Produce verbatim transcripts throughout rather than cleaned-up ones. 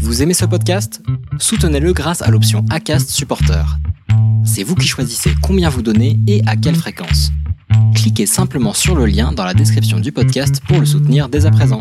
Vous aimez ce podcast ? Soutenez-le grâce à l'option Acast Supporter. C'est vous qui choisissez combien vous donnez et à quelle fréquence. Cliquez simplement sur le lien dans la description du podcast pour le soutenir dès à présent.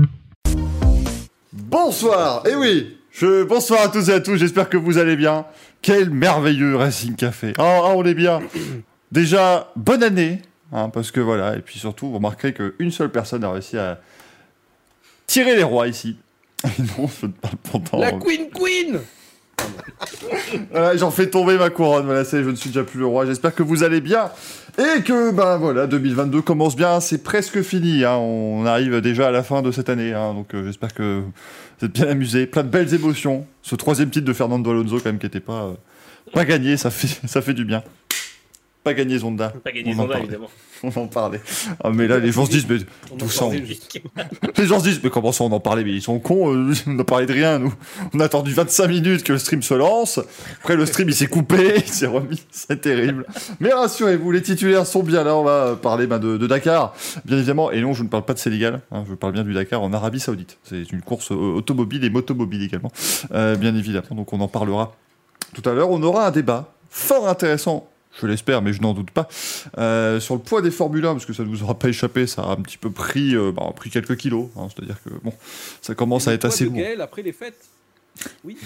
Bonsoir, et eh oui, je... bonsoir à tous et à tous, j'espère que vous allez bien. Quel merveilleux Racing Café. Ah, oh, oh, on est bien. Déjà, bonne année, hein, parce que voilà, et puis surtout, vous remarquerez qu'une seule personne a réussi à tirer les rois ici. Non, je ne parle pas. La Queen Queen. Voilà, j'en fais tomber ma couronne, voilà, c'est, je ne suis déjà plus le roi, j'espère que vous allez bien, et que, ben voilà, deux mille vingt-deux commence bien, c'est presque fini, hein, on arrive déjà à la fin de cette année, hein, donc euh, j'espère que vous êtes bien amusés, plein de belles émotions, ce troisième titre de Fernando Alonso, quand même, qui n'était pas, euh, pas gagné, ça fait, ça fait du bien. Pas gagné Zonda. Pas gagné Zonda, évidemment. On en parlait. Ah, mais là, les gens se disent, mais tout ça. On... Les gens se disent, mais comment ça, on en parlait? Mais ils sont cons, euh, on n'a parlé de rien, nous. On a attendu vingt-cinq minutes que le stream se lance. Après, le stream, il s'est coupé, il s'est remis. C'est terrible. Mais rassurez-vous, les titulaires sont bien là. On va parler ben, de, de Dakar, bien évidemment. Et non, je ne parle pas de Sénégal. Hein, je parle bien du Dakar en Arabie Saoudite. C'est une course automobile et motomobile également, euh, bien évidemment. Donc, on en parlera tout à l'heure. On aura un débat fort intéressant. Je l'espère, mais je n'en doute pas. Euh, sur le poids des Formule un, parce que ça ne vous aura pas échappé, ça a un petit peu pris, euh, bah, pris quelques kilos. Hein, c'est-à-dire que bon, ça commence à être assez lourd. Gaël après les fêtes. Oui.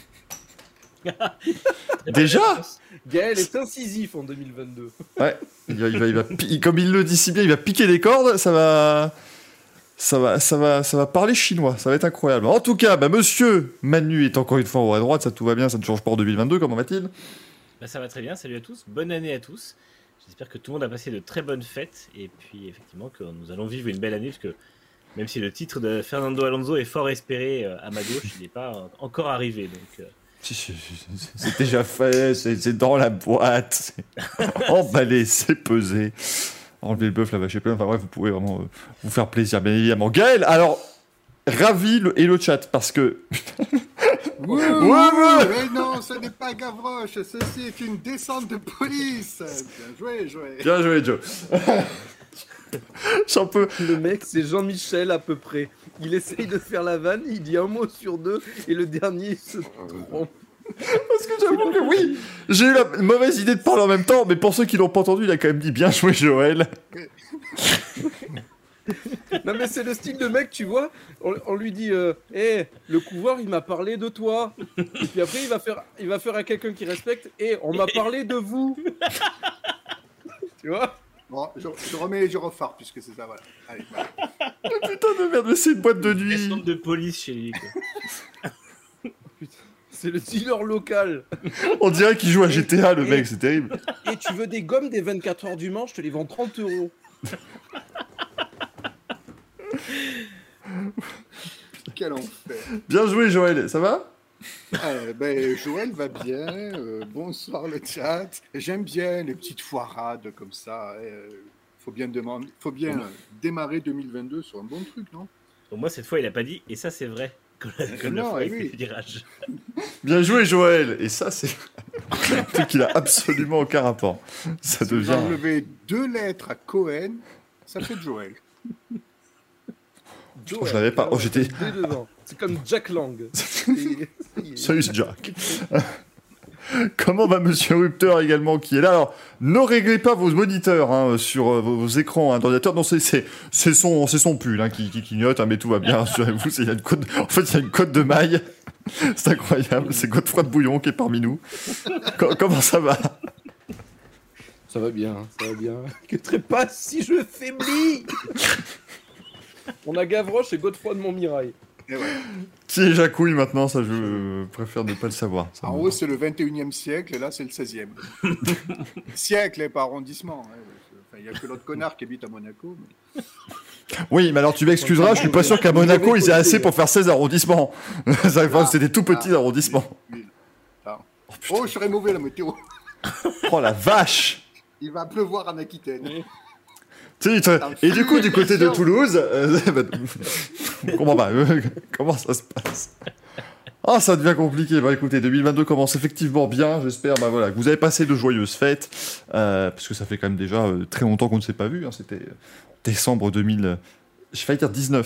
Déjà Gaël est incisif en deux mille vingt-deux. Ouais, il va, il va, il va, pi- comme il le dit si bien, il va piquer des cordes, ça va... Ça va, ça, va, ça va parler chinois, ça va être incroyable. En tout cas, bah, monsieur Manu est encore une fois au à droite, ça tout va bien, ça ne change pas en deux mille vingt-deux, comment va-t-il ? Bah ça va très bien, salut à tous, bonne année à tous. J'espère que tout le monde a passé de très bonnes fêtes et puis effectivement que nous allons vivre une belle année parce que même si le titre de Fernando Alonso est fort espéré à ma gauche, il n'est pas encore arrivé. Donc, euh... c'est déjà fait, c'est, c'est dans la boîte, c'est emballé, c'est pesé. Enlever le bœuf, la vache et plein, enfin bref, vous pouvez vraiment euh, vous faire plaisir, bien évidemment. Gaël, alors, ravi le, et le chat parce que... Wouh, ouais, ouais. Mais non, ce n'est pas Gavroche, ceci est une descente de police. Bien joué, joué. Bien joué, Joe. J'en peux. Le mec, c'est Jean-Michel à peu près. Il essaye de faire la vanne, il dit un mot sur deux, et le dernier il se trompe. Parce que j'avoue que oui, j'ai eu la mauvaise idée de parler en même temps, mais pour ceux qui l'ont pas entendu, il a quand même dit bien joué, Joël. Non mais c'est le style de mec, tu vois, on, on lui dit euh, hey, le couvreur il m'a parlé de toi, et puis après il va faire, il va faire à quelqu'un qui respecte, et hey, on m'a parlé de vous. Tu vois. Bon, je, je remets les gyrophares puisque c'est ça, voilà. Allez, voilà. Putain de merde, mais c'est une boîte de nuit. Descente de police chez lui, quoi. Putain, c'est le dealer local. On dirait qu'il joue à G T A, le et, mec, c'est terrible. Et tu veux des gommes des vingt-quatre heures du Mans, je te les vends trente euros. Quel enfer. Bien joué, Joël, ça va? euh, ben, Joël va bien, euh, bonsoir le chat. J'aime bien les petites foirades comme ça. Il euh, faut bien, demander, faut bien euh, démarrer deux mille vingt-deux sur un bon truc, non? Pour moi, cette fois, il a pas dit, et ça, c'est vrai. Comme, comme non, la fois oui. Virage. Bien joué, Joël. Et ça, c'est un truc qui n'a absolument aucun rapport. Ça si devient. Vous enlevez deux lettres à Cohen, ça fait Joël. Joël, oh, je l'avais pas. Oh, j'étais. C'est comme Jack Lang. Salut Jack. Comment va Monsieur Rupter également qui est là? Alors, ne réglez pas vos moniteurs hein, sur euh, vos, vos écrans hein, d'ordinateur. Non, c'est, c'est, c'est, son, c'est son pull hein, qui, qui clignote, hein, mais tout va bien. Rassurez-vous, c'est, y a une cote, en fait, il y a une cote de maille. C'est incroyable. C'est Godefroy de Bouillon qui est parmi nous. Co- comment ça va? Ça va bien, ça va bien. Que trépasse si je faiblis. On a Gavroche et Godefroy de Montmirail. Ouais. Qui est Jacouille maintenant, ça je préfère ne pas le savoir. Ça en haut c'est le vingt et unième siècle et là c'est le seizième. Siècle et pas arrondissement. Il n'y a que l'autre connard qui habite à Monaco. Mais... Oui, mais alors tu m'excuseras, je suis pas sûr qu'à Monaco ils aient assez pour faire seize arrondissements. Ah, c'est des tout petits ah, arrondissements. Oui, oui. Oh, oh, je serais mauvais la météo. Oh la vache. Il va pleuvoir en Aquitaine. Et du coup, du côté de Toulouse, euh, bah, on comprend pas. Euh, comment ça se passe? Ah, ça devient compliqué. Bah écoutez, deux mille vingt-deux commence effectivement bien, j'espère. Bah voilà, que vous avez passé de joyeuses fêtes, euh, parce que ça fait quand même déjà euh, très longtemps qu'on ne s'est pas vu. Hein, c'était décembre deux mille, j'ai failli dire dix-neuf.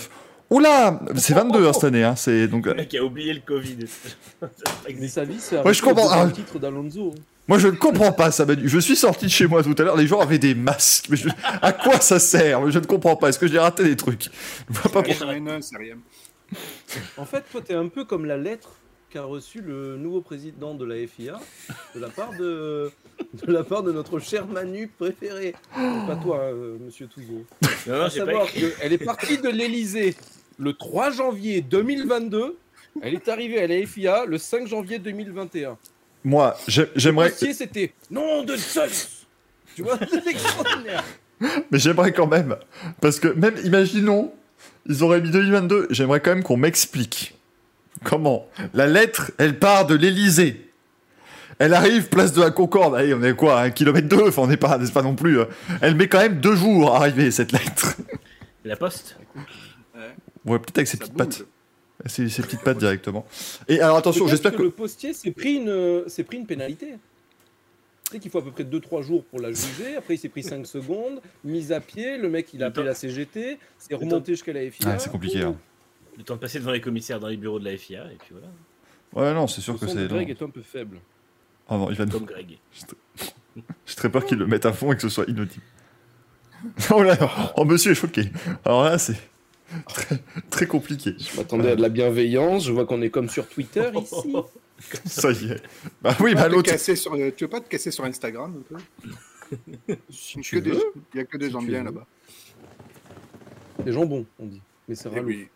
Oula, c'est vingt-deux hein, cette année. Hein, c'est donc. Le mec a oublié le Covid. Mais sa vie, c'est Ouais, je comprends. le Ah. titre d'Alonso. Moi, je ne comprends pas ça, Manu. Je suis sorti de chez moi tout à l'heure, les gens avaient des masques. Mais je... À quoi ça sert? Je ne comprends pas. Est-ce que j'ai raté des trucs? Je vois pas pourquoi. C'est rien. En fait, toi, t'es un peu comme la lettre qu'a reçue le nouveau président de la F I A de la part de, de, la part de notre cher Manu préféré. Pas toi, euh, monsieur Touzeau. Non, non, À j'ai savoir pas écrit. qu'elle est partie de l'Elysée le trois janvier deux mille vingt-deux. Elle est arrivée à la F I A le cinq janvier deux mille vingt et un. Moi, j'ai- j'aimerais. Le dossier, c'était nom de Zeus. Tu vois, c'est extraordinaire. Mais j'aimerais quand même. Parce que même, imaginons, ils auraient mis deux mille vingt-deux. J'aimerais quand même qu'on m'explique comment la lettre, elle part de l'Elysée. Elle arrive place de la Concorde. Allez, on est quoi, un kilomètre deux. Enfin, on n'est pas, n'est pas non plus. euh, Elle met quand même deux jours à arriver cette lettre. La poste. Ouais, peut-être avec ses Ça petites bouge. pattes. Ses, ses petites pattes directement. Et alors attention, Peut-être j'espère que, que. le postier s'est pris une, s'est pris une pénalité. Tu sais qu'il faut à peu près deux trois jours pour la juger. Après, il s'est pris cinq secondes, mise à pied. Le mec, il a appelé la C G T, c'est remonté jusqu'à la F I A. Ah, c'est compliqué. Hein. Le temps de passer devant les commissaires dans les bureaux de la F I A, et puis voilà. Ouais, non, c'est sûr Le que son c'est. de Greg non. est un peu faible. Oh non, il va nous. Comme Greg. J'ai très peur qu'ils le mettent à fond et que ce soit inaudible. Oh là, oh monsieur est choqué. Alors là, c'est très, très compliqué. Je m'attendais à de la bienveillance. Je vois qu'on est comme sur Twitter ici. Ça y est. Bah oui, Tu bah veux, pas te l'autre. casser sur, euh, tu veux pas te casser sur Instagram un peu? Si Que des- Il y a que des gens tu bien veux. là-bas. Des jambons, on dit. Mais c'est Eh rallou. oui.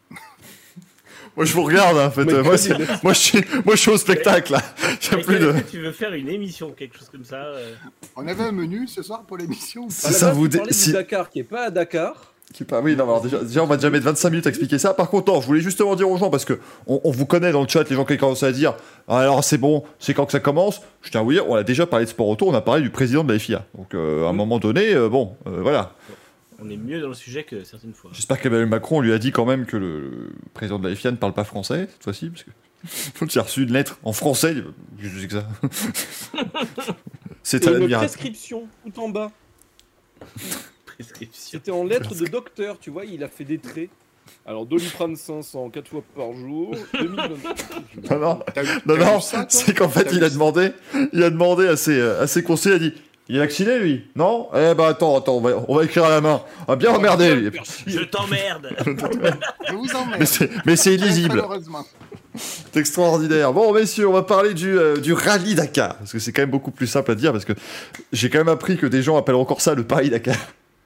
Moi je vous regarde hein, en fait. Mais Euh, moi, que c'est- des- moi, je suis... moi je suis au spectacle là. J'ai Est-ce plus que- de. est-ce que tu veux faire une émission, quelque chose comme ça euh On avait un menu ce soir pour l'émission. Si À la ça base, vous tu dé- parlais si- du Dakar qui est pas à Dakar. Qui pas- Oui, non, alors déjà, déjà, on va déjà mettre vingt-cinq minutes à expliquer ça. Par contre, non, je voulais justement dire aux gens, parce que on, on vous connaît dans le chat, les gens qui commencent à dire ah, alors c'est bon, c'est quand que ça commence. Je tiens à vous dire, on a déjà parlé de sport auto, on a parlé du président de la F I A. Donc euh, à un moment donné, euh, bon, euh, voilà. On est mieux dans le sujet que certaines fois. J'espère qu'Emmanuel Macron lui a dit quand même que le, le président de la F I A ne parle pas français cette fois-ci, parce que j'ai reçu une lettre en français. Je sais que ça. C'est Et à une l'admiration. prescription tout en bas. Prescription. C'était en lettres de docteur, tu vois, il a fait des traits. Alors, Doliprane cinq cents, quatre fois par jour, deux mille vingt-deux. Non, non, T'as vu- non, t'as non, vu ça, toi c'est qu'en fait, T'as il vu a ça demandé, il a demandé à ses, à ses conseillers, il a dit, il est vacciné, lui? Non? Eh ben, attends, attends, on va, on va écrire à la main. On va bien emmerder, lui. Et puis- Je t'emmerde. Je vous emmerde. Mais c'est, mais c'est illisible. Malheureusement. C'est extraordinaire. Bon, messieurs, on va parler du, euh, du rallye Dakar. Parce que c'est quand même beaucoup plus simple à dire, parce que j'ai quand même appris que des gens appellent encore ça le Paris Dakar.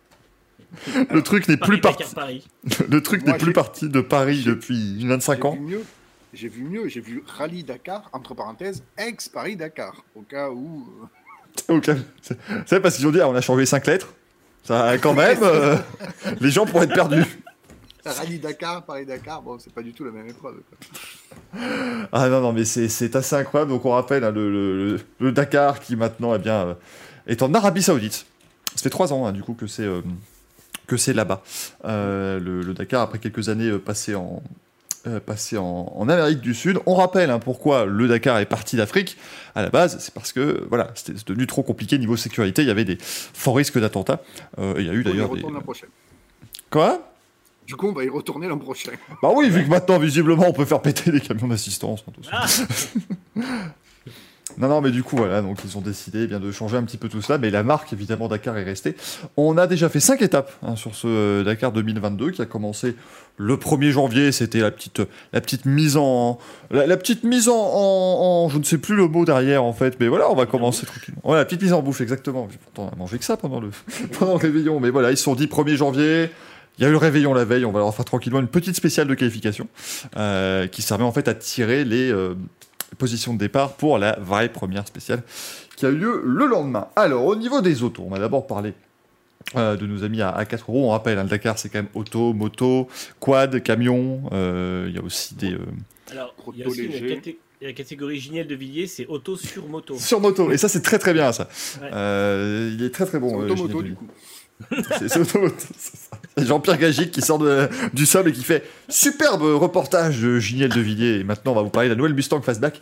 Le truc n'est plus Paris, parti. Dakar, Paris. Le truc Moi, n'est plus j'ai- parti de Paris j'ai- depuis vingt-cinq J'ai ans. vu mieux. J'ai vu mieux. J'ai vu Rallye Dakar, entre parenthèses, ex-Paris Dakar. Au cas où. euh, Ok. C'est c'est parce qu'ils ont dit, ah, on a changé cinq lettres. Ça, quand même, euh, les gens pourraient être perdus. Rallye Dakar, Paris Dakar, bon, c'est pas du tout la même épreuve. quoi. Ah non, non, mais c'est, c'est assez incroyable. Donc on rappelle hein, le, le- le- le Dakar qui maintenant eh bien, euh, est en Arabie Saoudite. Ça fait trois ans hein, du coup que c'est, euh, que c'est là-bas. Euh, le, le Dakar, après quelques années euh, passées en, euh, passées en, en Amérique du Sud. On rappelle hein, pourquoi le Dakar est parti d'Afrique. À la base, c'est parce que voilà, c'était devenu trop compliqué niveau sécurité. Il y avait des forts risques d'attentats. Euh, il y a eu On y d'ailleurs des... retourne l'an prochain. Quoi? Du coup, on va y retourner l'an prochain. Bah oui, vu que maintenant, visiblement, on peut faire péter les camions d'assistance. hein, tout ça. Ah, Non, non, mais du coup, voilà, donc ils ont décidé eh bien, de changer un petit peu tout cela, mais la marque, évidemment, Dakar est restée. On a déjà fait cinq étapes hein, sur ce euh, Dakar deux mille vingt-deux qui a commencé le premier janvier, c'était la petite, la petite mise en... La, la petite mise en, en, en- Je ne sais plus le mot derrière, en fait, mais voilà, on va commencer tranquillement. Voilà, la petite mise en bouche, exactement. Pourtant, on a mangé que ça pendant le, pendant le réveillon, mais voilà, ils se sont dit premier janvier... Il y a eu le réveillon la veille, on va leur faire tranquillement une petite spéciale de qualification euh, qui servait en fait à tirer les euh, positions de départ pour la vraie première spéciale qui a eu lieu le lendemain. Alors, au niveau des autos, on va d'abord parler euh, de nos amis à, à quatre roues. On rappelle, hein, le Dakar, c'est quand même auto, moto, quad, camion. euh, Il y a aussi des... euh, alors, il y a Auto aussi une léger. caté- la catégorie Ginelle de Villiers, c'est auto sur moto. sur moto. Et ça, c'est très très bien, ça. Ouais. Euh, il est très très bon. C'est euh, automoto, Ginette du Villiers. coup. C'est c'est automoto, c'est ça. C'est Jean-Pierre Gagic qui sort de- du sable et qui fait superbe reportage de Giniel de Villiers. Et maintenant, on va vous parler de la nouvelle Mustang Fastback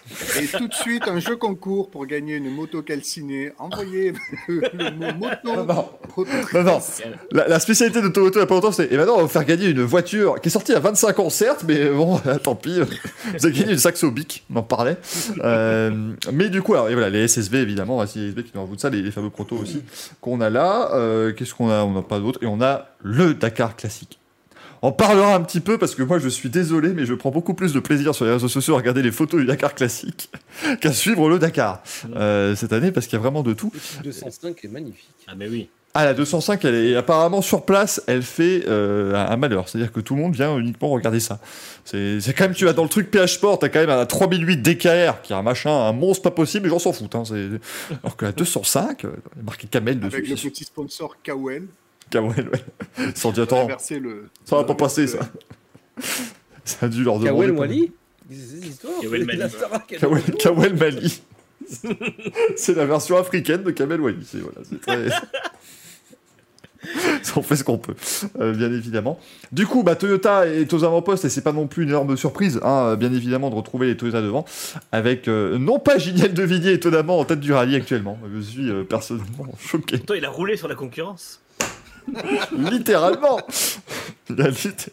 Et tout de suite, un jeu concours pour gagner une moto calcinée. Envoyez le, le mot moto. Non, non. moto Non, non. La, la spécialité de Toyota il y a pas longtemps, c'est et maintenant on va vous faire gagner une voiture qui est sortie à vingt-cinq ans, certes, mais bon, tant pis. Vous avez gagné une Saxo Bic, on en parlait. Euh, mais du coup, alors, et voilà, les S S V évidemment, les S S V qui nous rajoutent ça, les, les fameux protos aussi qu'on a là. Euh, qu'est-ce qu'on a? On n'a pas d'autre. Et on a le Dakar classique. On parlera un petit peu parce que moi je suis désolé, mais je prends beaucoup plus de plaisir sur les réseaux sociaux à regarder les photos du Dakar classique qu'à suivre le Dakar euh, cette année parce qu'il y a vraiment de tout. Le deux cent cinq est magnifique. Ah, mais oui. Ah, la deux cent cinq, elle est apparemment sur place, elle fait euh, un malheur. C'est-à-dire que tout le monde vient uniquement regarder ça. C'est, c'est quand même, tu vas dans le truc P H Sport, t'as quand même un trois mille huit D K R qui est un machin, un monstre pas possible, les gens s'en foutent. Hein. C'est... Alors que la deux cent cinq, euh, il y a marqué Kamel dessus. avec le petit sponsor Kawel. Kamel, ouais. Sans dire, attends, Le... ça va pas passer ça. Ça a dû leur demander. Kawel pas- Wally Des histoires. Kawel Mali. La Starac, elle- Kawel, Kawel Mali. C'est la version africaine de Kamel Wally. C'est, voilà, c'est très... On fait ce qu'on peut, euh, bien évidemment. Du coup, bah, Toyota est aux avant-postes et c'est pas non plus une énorme surprise, hein, bien évidemment, de retrouver les Toyota devant, avec euh, non pas Gilles de Villiers étonnamment en tête du rallye actuellement. Je suis euh, personnellement choqué, Pourtant, il a roulé sur la concurrence. littéralement. Il a litté-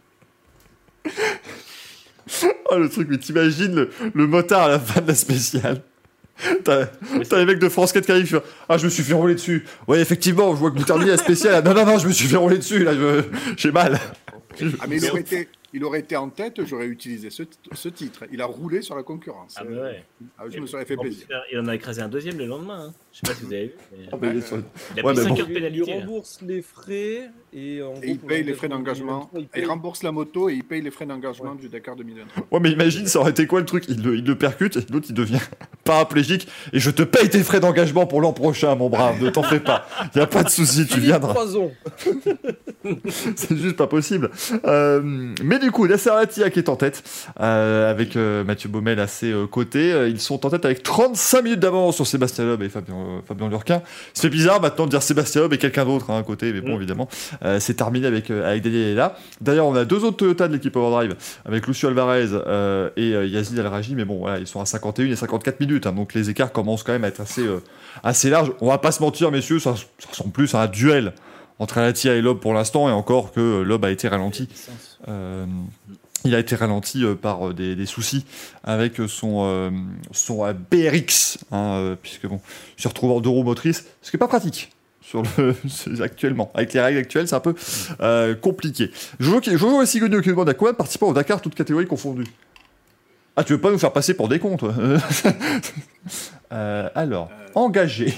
Oh le truc, mais t'imagines le, le motard à la fin de la spéciale. T'as, t'as les mecs de France quatre qui arrivent, qui font, ah je me suis fait rouler dessus. Ouais effectivement, je vois que vous terminez la spéciale. Non non non, je me suis fait rouler dessus là, je- j'ai mal. Ah, mais il aurait, été, il aurait été en tête, j'aurais utilisé ce, ce titre. Il a roulé sur la concurrence. Ah, bah ouais. Ah, je me serais fait En plus, plaisir. il en a écrasé un deuxième le lendemain. Hein. Je sais pas si vous avez vu. mais- Ah, mais ils sont- Il a Ouais, pris mais cinq bon. heures de Il lui pénalité. là. rembourse les frais et, en Et gros, il pour paye les l'engagement frais d'engagement. deux mille vingt-trois, il Il paye- rembourse la moto et il paye les frais d'engagement du Dakar deux mille vingt-trois. Ouais mais imagine, ça aurait été quoi le truc, il le, il le percute et l'autre il devient paraplégique et je te paye tes frais d'engagement pour l'an prochain mon brave, ne t'en fais pas. Y a pas de souci, tu Philippe viendras. Croison. C'est juste pas possible. Euh, mais du coup, Nasser Al-Attiyah qui est en tête, euh, avec euh, Mathieu Baumel à ses euh, côtés. Euh, Ils sont en tête avec trente-cinq minutes d'avance sur Sébastien Loeb et Fabien, euh, Fabien Lurquin. C'est bizarre maintenant de dire Sébastien Loeb et quelqu'un d'autre hein, à côté, mais bon, Mm. évidemment, euh, c'est terminé avec, euh, avec Daniel Hella. D'ailleurs, on a deux autres Toyota de l'équipe Overdrive, avec Lucio Alvarez euh, et euh, Yazid Al-Raji, mais bon, voilà, ils sont à cinquante et une et cinquante-quatre minutes, hein, donc les écarts commencent quand même à être assez, euh, assez larges. On va pas se mentir, messieurs, ça, ça ressemble plus à un duel entre Al-Attiyah et Loeb pour l'instant, et encore que euh, Loeb a été ralenti. Euh, il a été ralenti euh, par euh, des, des soucis avec euh, son, euh, son euh, B R X, hein, euh, puisque bon, il se retrouve en deux roues motrices, ce qui n'est pas pratique. Sur le, c'est- actuellement, avec les règles actuelles, c'est un peu euh, compliqué. Jojo, qui- Jojo et Sigogno qui nous demande à combien de participants au Dakar, toutes catégories confondues. Ah, tu veux pas nous faire passer pour des cons, toi Euh, Alors, engagé.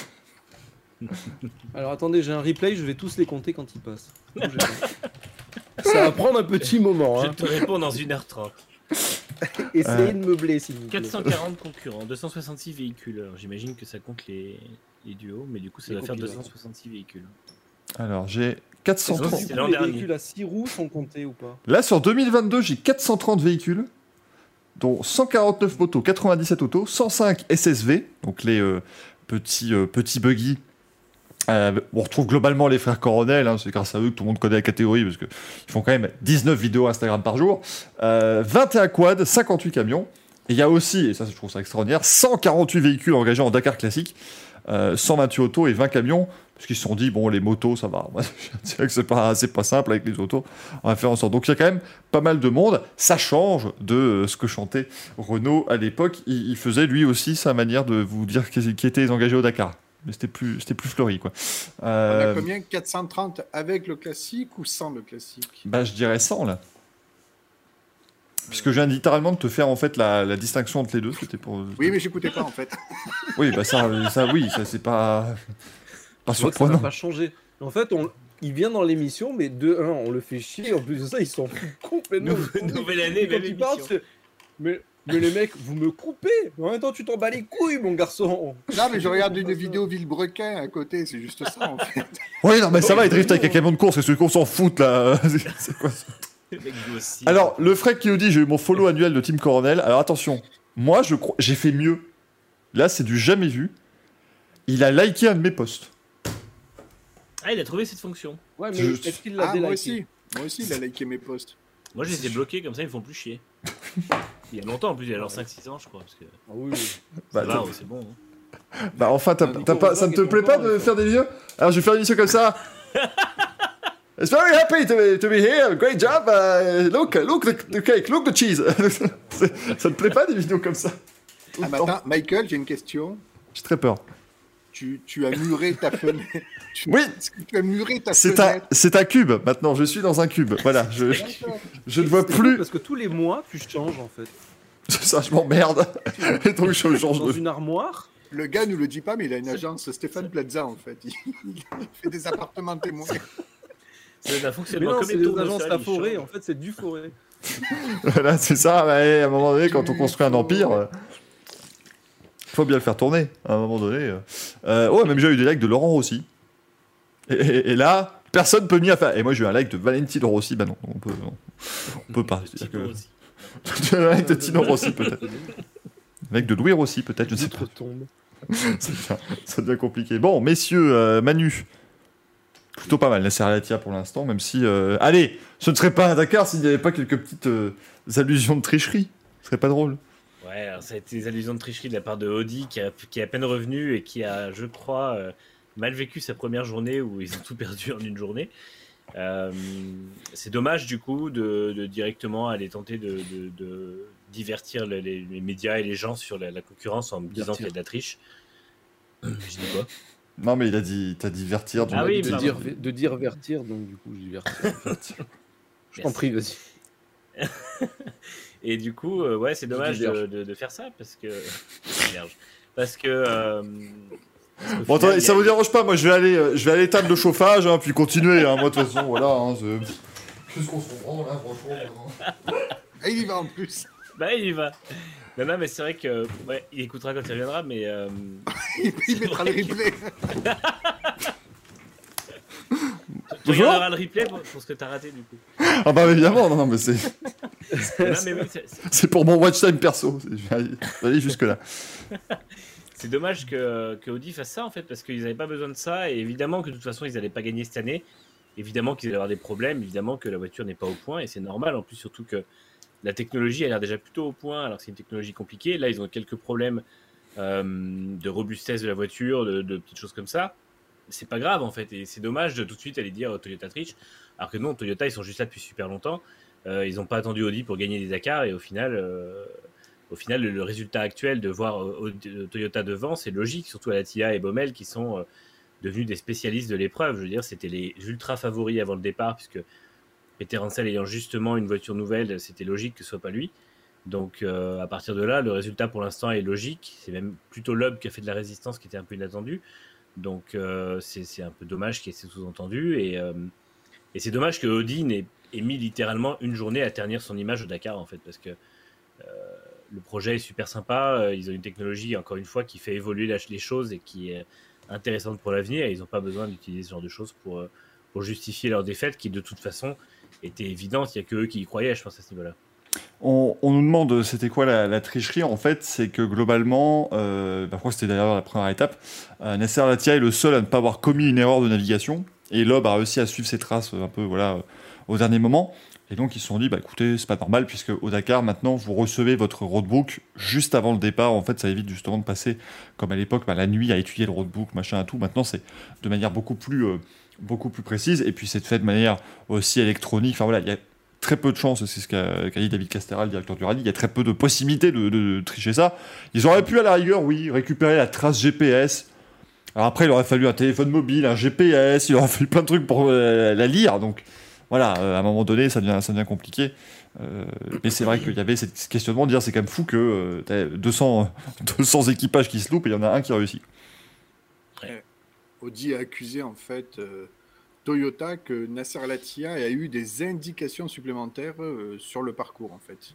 Alors attendez, j'ai un replay, je vais tous les compter quand ils passent. Ça va prendre un petit moment. Je Hein. te réponds dans une heure trente. Essayez Euh, de meubler s'il vous plaît. quatre cent quarante concurrents, deux cent soixante-six véhicules. Alors, j'imagine que ça compte les, les duos, mais du coup, ça Les va faire copilotes. deux cent soixante-six véhicules. Alors, j'ai quatre cent trente. C'est Du l'an coup, les dernier. véhicules à six roues sont comptés ou pas? Là, sur deux mille vingt-deux, j'ai quatre cent trente véhicules, dont cent quarante-neuf motos, quatre-vingt-dixsept autos, cent cinq S S V, donc les euh, petits, euh, petits buggy. Euh, on retrouve globalement les frères Coronel, hein, c'est grâce à eux que tout le monde connaît la catégorie, parce qu'ils font quand même dix-neuf vidéos Instagram par jour, euh, vingt et un quads, cinquante-huit camions, et il y a aussi, et ça je trouve ça extraordinaire, cent quarante-huit véhicules engagés en Dakar classique, euh, cent vingt-huit autos et vingt camions, parce qu'ils se sont dit, bon, les motos, ça va. Moi, c'est vrai que c'est pas, c'est pas simple avec les autos. On va faire en sorte. Donc, il y a quand même pas mal de monde. Ça change de euh, ce que chantait Renault à l'époque. Il, il faisait, lui aussi, sa manière de vous dire qui, qui étaient les engagés au Dakar. Mais c'était plus, c'était plus fleuri, quoi. On Euh, a combien? quatre cent trente avec le classique ou sans le classique? bah, je dirais cent, là. Puisque je viens littéralement de te faire, en fait, la, la distinction entre les deux. C'était pour... Oui, mais j'écoutais pas en fait. Oui, bah, ça, ça oui, ça, c'est pas... Pas Je vois que ça va surprenant. pas changer. En fait, on... il vient dans l'émission, mais de un, on le fait chier. En plus de ça, il s'en fout complètement. Nou- Nouvelle année, Et quand même il parle, émission. c'est- mais, mais les mecs, vous me coupez. En même temps, tu t'en bats les couilles, mon garçon. Non, mais je regarde une vidéo Villebrequin à côté, c'est juste ça en fait. Oui, non, mais ça va, il drift avec un camion de course. Est-ce qu'on s'en fout, là? C'est- C'est quoi ça? Le mec aussi. Alors, le frère qui nous dit j'ai eu mon follow annuel de Team Coronel. Alors attention, moi je crois, j'ai fait mieux. Là, c'est du jamais vu. Il a liké un de mes posts. Ah, il a trouvé cette fonction. Ouais, mais Je- est-ce qu'il l'a Ah, moi déliké? aussi. Moi aussi, il a liké mes posts. Moi, je les ai bloqués comme ça, ils me font plus chier. Il y a longtemps en plus, il y a alors cinq six ans, je crois. Parce que... Ah oui, oui. Bah, ça va, ouais, c'est bon. Hein. Bah enfin, t'as, t'as pas, ça ne te plaît pas de faire des vidéos? Alors je vais faire une émission comme ça. It's very happy to, to be here. Great job. Uh, look, look the, the cake, look the cheese. Ça te plaît pas des vidéos comme ça? Ah, bah, attends, Michael, j'ai une question. J'ai très peur. Tu, tu as muré ta fenêtre. Tu, Oui. Est-ce que tu as muré ta C'est un, fenêtre? c'est un cube. Maintenant, je suis dans un cube. Voilà, je, je, je ne vois C'est plus. cool parce que tous les mois, tu changes en fait. Ça, je m'emmerde. Et donc, je change Dans de. une armoire. Le gars nous le dit pas, mais il a une agence Stéphane Plaza en fait. Il, il fait des appartements témoins. C'est un Mais fonctionnement non, comme c'est les des tours de agences sol, La ils Forêt. changent. En fait, c'est du forêt. Voilà, c'est ça. Ouais, à un moment donné, quand on construit un empire, euh, faut bien le faire tourner. À un moment donné. Euh... Euh, oh, même j'ai eu des likes de Laurent Rossi. Et, et, et là, personne peut venir faire. Et moi, j'ai eu un like de Valentino Rossi. Bah non, on peut, non. On peut pas. Le C'est-à-dire Tino que... aussi. un like de Tino Rossi, peut-être. Un like de Louis Rossi, peut-être. Je ne sais pas. tombe. ça, devient, ça devient compliqué. Bon, messieurs, euh, Manu. Plutôt pas mal, Nasser Al-Attiyah pour l'instant, même si... Euh... Allez, ce ne serait pas à Dakar s'il n'y avait pas quelques petites euh, allusions de tricherie. Ce serait pas drôle. Ouais, alors ça a été des allusions de tricherie de la part de Audi qui, a, qui est à peine revenu et qui a, je crois, euh, mal vécu sa première journée où ils ont tout perdu en une journée. Euh, c'est dommage du coup de, de directement aller tenter de, de, de divertir les, les médias et les gens sur la, la concurrence en me disant qu'il y a de la triche. Je dis quoi? Non, mais il a dit, t'as dit vertir. Ah oui, de, pardon. dire, de dire vertir, donc du coup, je dis vertir. Je t'en prie, vas-y. Et du coup, euh, ouais, c'est dommage de, de, de faire ça parce que. parce que. Euh, parce Bon, final, attendez, ça a... vous dérange pas? Moi, je vais aller, euh, je vais aller éteindre le chauffage, hein, puis continuer. Hein, moi, de toute façon, voilà. Hein, c'est... Qu'est-ce qu'on se comprend, là, franchement? Et il y va en plus. Bah, il y va. Non, non, mais c'est vrai que. Ouais, il écoutera quand il reviendra, mais. Euh... Il mettra le replay. Tu regarderas le replay pour, pour ce que t'as raté du coup. Ah, bah évidemment, non, non, mais c'est. Non, mais oui, c'est, c'est... c'est pour mon watch time perso. Je vais aller, je vais aller jusque-là. C'est dommage que, que Audi fasse ça en fait, parce qu'ils n'avaient pas besoin de ça, et évidemment que de toute façon ils n'allaient pas gagner cette année, évidemment qu'ils allaient avoir des problèmes, évidemment que la voiture n'est pas au point, et c'est normal en plus, surtout que la technologie a l'air déjà plutôt au point, alors que c'est une technologie compliquée. Là ils ont quelques problèmes euh, de robustesse de la voiture, de, de petites choses comme ça. C'est pas grave en fait, et c'est dommage de tout de suite aller dire Toyota triche, alors que non, Toyota ils sont juste là depuis super longtemps, euh, ils n'ont pas attendu Audi pour gagner des Dakar, et au final... Euh, Au final, le, le résultat actuel de voir euh, Toyota devant, c'est logique, surtout Al-Attiyah et Baumel qui sont euh, devenus des spécialistes de l'épreuve. Je veux dire, c'était les ultra favoris avant le départ, puisque Peter Hansel ayant justement une voiture nouvelle, c'était logique que ce soit pas lui. Donc, euh, à partir de là, le résultat pour l'instant est logique. C'est même plutôt Loeb qui a fait de la résistance, qui était un peu inattendu. Donc, euh, c'est, c'est un peu dommage qu'il y ait ces sous-entendus. Et, euh, et c'est dommage que Audi n'ait ait mis littéralement une journée à ternir son image au Dakar, en fait, parce que euh, le projet est super sympa, ils ont une technologie, encore une fois, qui fait évoluer les choses et qui est intéressante pour l'avenir, et ils n'ont pas besoin d'utiliser ce genre de choses pour, pour justifier leur défaite, qui de toute façon était évidente, il n'y a que eux qui y croyaient, je pense, à ce niveau-là. On, on nous demande c'était quoi la, la tricherie. En fait, c'est que globalement, euh, bah, je crois que c'était d'ailleurs la première étape, euh, Nasser Al-Attiyah est le seul à ne pas avoir commis une erreur de navigation, et Loeb a réussi à suivre ses traces un peu voilà, au dernier moment. Et donc ils se sont dit, bah écoutez, c'est pas normal, puisque au Dakar, maintenant, vous recevez votre roadbook juste avant le départ. En fait, ça évite justement de passer, comme à l'époque, bah, la nuit à étudier le roadbook, machin et tout. Maintenant, c'est de manière beaucoup plus, euh, beaucoup plus précise, et puis c'est fait de manière aussi électronique. Enfin voilà, il y a très peu de chances, c'est ce qu'a, qu'a dit David Castera, le directeur du rallye, il y a très peu de possibilités de, de, de tricher ça. Ils auraient pu, à la rigueur, oui, récupérer la trace G P S. Alors après, il aurait fallu un téléphone mobile, un G P S, il aurait fallu plein de trucs pour euh, la lire, donc... Voilà, euh, à un moment donné, ça devient, ça devient compliqué. Euh, mais c'est vrai qu'il y avait ce questionnement de dire c'est quand même fou que euh, t'as deux cents, deux cents équipages qui se loupent et il y en a un qui réussit. Ouais. Audi a accusé en fait euh, Toyota que Nasser Al-Attiyah a eu des indications supplémentaires euh, sur le parcours en fait.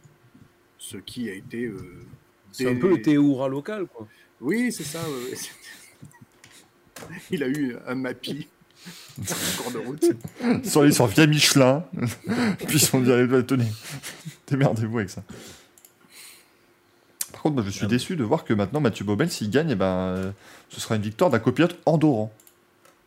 Ce qui a été. Euh, C'est des... un peu le Théoura local, quoi. Oui, c'est ça. Ouais. Il a eu un Mappy. Cours de route. Sur les sur via Michelin, puis ils se sont dit allez, tenez, démerdez-vous avec ça. Par contre, moi, je suis ah déçu de voir que maintenant Mathieu Baumel, s'il gagne, eh ben, euh, ce sera une victoire d'un copilote andorran.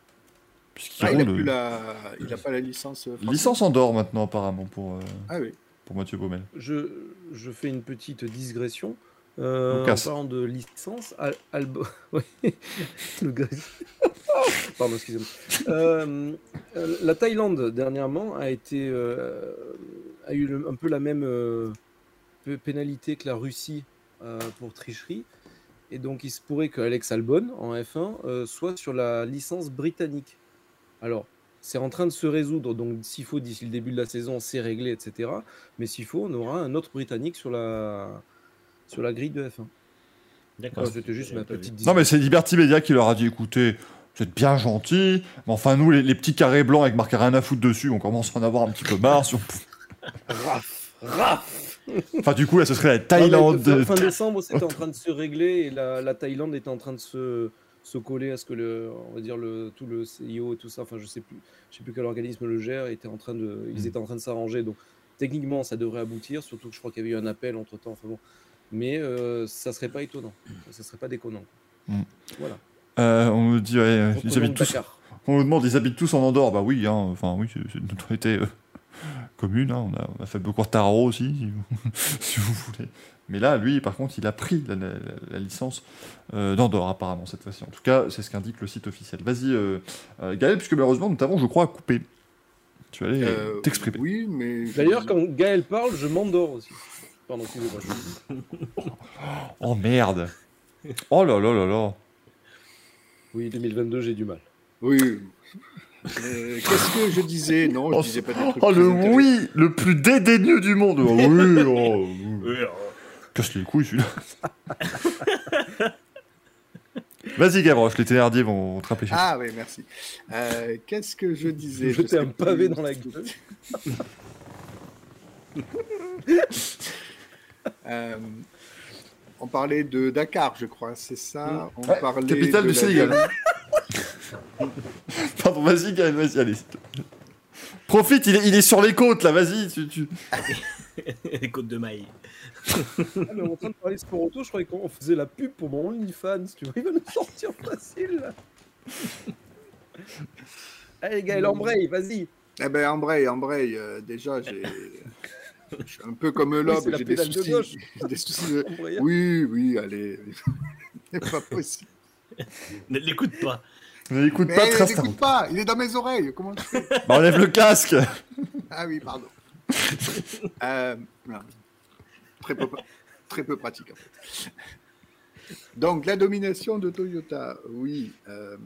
Ah, il n'a le... la... pas la licence. Française. Licence Andorre maintenant apparemment pour. Euh... Ah oui. pour Mathieu Baumel. Je, je fais une petite digression. Euh, en Lucas. parlant de licence, Al- Albo... oui, le gars- Pardon, excusez-moi. Euh, euh, la Thaïlande, dernièrement, a, été, euh, a eu le- un peu la même euh, p- pénalité que la Russie euh, pour tricherie. Et donc, il se pourrait que Alex Albon, en F un, euh, soit sur la licence britannique. Alors, c'est en train de se résoudre. Donc, s'il faut, d'ici le début de la saison, c'est réglé, et cetera. Mais s'il faut, on aura un autre Britannique sur la, sur la grille de F un. D'accord. Voilà, c'était juste J'avais ma pas vu. petite Non, digression. mais c'est Liberty Media qui leur a dit écoutez, vous êtes bien gentils, mais enfin, nous, les, les petits carrés blancs avec marqué rien à foutre dessus, on commence à en avoir un petit peu marre. Si on... Raf, raf. Enfin, du coup, là, ce serait la Non, Thaïlande. mais de- fin, fin décembre, c'était en train de se régler et la, la Thaïlande était en train de se, se coller à ce que le, on va dire le, tout le C I O et tout ça, enfin je sais plus, je sais plus quel organisme le gère, était en train de, ils Mm. étaient en train de s'arranger. Donc techniquement, ça devrait aboutir, surtout que je crois qu'il y avait eu un appel entre temps. Enfin bon, mais euh, ça serait pas étonnant, ça serait pas déconnant. Mm. Voilà. Euh, on nous dit, ouais, euh, ils Reprenons habitent tous. Dakar. On nous demande, ils habitent tous en Andorre. Bah oui, hein, enfin oui, c'est c'est une autorité euh, commune. Hein, on, a, on a fait beaucoup de tarot aussi, si vous, si vous voulez. Mais là, lui, par contre, il a pris la, la- la- la licence euh, d'Andorre, apparemment, cette fois-ci. En tout cas, c'est ce qu'indique le site officiel. Vas-y, euh, euh, Gaël, puisque malheureusement, nous t'avons, je crois, coupé. Tu vas aller Euh, t'exprimer. Oui, mais. D'ailleurs, quand Gaël parle, je m'endors aussi. Pardon, excusez-moi. je- Oh merde. Oh là là là là. Oui, deux mille vingt-deux, j'ai du mal. Oui. Euh, Qu'est-ce que je disais? Non, je Oh, disais pas des trucs. oh, très le intéressants. oui, le plus dédaigneux du monde. Oh, oui, oh, oui. Oui, alors, Casse les couilles, celui-là. Vas-y, Gavroche, les Thénardier vont te rappeler. Ah oui, merci. Euh, Qu'est-ce que je disais? Jeter Je sais un pavé plus. dans la gueule. Euh, on parlait de Dakar, je crois, c'est ça. On Ouais, parlait capitale de du la- Sénégal. Pardon, vas-y, Gaël, vas-y, allez. Profite, il est, il est sur les côtes, là, vas-y. Tu, tu... les côtes de maille. Ah, mais on est en train de parler sport auto, je croyais qu'on faisait la pub pour mon OnlyFans, tu vois, il va nous sortir facile là. Allez Gaël, embraye, vas-y. Eh ben, embraye, embraye. Euh, déjà, j'ai. Je suis un peu comme Oui, Lob, c'est la j'ai des pédale de soucis. gauche. j'ai des soucis de- Embraye. Oui, oui, allez. C'est pas possible. Ne l'écoute pas. N'écoute Mais pas il très n'écoute pas, il est dans mes oreilles. Comment je fais? Bah, enlève le casque. Ah oui, pardon. Euh, non. Très peu, très peu pratique en fait. Donc la domination de Toyota, oui. euh,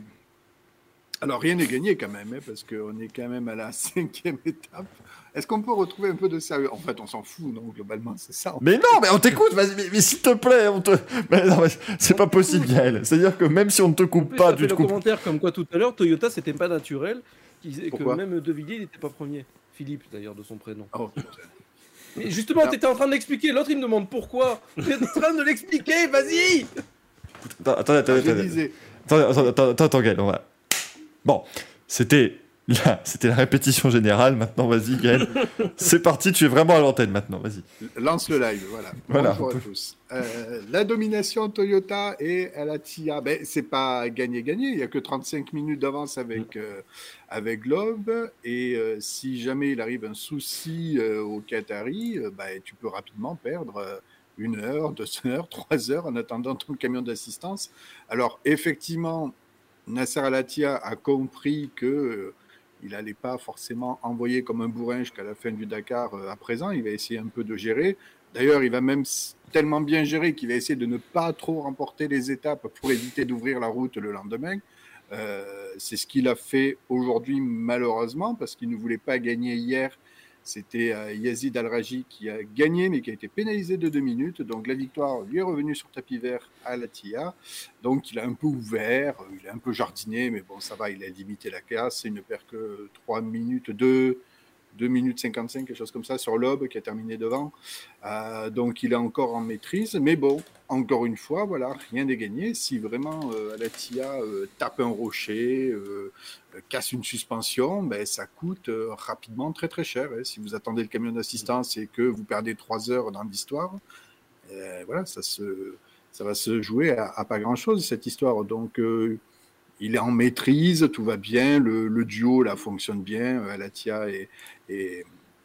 Alors rien n'est gagné quand même, hein, parce qu'on est quand même à la cinquième étape. Est-ce qu'on peut retrouver un peu de sérieux? En fait, on s'en fout, non? Globalement, c'est ça. Mais non, mais on t'écoute, vas-y, mais, mais s'il te plaît, on te. Mais non, mais c'est pas possible, Gaël. C'est-à-dire que même si on ne te En coupe plus, pas, t'as tu fait te le coupes. commentaire comme quoi tout à l'heure, Toyota c'était pas naturel, qu'ils- que Pourquoi même De Villiers il n'était pas premier. Philippe d'ailleurs de son prénom. Oh, putain. Mais justement, Non. t'étais en train de l'expliquer, l'autre il me demande pourquoi. T'es en train de l'expliquer, vas-y. Attends, attendez, attendez, Je attendez. disais, Attends, attends, attends, attends, attends, Gaël, on va. Bon, c'était la, c'était la répétition générale. Maintenant, vas-y, Gaël. C'est parti, tu es vraiment à l'antenne maintenant, vas-y. lance le live, voilà. Voilà. Bonjour à tous. Euh, la domination Toyota et à la T I A, ben, c'est pas gagné-gagné. Il n'y a que trente-cinq minutes d'avance avec, euh, avec Loeb. Et euh, si jamais il arrive un souci euh, au Qatari, euh, ben, tu peux rapidement perdre euh, une heure, deux heures, trois heures en attendant ton camion d'assistance. Alors, effectivement, Nasser Al-Attiyah a compris que euh, il n'allait pas forcément envoyer comme un bourrin jusqu'à la fin du Dakar euh, à présent. Il va essayer un peu de gérer. D'ailleurs, il va même s- tellement bien gérer qu'il va essayer de ne pas trop remporter les étapes pour éviter d'ouvrir la route le lendemain. Euh, c'est ce qu'il a fait aujourd'hui, malheureusement, parce qu'il ne voulait pas gagner hier. C'était euh, Yazid Al-Raji qui a gagné, mais qui a été pénalisé de deux minutes. Donc la victoire lui est revenue sur tapis vert à l'Attiyah. Donc il a un peu ouvert, euh, il a un peu jardiné, mais bon, ça va, il a limité la casse. Il ne perd que trois minutes, deux, deux minutes cinquante-cinq, quelque chose comme ça, sur Loeb qui a terminé devant. Euh, donc il est encore en maîtrise. Mais bon, encore une fois, voilà, rien n'est gagné. Si vraiment euh, Al-Attiyah euh, tape un rocher, euh, casse une suspension, ben, ça coûte euh, rapidement très très cher. Hein. Si vous attendez le camion d'assistance et que vous perdez trois heures dans l'histoire, euh, voilà, ça, se, ça va se jouer à, à pas grand-chose cette histoire. Donc euh, il est en maîtrise, tout va bien, le, le duo là fonctionne bien, euh, Al-Attiyah et, et,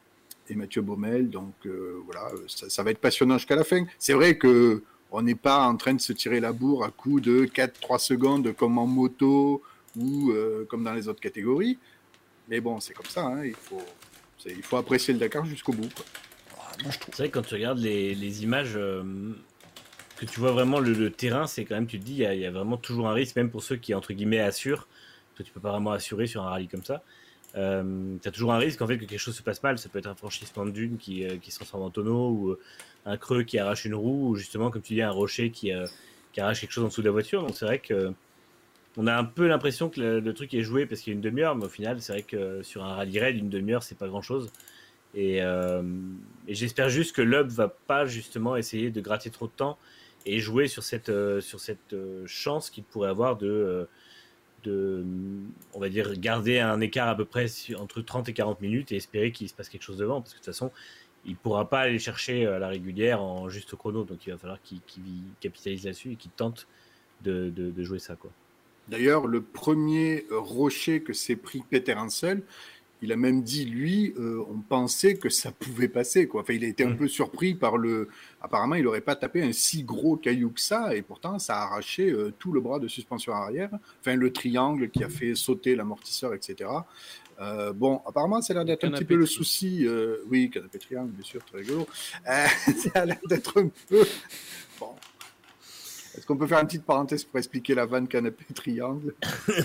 et Mathieu Baumel. Donc euh, voilà, ça, ça va être passionnant jusqu'à la fin. C'est vrai que on n'est pas en train de se tirer la bourre à coups de quatre trois secondes comme en moto ou euh, comme dans les autres catégories. Mais bon, c'est comme ça, hein, il, faut, c'est, il faut apprécier le Dakar jusqu'au bout, quoi. Moi, je trouve... C'est vrai que quand tu regardes les, les images, euh, que tu vois vraiment le, le terrain, c'est quand même, tu te dis, il y, y a vraiment toujours un risque, même pour ceux qui, entre guillemets, assurent. Toi, tu peux pas vraiment assurer sur un rallye comme ça. Euh, tu as toujours un risque en fait que quelque chose se passe mal. Ça peut être un franchissement de dune qui, euh, qui se transforme en tonneau, ou euh, un creux qui arrache une roue, ou justement, comme tu dis, un rocher qui, euh, qui arrache quelque chose en dessous de la voiture. Donc c'est vrai que on a un peu l'impression que le, le truc est joué parce qu'il y a une demi-heure, mais au final, c'est vrai que sur un rallye raid, une demi-heure, c'est pas grand-chose. Et, euh, et j'espère juste que l'Hub va pas justement essayer de gratter trop de temps et jouer sur cette, euh, sur cette euh, chance qu'il pourrait avoir de... Euh, de, on va dire, garder un écart à peu près entre trente et quarante minutes et espérer qu'il se passe quelque chose devant, parce que de toute façon, il ne pourra pas aller chercher à la régulière en juste chrono, donc il va falloir qu'il, qu'il capitalise là-dessus et qu'il tente de, de, de jouer ça, quoi. D'ailleurs, le premier rocher que s'est pris Peter Hansel, il a même dit, lui, euh, on pensait que ça pouvait passer, quoi. Enfin, il a été un mmh. peu surpris par le... Apparemment, il n'aurait pas tapé un si gros caillou que ça, et pourtant, ça a arraché euh, tout le bras de suspension arrière, enfin, le triangle qui a fait sauter l'amortisseur, et cetera. Euh, bon, apparemment, ça a l'air d'être un petit peu le souci... Euh... Oui, canapé triangle, bien sûr, très rigolo. Euh, ça a l'air d'être un peu... Bon... Est-ce qu'on peut faire une petite parenthèse pour expliquer la vanne canapé triangle?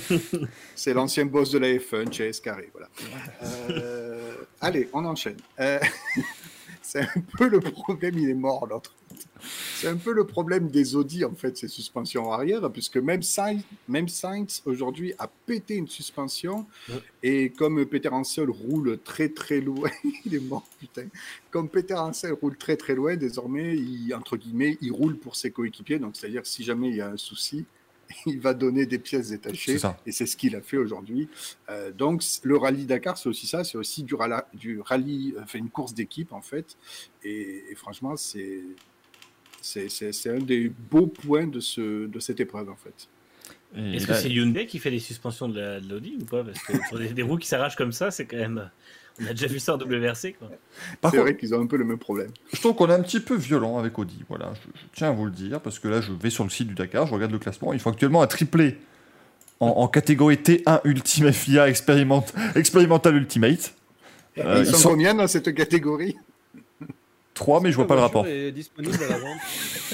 C'est l'ancien boss de la F un, Chase Carré, voilà. Euh, allez, on enchaîne. Euh, c'est un peu le problème, il est mort l'autre. C'est un peu le problème des Audi, en fait, ces suspensions arrière, puisque même Sainz, même Sainz aujourd'hui a pété une suspension, ouais. Et comme Peter Hansel roule très très loin, il est mort, putain. Comme Peter Hansel roule très très loin, désormais, il, entre guillemets, il roule pour ses coéquipiers, donc c'est-à-dire si jamais il y a un souci, il va donner des pièces détachées, c'est et c'est ce qu'il a fait aujourd'hui. Euh, donc le rallye Dakar, c'est aussi ça, c'est aussi du, rala, du rallye, enfin une course d'équipe en fait, et, et franchement, c'est... C'est, c'est, c'est un des beaux points de, ce, de cette épreuve, en fait. Et Est-ce là, que c'est Hyundai qui fait les suspensions de, la, de l'Audi ou pas? Parce que sur des, des roues qui s'arrachent comme ça, c'est quand même... On a déjà vu ça en W R C, quoi. Par c'est contre, vrai qu'ils ont un peu le même problème. Je trouve qu'on est un petit peu violent avec Audi. Voilà, je, je tiens à vous le dire, parce que là, je vais sur le site du Dakar, je regarde le classement. Ils font actuellement un triplé en, en catégorie T un Ultimate F I A Experiment, Experimental Ultimate. Euh, ils, ils sont, sont combien dans cette catégorie? trois, mais je vois pas le rapport. Est disponible à la vente.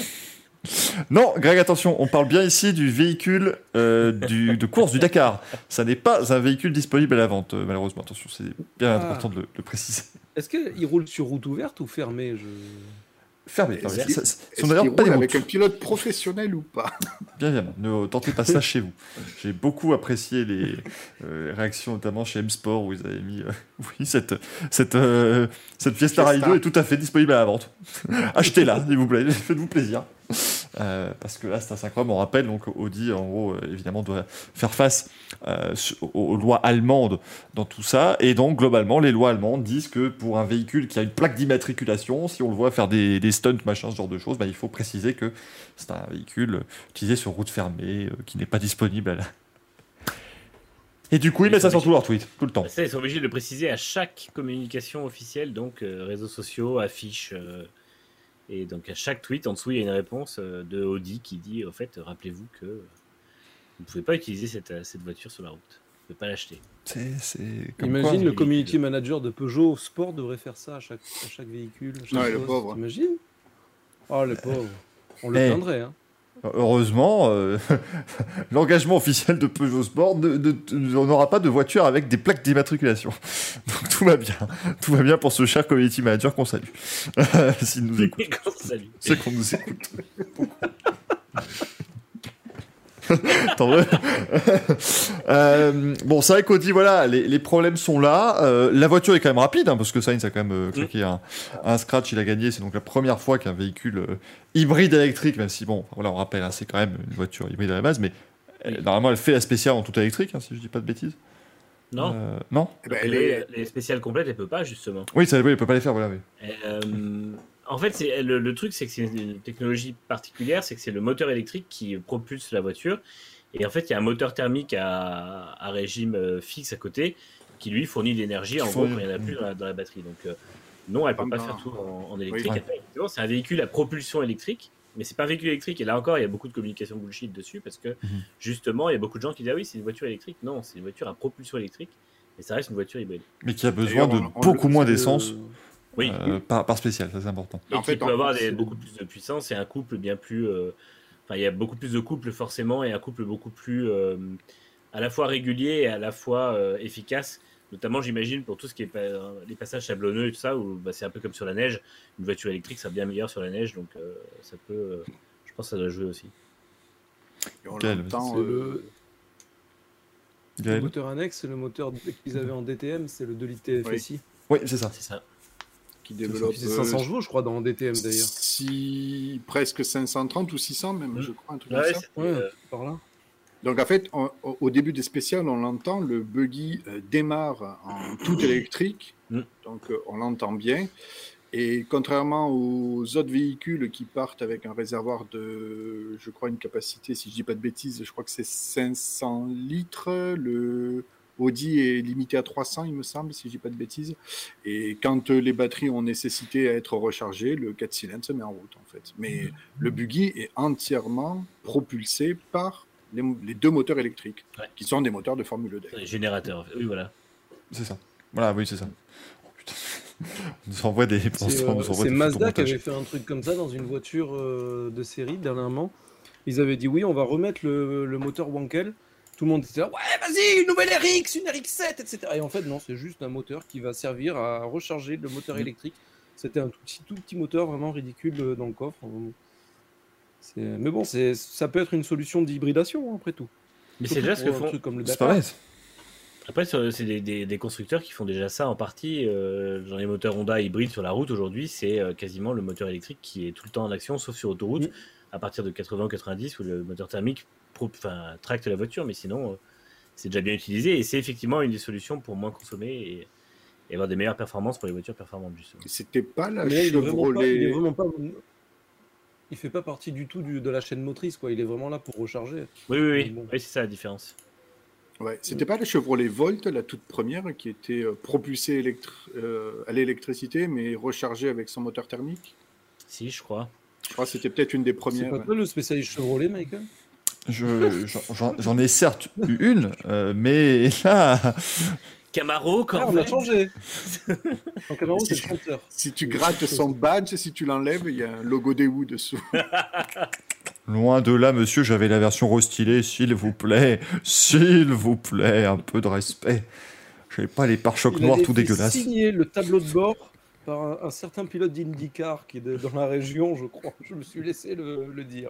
Non, Greg, attention, on parle bien ici du véhicule euh, du, de course du Dakar. Ça n'est pas un véhicule disponible à la vente, euh, malheureusement. Attention, c'est bien ah. important de le, de le préciser. Est-ce qu'il roule sur route ouverte ou fermée? je... Fermé. fermé. Est-ce, ça, ça, est-ce sont d'ailleurs pas des avec un pilote professionnel ou pas? Bien, bien. Ne tentez pas ça chez vous. J'ai beaucoup apprécié les euh, réactions, notamment chez M-Sport, où ils avaient mis euh, oui, cette, cette, euh, cette Fiesta Rally deux est tout à fait disponible à la vente. Achetez-la, s'il vous plaît. Faites-vous plaisir. Euh, parce que là, c'est assez incroyable. On rappelle, donc, Audi, en gros, euh, évidemment, doit faire face euh, aux, aux lois allemandes dans tout ça. Et donc, globalement, les lois allemandes disent que pour un véhicule qui a une plaque d'immatriculation, si on le voit faire des, des stunts, machin, ce genre de choses, bah, il faut préciser que c'est un véhicule utilisé sur route fermée, euh, qui n'est pas disponible à la... Et du coup, ils mettent ça sur tous leurs tweets, tout le temps. Ça, ils sont obligés de le préciser à chaque communication officielle, donc euh, réseaux sociaux, affiches... Euh... Et donc à chaque tweet, en dessous, il y a une réponse de Audi qui dit, au fait, rappelez-vous que vous ne pouvez pas utiliser cette, cette voiture sur la route. Vous ne pouvez pas l'acheter. C'est, c'est Imagine quoi, le community manager de Peugeot Sport devrait faire ça à chaque, à chaque véhicule. À chaque non, le pauvre. T'imagines? Oh, le pauvre. On le plaindrait, hein. Heureusement, euh, l'engagement officiel de Peugeot Sport, ne, ne, ne, on n'aura pas de voiture avec des plaques d'immatriculation. Donc tout va bien. Tout va bien pour ce cher community manager qu'on salue. S'il nous écoute. C'est qu'on nous écoute. Tant mieux. euh, bon, c'est vrai qu'Audi, voilà, les, les problèmes sont là. Euh, la voiture est quand même rapide, hein, parce que Sainz a quand même euh, claqué un, un scratch, il a gagné. C'est donc la première fois qu'un véhicule euh, hybride électrique, même si, bon, voilà, on rappelle, hein, c'est quand même une voiture hybride à la base, mais elle, normalement, elle fait la spéciale en tout électrique, hein, si je dis pas de bêtises. Non. Euh, non eh ben, les, les spéciales complètes, elle peut pas, justement. Oui, ça, oui, elle peut pas les faire, voilà, oui. Euh, En fait, c'est, le, le truc, c'est que c'est une technologie particulière, c'est que c'est le moteur électrique qui propulse la voiture. Et en fait, il y a un moteur thermique à, à régime fixe à côté qui, lui, fournit de l'énergie, en gros, quand il n'y en a plus dans la, dans la batterie. Donc, euh, Non, elle peut Ah, pas non. faire tout en, en électrique. Oui. Après, effectivement, c'est un véhicule à propulsion électrique, mais c'est pas un véhicule électrique. Et là encore, il y a beaucoup de communication bullshit dessus parce que Mhm. justement, il y a beaucoup de gens qui disent ah oui, c'est une voiture électrique. Non, c'est une voiture à propulsion électrique, mais ça reste une voiture hybride. Mais qui a besoin D'ailleurs, de on- on beaucoup le- moins C'est le- d'essence Oui. euh, par, par spécial, ça c'est important. Et En qui fait, peut en- avoir des- c'est- beaucoup plus de puissance et un couple bien plus. euh, Enfin, il y a beaucoup plus de couples forcément et un couple beaucoup plus euh, à la fois régulier et à la fois euh, efficace. Notamment, j'imagine, pour tout ce qui est pa- les passages sablonneux et tout ça, où bah, c'est un peu comme sur la neige. Une voiture électrique sera bien meilleure sur la neige, donc euh, ça peut. euh, je pense que ça doit jouer aussi. Et on Quel- l'entend, c'est euh, le- Le Gaël moteur annexe, c'est le moteur qu'ils avaient en D T M, c'est le deux litres T F S I. Oui, c'est ça. C'est ça. qui développe Puis c'est cinq cents chevaux, je crois, dans D T M d'ailleurs. six, presque cinq cent trente ou six cents même, Mm. je crois, un truc Ouais, comme ça. c'était, Ouais, euh, par là. Donc en fait, on- au au début des spéciales, on l'entend, le buggy euh, démarre en tout électrique, Mm. donc euh, on l'entend bien. Et contrairement aux autres véhicules qui partent avec un réservoir de, je crois, une capacité, si je dis pas de bêtises, je crois que c'est cinq cents litres. Le Audi est limité à trois cents, il me semble, si je dis pas de bêtises. Et quand euh, les batteries ont nécessité à être rechargées, le quatre cylindres se met en route, en fait. Mais le buggy est entièrement propulsé par les, les deux moteurs électriques, Ouais. qui sont des moteurs de Formule deux. les générateurs. Oui, voilà. C'est ça. Voilà, oui, c'est ça. Oh, putain. On nous envoie des, on C'est nous euh, envoie c'est des Mazda qui photomontages. avait fait un truc comme ça dans une voiture euh, de série dernièrement. Ils avaient dit oui, on va remettre le, le moteur Wankel. Tout le monde était là, ouais, vas-y, une nouvelle R X, une R X sept, et cetera. Et en fait, non, c'est juste un moteur qui va servir à recharger le moteur Mm. électrique. C'était un tout petit, tout petit moteur vraiment ridicule euh, dans le coffre. C'est- Mais bon, c'est- ça peut être une solution d'hybridation, hein, après tout. Mais c'est Surtout déjà ce que pour un font. truc comme le C'est pas Dakar. bête. Après, sur- c'est des, des- des constructeurs qui font déjà ça en partie. euh, dans les moteurs Honda hybrides sur la route aujourd'hui, c'est euh, quasiment le moteur électrique qui est tout le temps en action, sauf sur autoroute, Mm. à partir de quatre-vingts ou quatre-vingt-dix, où le moteur thermique pro- enfin, tracte la voiture, mais sinon, euh, c'est déjà bien utilisé. Et c'est effectivement une des solutions pour moins consommer et, et avoir des meilleures performances pour les voitures performantes, justement. C'était pas la Mais là, il est vraiment pas, il est Chevrolet. vraiment pas, il fait pas partie du tout du- de la chaîne motrice, quoi. Il est vraiment là pour recharger. Oui, oui, oui. Bon. Oui, c'est ça la différence. Ouais, c'était pas la Chevrolet Volt, la toute première, qui était euh, propulsée électri- euh, à l'électricité, mais rechargée avec son moteur thermique. Si, je crois. Je crois que c'était peut-être une des C'est premières. pas ouais. toi le spécialiste Chevrolet, Michael? Je- j'en- J'en j'en ai certes eu une, euh, mais là, Camaro, Ah, on a Corvette. changé. En Camaro, c'est le compteur. Si tu grattes son badge, si tu l'enlèves, il y a un logo Daewoo dessous. loin de là, monsieur, j'avais la version restylée, s'il vous plaît, s'il vous plaît, un peu de respect. J'avais pas les pare-chocs Il a noirs fait tout dégueulasses. signer le tableau de bord par un, un certain pilote d'IndyCar qui est de- dans la région, je crois. Je me suis laissé le, le dire.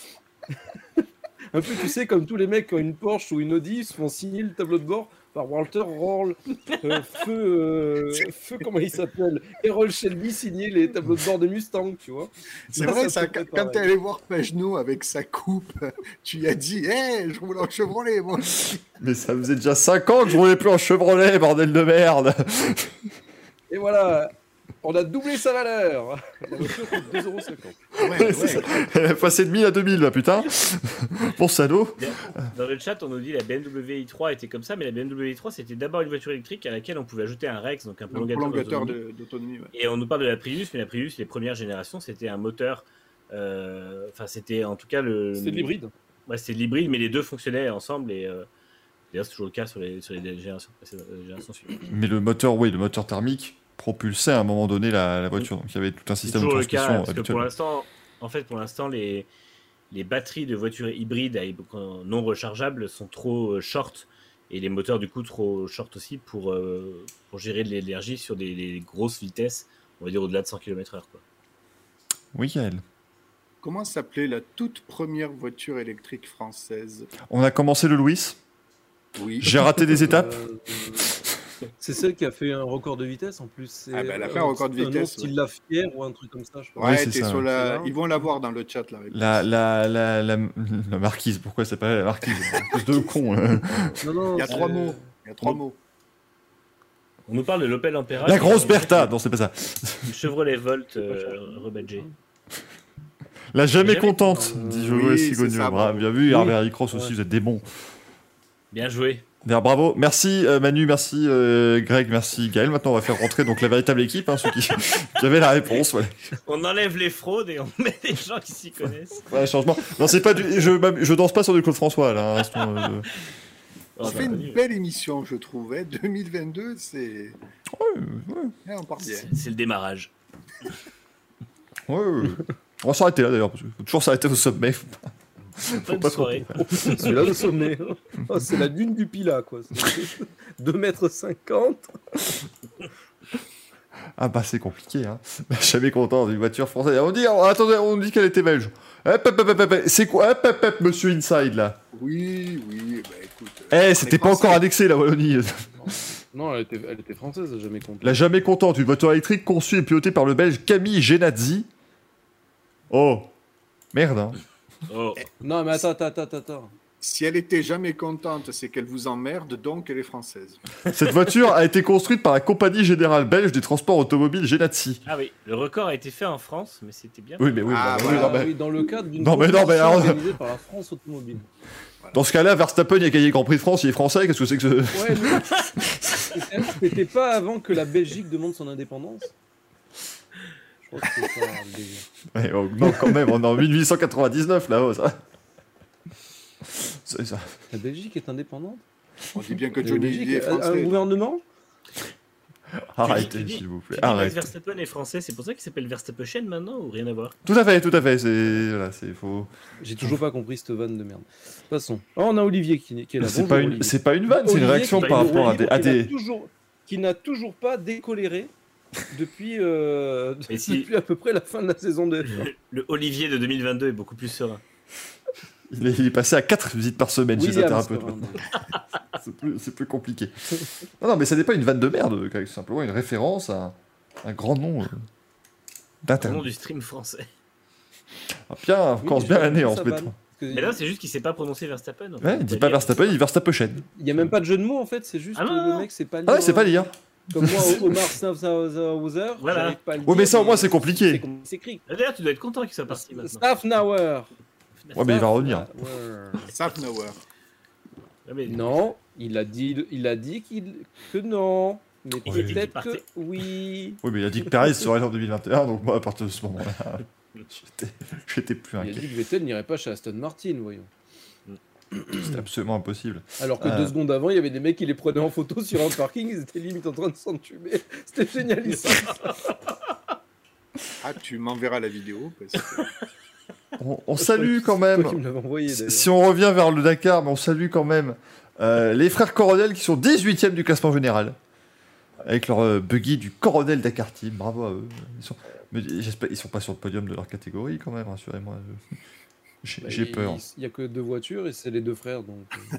Un peu, tu sais, comme tous les mecs qui ont une Porsche ou une Audi, ils se font signer le tableau de bord par Walter Roll, euh, feu, euh, feu, comment il s'appelle, Errol Shelby signer les tableaux de bord de Mustang, tu vois. C'est Là, vrai, ça ça, peut quand être quand t'es pareil. allé voir Pagenaud avec sa coupe, tu lui as dit Hé, je roule en Chevrolet, moi aussi. Mais ça faisait déjà cinq ans que je roulais plus en Chevrolet, bordel de merde. Et voilà, on a doublé sa valeur. La voiture coûte deux euros cinquante. Ouais, C'est ça. ouais. Elle a passé de mille à deux mille, là, putain. Bon salaud. Dans le chat, on nous dit la B M W i trois était comme ça, mais la B M W i trois, c'était d'abord une voiture électrique à laquelle on pouvait ajouter un Rex, donc un Un prolongateur, prolongateur d'autonomie. de- d'autonomie. Ouais. Et on nous parle de la Prius, mais la Prius, les premières générations, c'était un moteur. euh, Enfin, c'était en tout cas le. C'est de l'hybride. Ouais, c'était de l'hybride, mais les deux fonctionnaient ensemble. Et euh, d'ailleurs, c'est toujours le cas sur les, sur les générations précédentes. les générations suivantes. Mais le moteur, oui, le moteur thermique propulsait à un moment donné la, la voiture. Donc il y avait tout un C'est système de toujours le cas, transmission parce que pour habituel. l'instant, en fait, pour l'instant, les, les batteries de voitures hybrides à- non rechargeables sont trop euh, short. Et les moteurs, du coup, trop short aussi pour, euh, pour gérer de l'énergie sur des, des grosses vitesses, on va dire au-delà de cent kilomètres heure. Quoi. Oui, Gaël. Comment s'appelait la toute première voiture électrique française? On a commencé le Louis. Oui. J'ai raté des étapes. Euh, c'est celle qui a fait un record de vitesse en plus. C'est, Ah bah, elle a fait euh, un record de nom vitesse, style ouais. La Fière ou un truc comme ça, je crois. Ouais, Oui, c'est t'es ça. sur la... C'est là. Ils vont la voir dans le chat, là. La, la, la, la, la marquise, pourquoi c'est pas la marquise? Plus de con. Là. Non, non, Il y a c'est- trois mots. Il y a trois Oui. mots. On nous parle de l'Opel Ampera. La qui grosse est Bertha. Non, c'est pas ça. une Chevrolet Volt euh, rebadgée. La jamais Jamais- contente, Euh, dit oui, Joël c'est Sigogno. ça, Bravo, bravo. bien vu, Oui. Herbert Cross aussi, Ouais. vous êtes des bons. Bien joué. Bien, bravo. Merci euh, Manu, merci euh, Greg, merci Gaël. Maintenant, on va faire rentrer donc la véritable équipe, hein, ceux qui, qui avaient la réponse. Ouais. On enlève les fraudes et on met des gens qui s'y connaissent. Ouais, changement. Non, c'est pas du... je, je danse pas sur du Claude François là. Hein, sinon, euh... On fait une belle émission, je trouve. Hein. deux mille vingt-deux, c'est. Ouais, ouais. Ouais, on part bien. C'est, c'est le démarrage. Ouais, ouais. On va s'arrêter là d'ailleurs, parce qu'il faut toujours s'arrêter au sommet. Bonne pas soirée. C'est là le sommet. Oh, c'est la dune du Pilat, quoi. C'est deux mètres cinquante. Ah bah c'est compliqué, hein. Je suis jamais content d'une voiture française. On dit, oh, attendez, on dit qu'elle était belge. Hop, hop, hop, hop, hop. C'est quoi, hop, hop, hop, monsieur Inside là. Oui, oui, bah écoute. Eh, euh, c'était on est pas français. encore annexé la Wallonie. Non, elle était, elle était française, elle a jamais compris. La jamais contente, une voiture électrique conçue et pilotée par le belge Camille Genazzi. Oh, merde, hein. Oh. Non, mais attends, attends, attends, attends. Si elle était jamais contente, c'est qu'elle vous emmerde, donc elle est française. Cette voiture a été construite par la compagnie générale belge des transports automobiles Genazzi. Ah oui, le record a été fait en France, mais c'était bien. Oui, mais oui, Ah, bah, voilà. oui, non, Ah mais- oui, dans le cadre d'une Non, mais non, mais compétition alors- organisée par la France Automobile. Dans ce cas-là, Verstappen il a gagné le Grand Prix de France, il est français, qu'est-ce que c'est que ce... Ouais, mais c'était- c'était pas avant que la Belgique demande son indépendance. Je crois que c'était ça le délire. Ouais, oh, non, quand même, on est en mille huit cent quatre-vingt-dix-neuf là-haut, ça. C'est ça. La Belgique est indépendante. On dit bien que La Johnny Belgique Hallyday est a un français. gouvernement. Arrêtez, tu dis- s'il vous Tu plaît, dis pas que arrêtez. Verstappen est français, c'est pour ça qu'il s'appelle Verstappen maintenant ou rien à voir? Tout à fait, tout à fait, c'est... Voilà, c'est faux. J'ai toujours pas compris cette vanne de merde. Passons. Oh, on a Olivier qui, qui est là. C'est Bonjour, pas, une... Olivier. c'est pas une vanne, c'est une Olivier réaction qui- par rapport à Olivier des... à qui n'a des... toujours, qui n'a toujours pas décoléré depuis, euh, Mais si- depuis à peu près la fin de la saison de F un. Le, le Olivier de deux mille vingt-deux est beaucoup plus serein. Il est, il est passé à quatre visites par semaine chez un Williams, thérapeute. quand même. C'est plus, c'est plus compliqué. Non, non, mais ça n'est pas une vanne de merde, c'est simplement une référence à un grand nom euh, Au nom d'internet. du stream français. Ah, bien, on Oui, commence je bien vais l'année faire en sa se vanne. mettant. Parce que Mais là, c'est juste qu'il sait pas prononcer Verstappen. en fait. Ouais, il dit pas Verstappen, il dit Verstappen. Il n'y a même pas de jeu de mots en fait, c'est juste Ah que non, le non. mec c'est pas lire. Ah ouais, c'est pas lire. Comme moi, Omar Snafnauer, Voilà. j'arrive pas à le Ouais, mais dire, ça au moins c'est compliqué. C'est comme il s'écrit. D'ailleurs, tu dois être content qu'il soit parti maintenant. Snafnauer. Ouais, mais il va revenir. Safnauer. Ouais, mais- Non, il a dit, il a dit qu'il que non. Mais Il a dit qu'il peut-être partait. que oui. Oui, mais il a dit que Perez serait là en deux mille vingt et un, donc moi à partir de ce moment-là, j'étais, j'étais plus Il a inquiet. dit que Vettel n'irait pas chez Aston Martin, voyons. C'était absolument impossible. Alors que Euh. deux secondes avant, il y avait des mecs qui les prenaient en photo sur un parking, ils étaient limite en train de s'entuber. C'était génialissime. Ah, tu m'enverras la vidéo. Parce que... On, on salue quand même, Toi qui me l'avais envoyé si d'ailleurs. si on revient vers le Dakar, mais on salue quand même euh, les frères Coronel qui sont dix-huitièmes du classement général. Avec leur euh, buggy du Coronel Dakar Team, bravo à eux. Ils sont, mais j'espère ils sont pas sur le podium de leur catégorie quand même, rassurez-moi. Je- J'ai, Bah, j'ai il- peur. Il n'y a que deux voitures et c'est les deux frères donc. euh,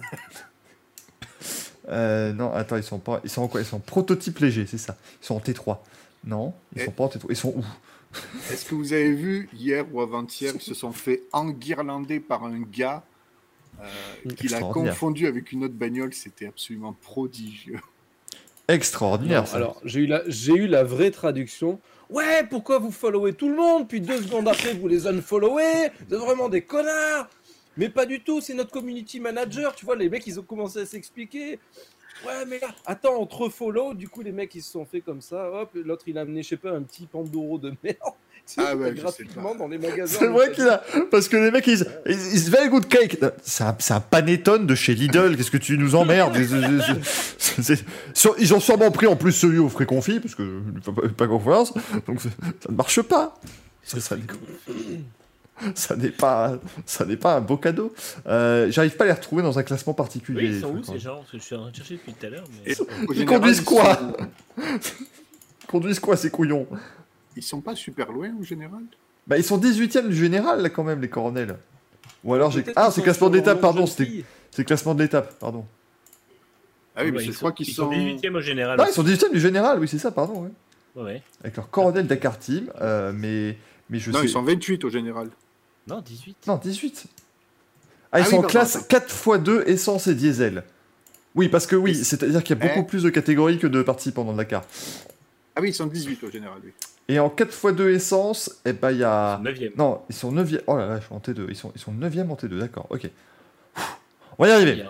Euh, non, attends, ils sont pas. Ils sont en quoi? Ils sont en prototype léger, c'est ça. Ils sont en T trois. Non, ils Et- sont pas en T trois. Ils sont où? Est-ce que vous avez vu hier ou avant-hier, ils se sont fait enguirlander par un gars euh, qu'il a Extraordinaire. confondu avec une autre bagnole. C'était absolument prodigieux. Extraordinaire, non, ça. alors j'ai eu la j'ai eu la vraie traduction. Ouais, pourquoi vous followez tout le monde puis deux secondes après vous les unfollowez? Vous êtes vraiment des connards. Mais pas du tout, c'est notre community manager, tu vois, les mecs ils ont commencé à s'expliquer. Ouais, mais là, attends, on te refollow, du coup les mecs ils se sont fait comme ça, hop, l'autre il a amené, je sais pas, un petit Pandoro de merde. Tu sais, Ah ouais, je sais gratuitement pas. dans les magasins. C'est vrai qu'il a. Parce que les mecs, ils. Ils, ils se very good cake. C'est un, c'est un panettone de chez Lidl. Qu'est-ce que tu nous emmerdes? C'est- c'est- c'est- Ils ont sûrement pris en plus celui au frais confit, parce que je ne fais pas, pas confiance. Donc c'est- ça ne marche pas. Ça, ça- ça n'est pas, ça n'est pas un beau cadeau. Euh, J'arrive pas à les retrouver dans un classement particulier. Oui, ils sont les où trucs, ces gens? Parce que je suis en train de chercher depuis tout à l'heure. Mais... Et au Ils général, conduisent ils quoi? sont- Ils conduisent quoi, ces couillons? Ils sont pas super loin au général. Bah, ils sont dix-huitièmes du général, là, quand même, les coronels. Ou alors j'ai. Peut-être Ah, qu'ils c'est sont classement sur d'étape, leur pardon. jeune C'était fille. c'est classement de l'étape, pardon. Ah oui, Ouais, parce que ils je crois sont- qu'ils ils sont. dix-huitième au général. Non, ils sont dix-huitièmes du général, oui, c'est ça, pardon. Ouais. Ouais, ouais. Avec leur coronel Dakar Team, euh, mais, mais je Non, sais. ils sont vingt-huit au général. Non, dix-huit. Non, dix-huit. Ah, ils Ah sont oui, en pardon, classe attends. quatre fois deux essence et diesel. Oui, parce que oui, Et- c'est-à-dire qu'il y a beaucoup Eh. plus de catégories que de participants dans le Dakar. Ah oui, ils sont dix-huit au général, oui. Et en quatre fois deux essence, eh ben il y a. neuvième. Non, ils sont neuvième. Oh là là, je suis en T deux. Ils sont, ils sont neuvième en T deux, d'accord, ok. On va y Il arriver. y a encore,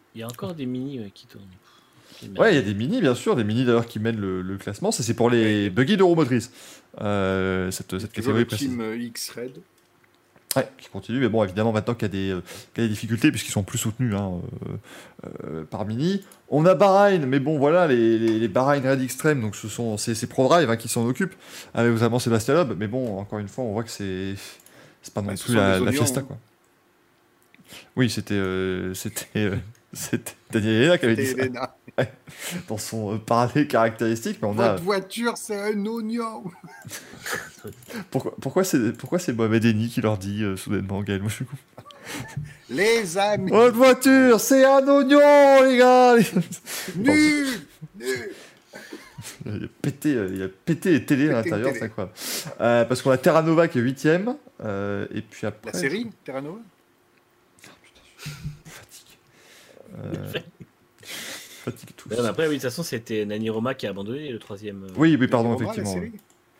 Il y a encore des mini ouais, qui tournent. Ouais, il y a des mini, bien sûr, des mini d'ailleurs qui mènent le, le classement. Ça, c'est pour les ouais. buggy d'Euromotrice. Euh, cette cette catégorie précise. Team X-Red. Ouais, qui continue, mais bon, évidemment, maintenant qu'il y a des, euh, qu'il y a des difficultés, puisqu'ils sont plus soutenus hein, euh, euh, par Mini. On a Bahreïn, mais bon, voilà, les, les, les Bahreïn Red Extreme, donc ce sont c'est, c'est ProDrive hein, qui s'en occupent, avec notamment Sébastien Loeb, mais bon, encore une fois, on voit que c'est, c'est pas non bah, plus la, la fiesta, quoi. Oui, c'était, euh, c'était, euh, c'était Daniel Elena qui avait dit ça. Ouais, dans son euh, parler caractéristique, mais on Votre a... voiture, c'est un oignon. pourquoi, pourquoi, c'est, pourquoi c'est Mohamed Eni qui leur dit euh, soudainement, Gaël? Moi, je suis con. Les amis. Votre voiture, c'est un oignon, les gars. Nul. Nul. Il a pété, euh, il a pété les télés pété à l'intérieur, c'est incroyable. Euh, parce qu'on a Terra Nova qui est huitième, euh, et puis après... La série, je... Terra Nova. Oh, putain, je suis fatigué. Euh... fatigue tous. Ouais, après, oui, de toute façon, c'était Nani Roma qui a abandonné le troisième. Oui, oui, pardon, Roma, effectivement. Ouais.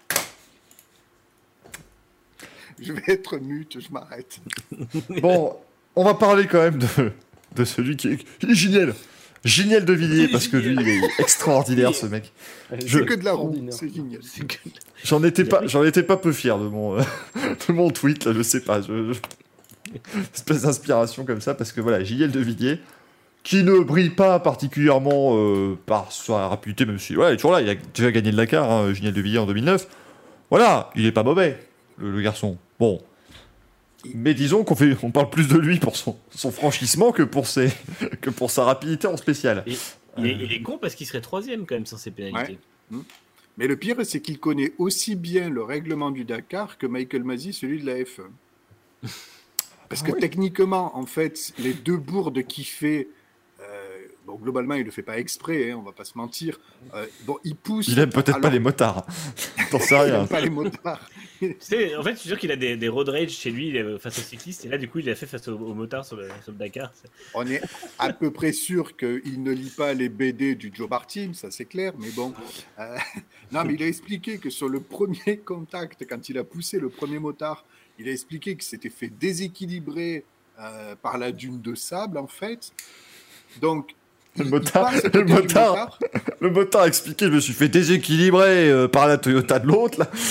Je vais être mute, je m'arrête. Bon, on va parler quand même de, de celui qui est, il est génial. Génial de Villiers, parce que lui, il est extraordinaire, ce mec. C'est je... que de la roue, c'est génial. C'est que... J'en étais pas, j'en étais pas peu fier de mon, euh, de mon tweet, là, je sais pas. Je, je... espèce d'inspiration comme ça, parce que voilà, Gilles de Villiers, qui ne brille pas particulièrement euh, par sa rapidité, même si, ouais, il est toujours là, il a déjà gagné le Dakar, hein, Gilles de Villiers en deux mille neuf. Voilà, il est pas mauvais, le, le garçon. Bon. Mais disons qu'on fait, on parle plus de lui pour son, son franchissement que pour, ses, que pour sa rapidité en spécial. Et, il, est, il est con parce qu'il serait troisième quand même sans ses pénalités. Ouais. Mais le pire, c'est qu'il connaît aussi bien le règlement du Dakar que Michael Masi, celui de la F un. Parce que ah oui. techniquement, en fait, les deux bourdes qu'il fait, euh, bon, globalement, il le fait pas exprès, hein, on va pas se mentir. Euh, bon, il pousse. Il aime peut-être alors... pas les motards. T'en sais rien. Il aime pas les motards. C'est, en fait, je suis sûr qu'il a des, des road rage chez lui face aux cyclistes, et là, du coup, il l'a fait face aux, aux motards sur le, sur le Dakar. C'est... On est à peu près sûr qu'il ne lit pas les B D du Joe Martin, ça c'est clair, mais bon. Euh... Non, mais il a expliqué que sur le premier contact, quand il a poussé le premier motard, il a expliqué qu'il s'était fait déséquilibrer euh, par la dune de sable, en fait. Donc, le motard, le motard, motard. le motard a expliqué, je me suis fait déséquilibrer euh, par la Toyota de l'autre, là.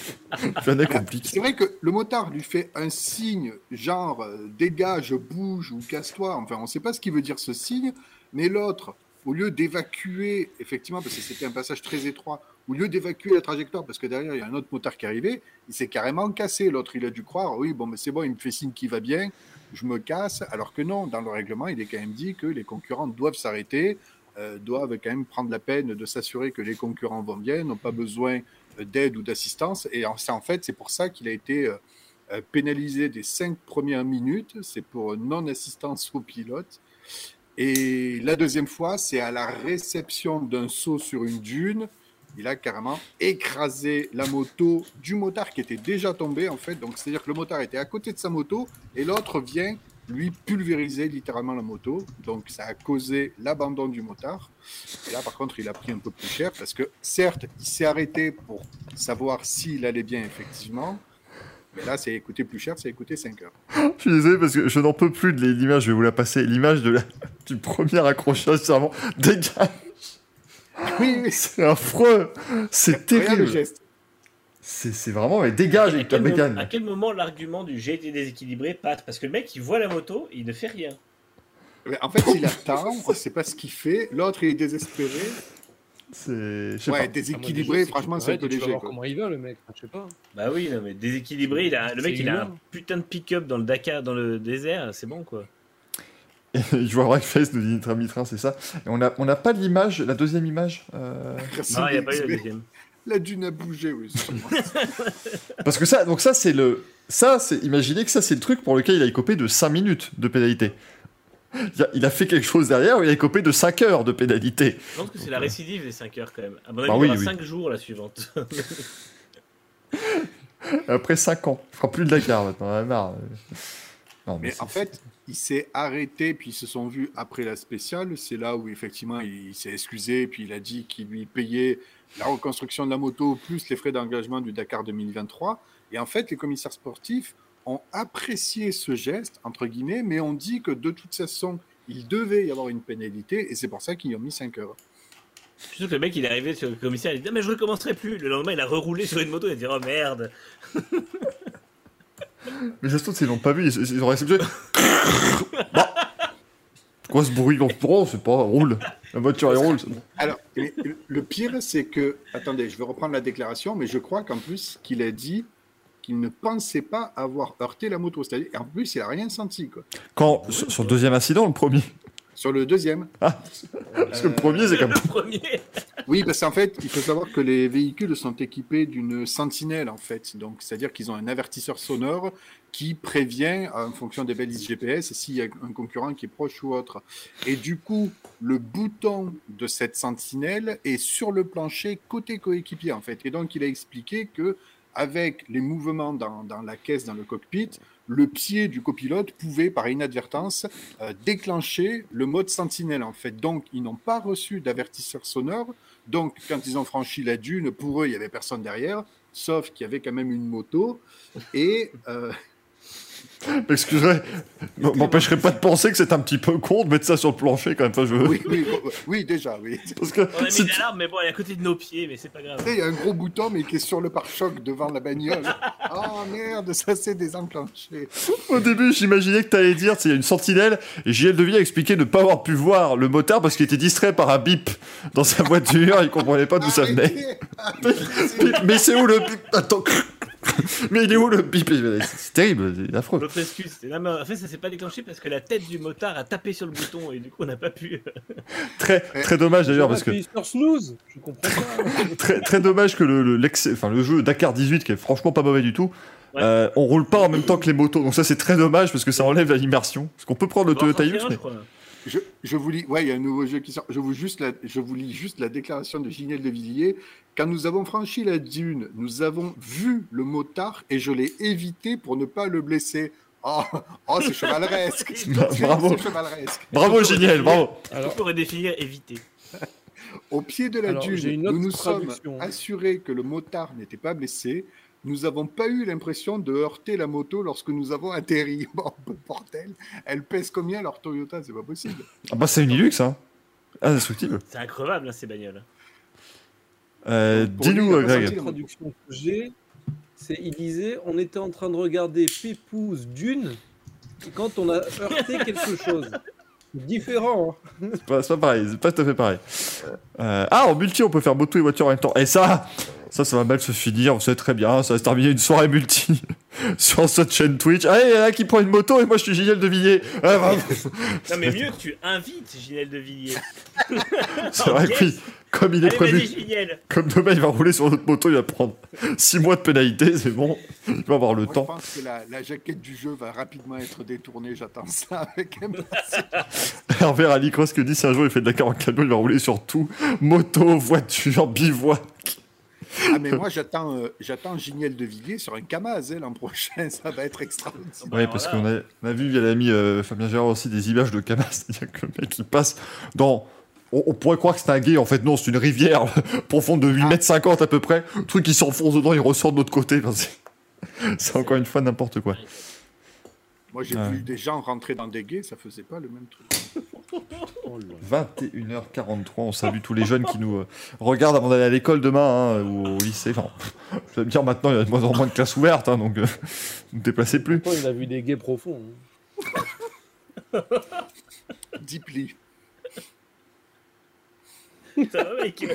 C'est vrai que le motard lui fait un signe genre euh, dégage, bouge ou casse-toi. Enfin, on ne sait pas ce qui veut dire ce signe, mais l'autre, au lieu d'évacuer, effectivement, parce que c'était un passage très étroit, au lieu d'évacuer la trajectoire, parce que derrière il y a un autre motard qui est arrivé, il s'est carrément cassé. L'autre, il a dû croire, oui, bon, mais c'est bon, il me fait signe qu'il va bien, je me casse. Alors que non, dans le règlement, il est quand même dit que les concurrents doivent s'arrêter, euh, doivent quand même prendre la peine de s'assurer que les concurrents vont bien, n'ont pas besoin d'aide ou d'assistance, et en, en fait c'est pour ça qu'il a été euh, pénalisé des cinq premières minutes, c'est pour non-assistance au pilote, et la deuxième fois c'est à la réception d'un saut sur une dune, il a carrément écrasé la moto du motard qui était déjà tombé en fait, donc c'est-à-dire que le motard était à côté de sa moto, et l'autre vient lui pulvériser littéralement la moto, donc ça a causé l'abandon du motard. Et là, par contre, il a pris un peu plus cher, parce que certes, il s'est arrêté pour savoir s'il allait bien, effectivement, mais là, ça a coûté plus cher, ça a coûté cinq heures. Je suis désolé, parce que je n'en peux plus de l'image, je vais vous la passer, l'image de la... du premier accrochage, c'est vraiment dégage. Oui, oui. C'est affreux, c'est terrible. Regarde le geste. C'est, c'est vraiment, mais dégage avec ta bégane. À quel moment l'argument du j'ai été déséquilibré pâte? Parce que le mec, il voit la moto, il ne fait rien. Mais en fait, il attend, on ne sait pas ce qu'il fait. L'autre, il est désespéré. C'est... Ouais, pas. déséquilibré, ah, franchement, c'est un peu léger. Comment il va, le mec? Je sais pas. Bah oui, non, mais déséquilibré, il a... le mec, c'est il a un putain de pick-up dans le Dakar, dans le désert, c'est bon, quoi. Et je vois Breakfast nous dit Nitra Mitrin, c'est ça. Et on n'a on a pas l'image, la deuxième image euh... Non, il n'y a pas eu la deuxième. La dune a bougé, oui. Parce que ça, donc ça, c'est le... Ça, c'est... Imaginez que ça, c'est le truc pour lequel il a écopé de cinq minutes de pénalité. Il a fait quelque chose derrière où il a écopé de cinq heures de pénalité. Je pense que c'est la récidive des cinq heures, quand même. À mon avis, bah il oui, y aura oui. cinq jours, la suivante. Après cinq ans. Il fera plus le Dakar, maintenant. On en a marre. Non, mais, mais en fait, il s'est arrêté, puis ils se sont vus après la spéciale. C'est là où, effectivement, il, il s'est excusé, puis il a dit qu'il lui payait la reconstruction de la moto, plus les frais d'engagement du Dakar deux mille vingt-trois. Et en fait, les commissaires sportifs ont apprécié ce geste, entre guillemets, mais on dit que de toute façon, il devait y avoir une pénalité, et c'est pour ça qu'ils ont mis cinq heures. Je suis sûr que le mec, il est arrivé sur le commissaire, il a dit ah, mais je recommencerai plus. Le lendemain, il a reroulé sur une moto, il a dit oh merde. Mais ça se trouve, s'ils l'ont pas vu, ils, ils auraient accepté. Bah. Quoi ce bruit? Oh, c'est pas, roule. La voiture, elle roule. Alors, le, le pire, c'est que... Attendez, je vais reprendre la déclaration, mais je crois qu'en plus, qu'il a dit qu'il ne pensait pas avoir heurté la moto. C'est-à-dire, en plus, il n'a rien senti, quoi. Quand, sur, sur le deuxième incident, le premier? Sur le deuxième. Ah, parce que le premier, c'est comme... Le premier. Oui, parce qu'en fait, il faut savoir que les véhicules sont équipés d'une sentinelle, en fait. Donc, c'est-à-dire qu'ils ont un avertisseur sonore qui prévient, en fonction des balises G P S, s'il y a un concurrent qui est proche ou autre. Et du coup, le bouton de cette sentinelle est sur le plancher côté coéquipier, en fait. Et donc, il a expliqué que avec les mouvements dans, dans la caisse, dans le cockpit, le pied du copilote pouvait, par inadvertance, euh, déclencher le mode sentinelle, en fait. Donc, ils n'ont pas reçu d'avertisseur sonore. Donc, quand ils ont franchi la dune, pour eux, il n'y avait personne derrière, sauf qu'il y avait quand même une moto. Et... Euh... Excusez, m'empêcherait pas de penser que c'est un petit peu con de mettre ça sur le plancher quand même. Enfin, je... oui, oui, oui, déjà, oui. Parce que on a mis c'est... l'alarme, mais bon, elle est à côté de nos pieds, mais c'est pas grave. Il y a un gros bouton, mais qui est sur le pare-choc devant la bagnole. Oh merde, ça s'est désenclenché. Au début, j'imaginais que t'allais dire, il y a une sentinelle, et J L Devilliers a expliqué ne pas avoir pu voir le motard parce qu'il était distrait par un bip dans sa voiture, il comprenait pas d'où ça venait. mais, mais c'est où le bip? Attends. Mais il est où le bip? C'est terrible, c'est affreux. L'autre excuse, c'est... Non, mais en fait, ça s'est pas déclenché parce que la tête du motard a tapé sur le bouton et du coup, on n'a pas pu. Très, très dommage d'ailleurs parce que. Sur snooze, je comprends pas. très, très dommage que le, le, l'excès, enfin, le jeu Dakar dix-huit, qui est franchement pas mauvais du tout, ouais. euh, on roule pas en même temps que les motos. Donc ça, c'est très dommage parce que ça enlève l'immersion. Parce qu'on peut prendre le Toyota Hilux, mais. Je, je vous lis, ouais, il y a un nouveau jeu qui sort. Je vous, juste la, je vous lis juste la déclaration de Ginelle de Villiers. Quand nous avons franchi la dune, nous avons vu le motard et je l'ai évité pour ne pas le blesser. Oh, oh c'est chevaleresque. Bah, bravo. C'est chevaleresque. Bravo, Ginelle, bravo. Alors, on pourrait définir éviter. Au pied de la Alors, dune, nous nous sommes assurés que le motard n'était pas blessé. Nous n'avons pas eu l'impression de heurter la moto lorsque nous avons atterri. Bon, bordel, elle pèse combien leur Toyota? C'est pas possible. Ah bah c'est une Hilux, hein. Indestructible. C'est increvable, hein, ces bagnoles. Euh, dis-nous, Greg. La traduction que j'ai, c'est il disait on était en train de regarder Pépouze Dune quand on a heurté quelque chose. Différent. Hein. C'est pas, c'est pas pareil, c'est pas tout à fait pareil. Euh, ah, en multi, on peut faire moto et voiture en même temps. Et ça, ça, ça va mal se finir, vous savez très bien. Ça va se terminer une soirée multi sur cette chaîne Twitch. Allez, il y en a qui prend une moto et moi je suis Ginelle de Villiers. Ah, bravo. Non, mais mieux que tu invites Ginelle de Villiers. C'est vrai que oui. Comme il est Allez, prévu, vas-y, comme demain il va rouler sur notre moto, il va prendre six mois de pénalité, c'est bon, il va avoir le Moi, temps. Je pense que la, la jaquette du jeu va rapidement être détournée, j'attends ça avec impatience. Hervé Rallycross que dit si un jour il fait de la camion, il va rouler sur tout, moto, voiture, bivouac. Ah mais moi j'attends euh, j'attends Ginelle de Villiers sur un Kamaz hein, l'an prochain, ça va être extraordinaire. Oui, parce qu'on a, on a vu, il y a l'ami euh, Fabien Gérard aussi des images de Kamaz, c'est-à-dire que le mec il passe dans... On, on pourrait croire que c'est un gué, en fait non, c'est une rivière profonde de huit mètres cinquante à peu près, le truc qui s'enfonce dedans, il ressort de l'autre côté, enfin, c'est... c'est encore une fois n'importe quoi. Moi j'ai ouais. vu des gens rentrer dans des gués, ça faisait pas le même truc. vingt et une heures quarante-trois, on salue tous les jeunes qui nous euh, regardent avant d'aller à l'école demain, hein, ou au lycée, enfin, je vais me dire maintenant il y a de moins en moins de classes ouvertes, hein, donc euh, ne déplacez plus. Pourtant, il a vu des guets profonds. Hein. Deeply. Ça va, mec.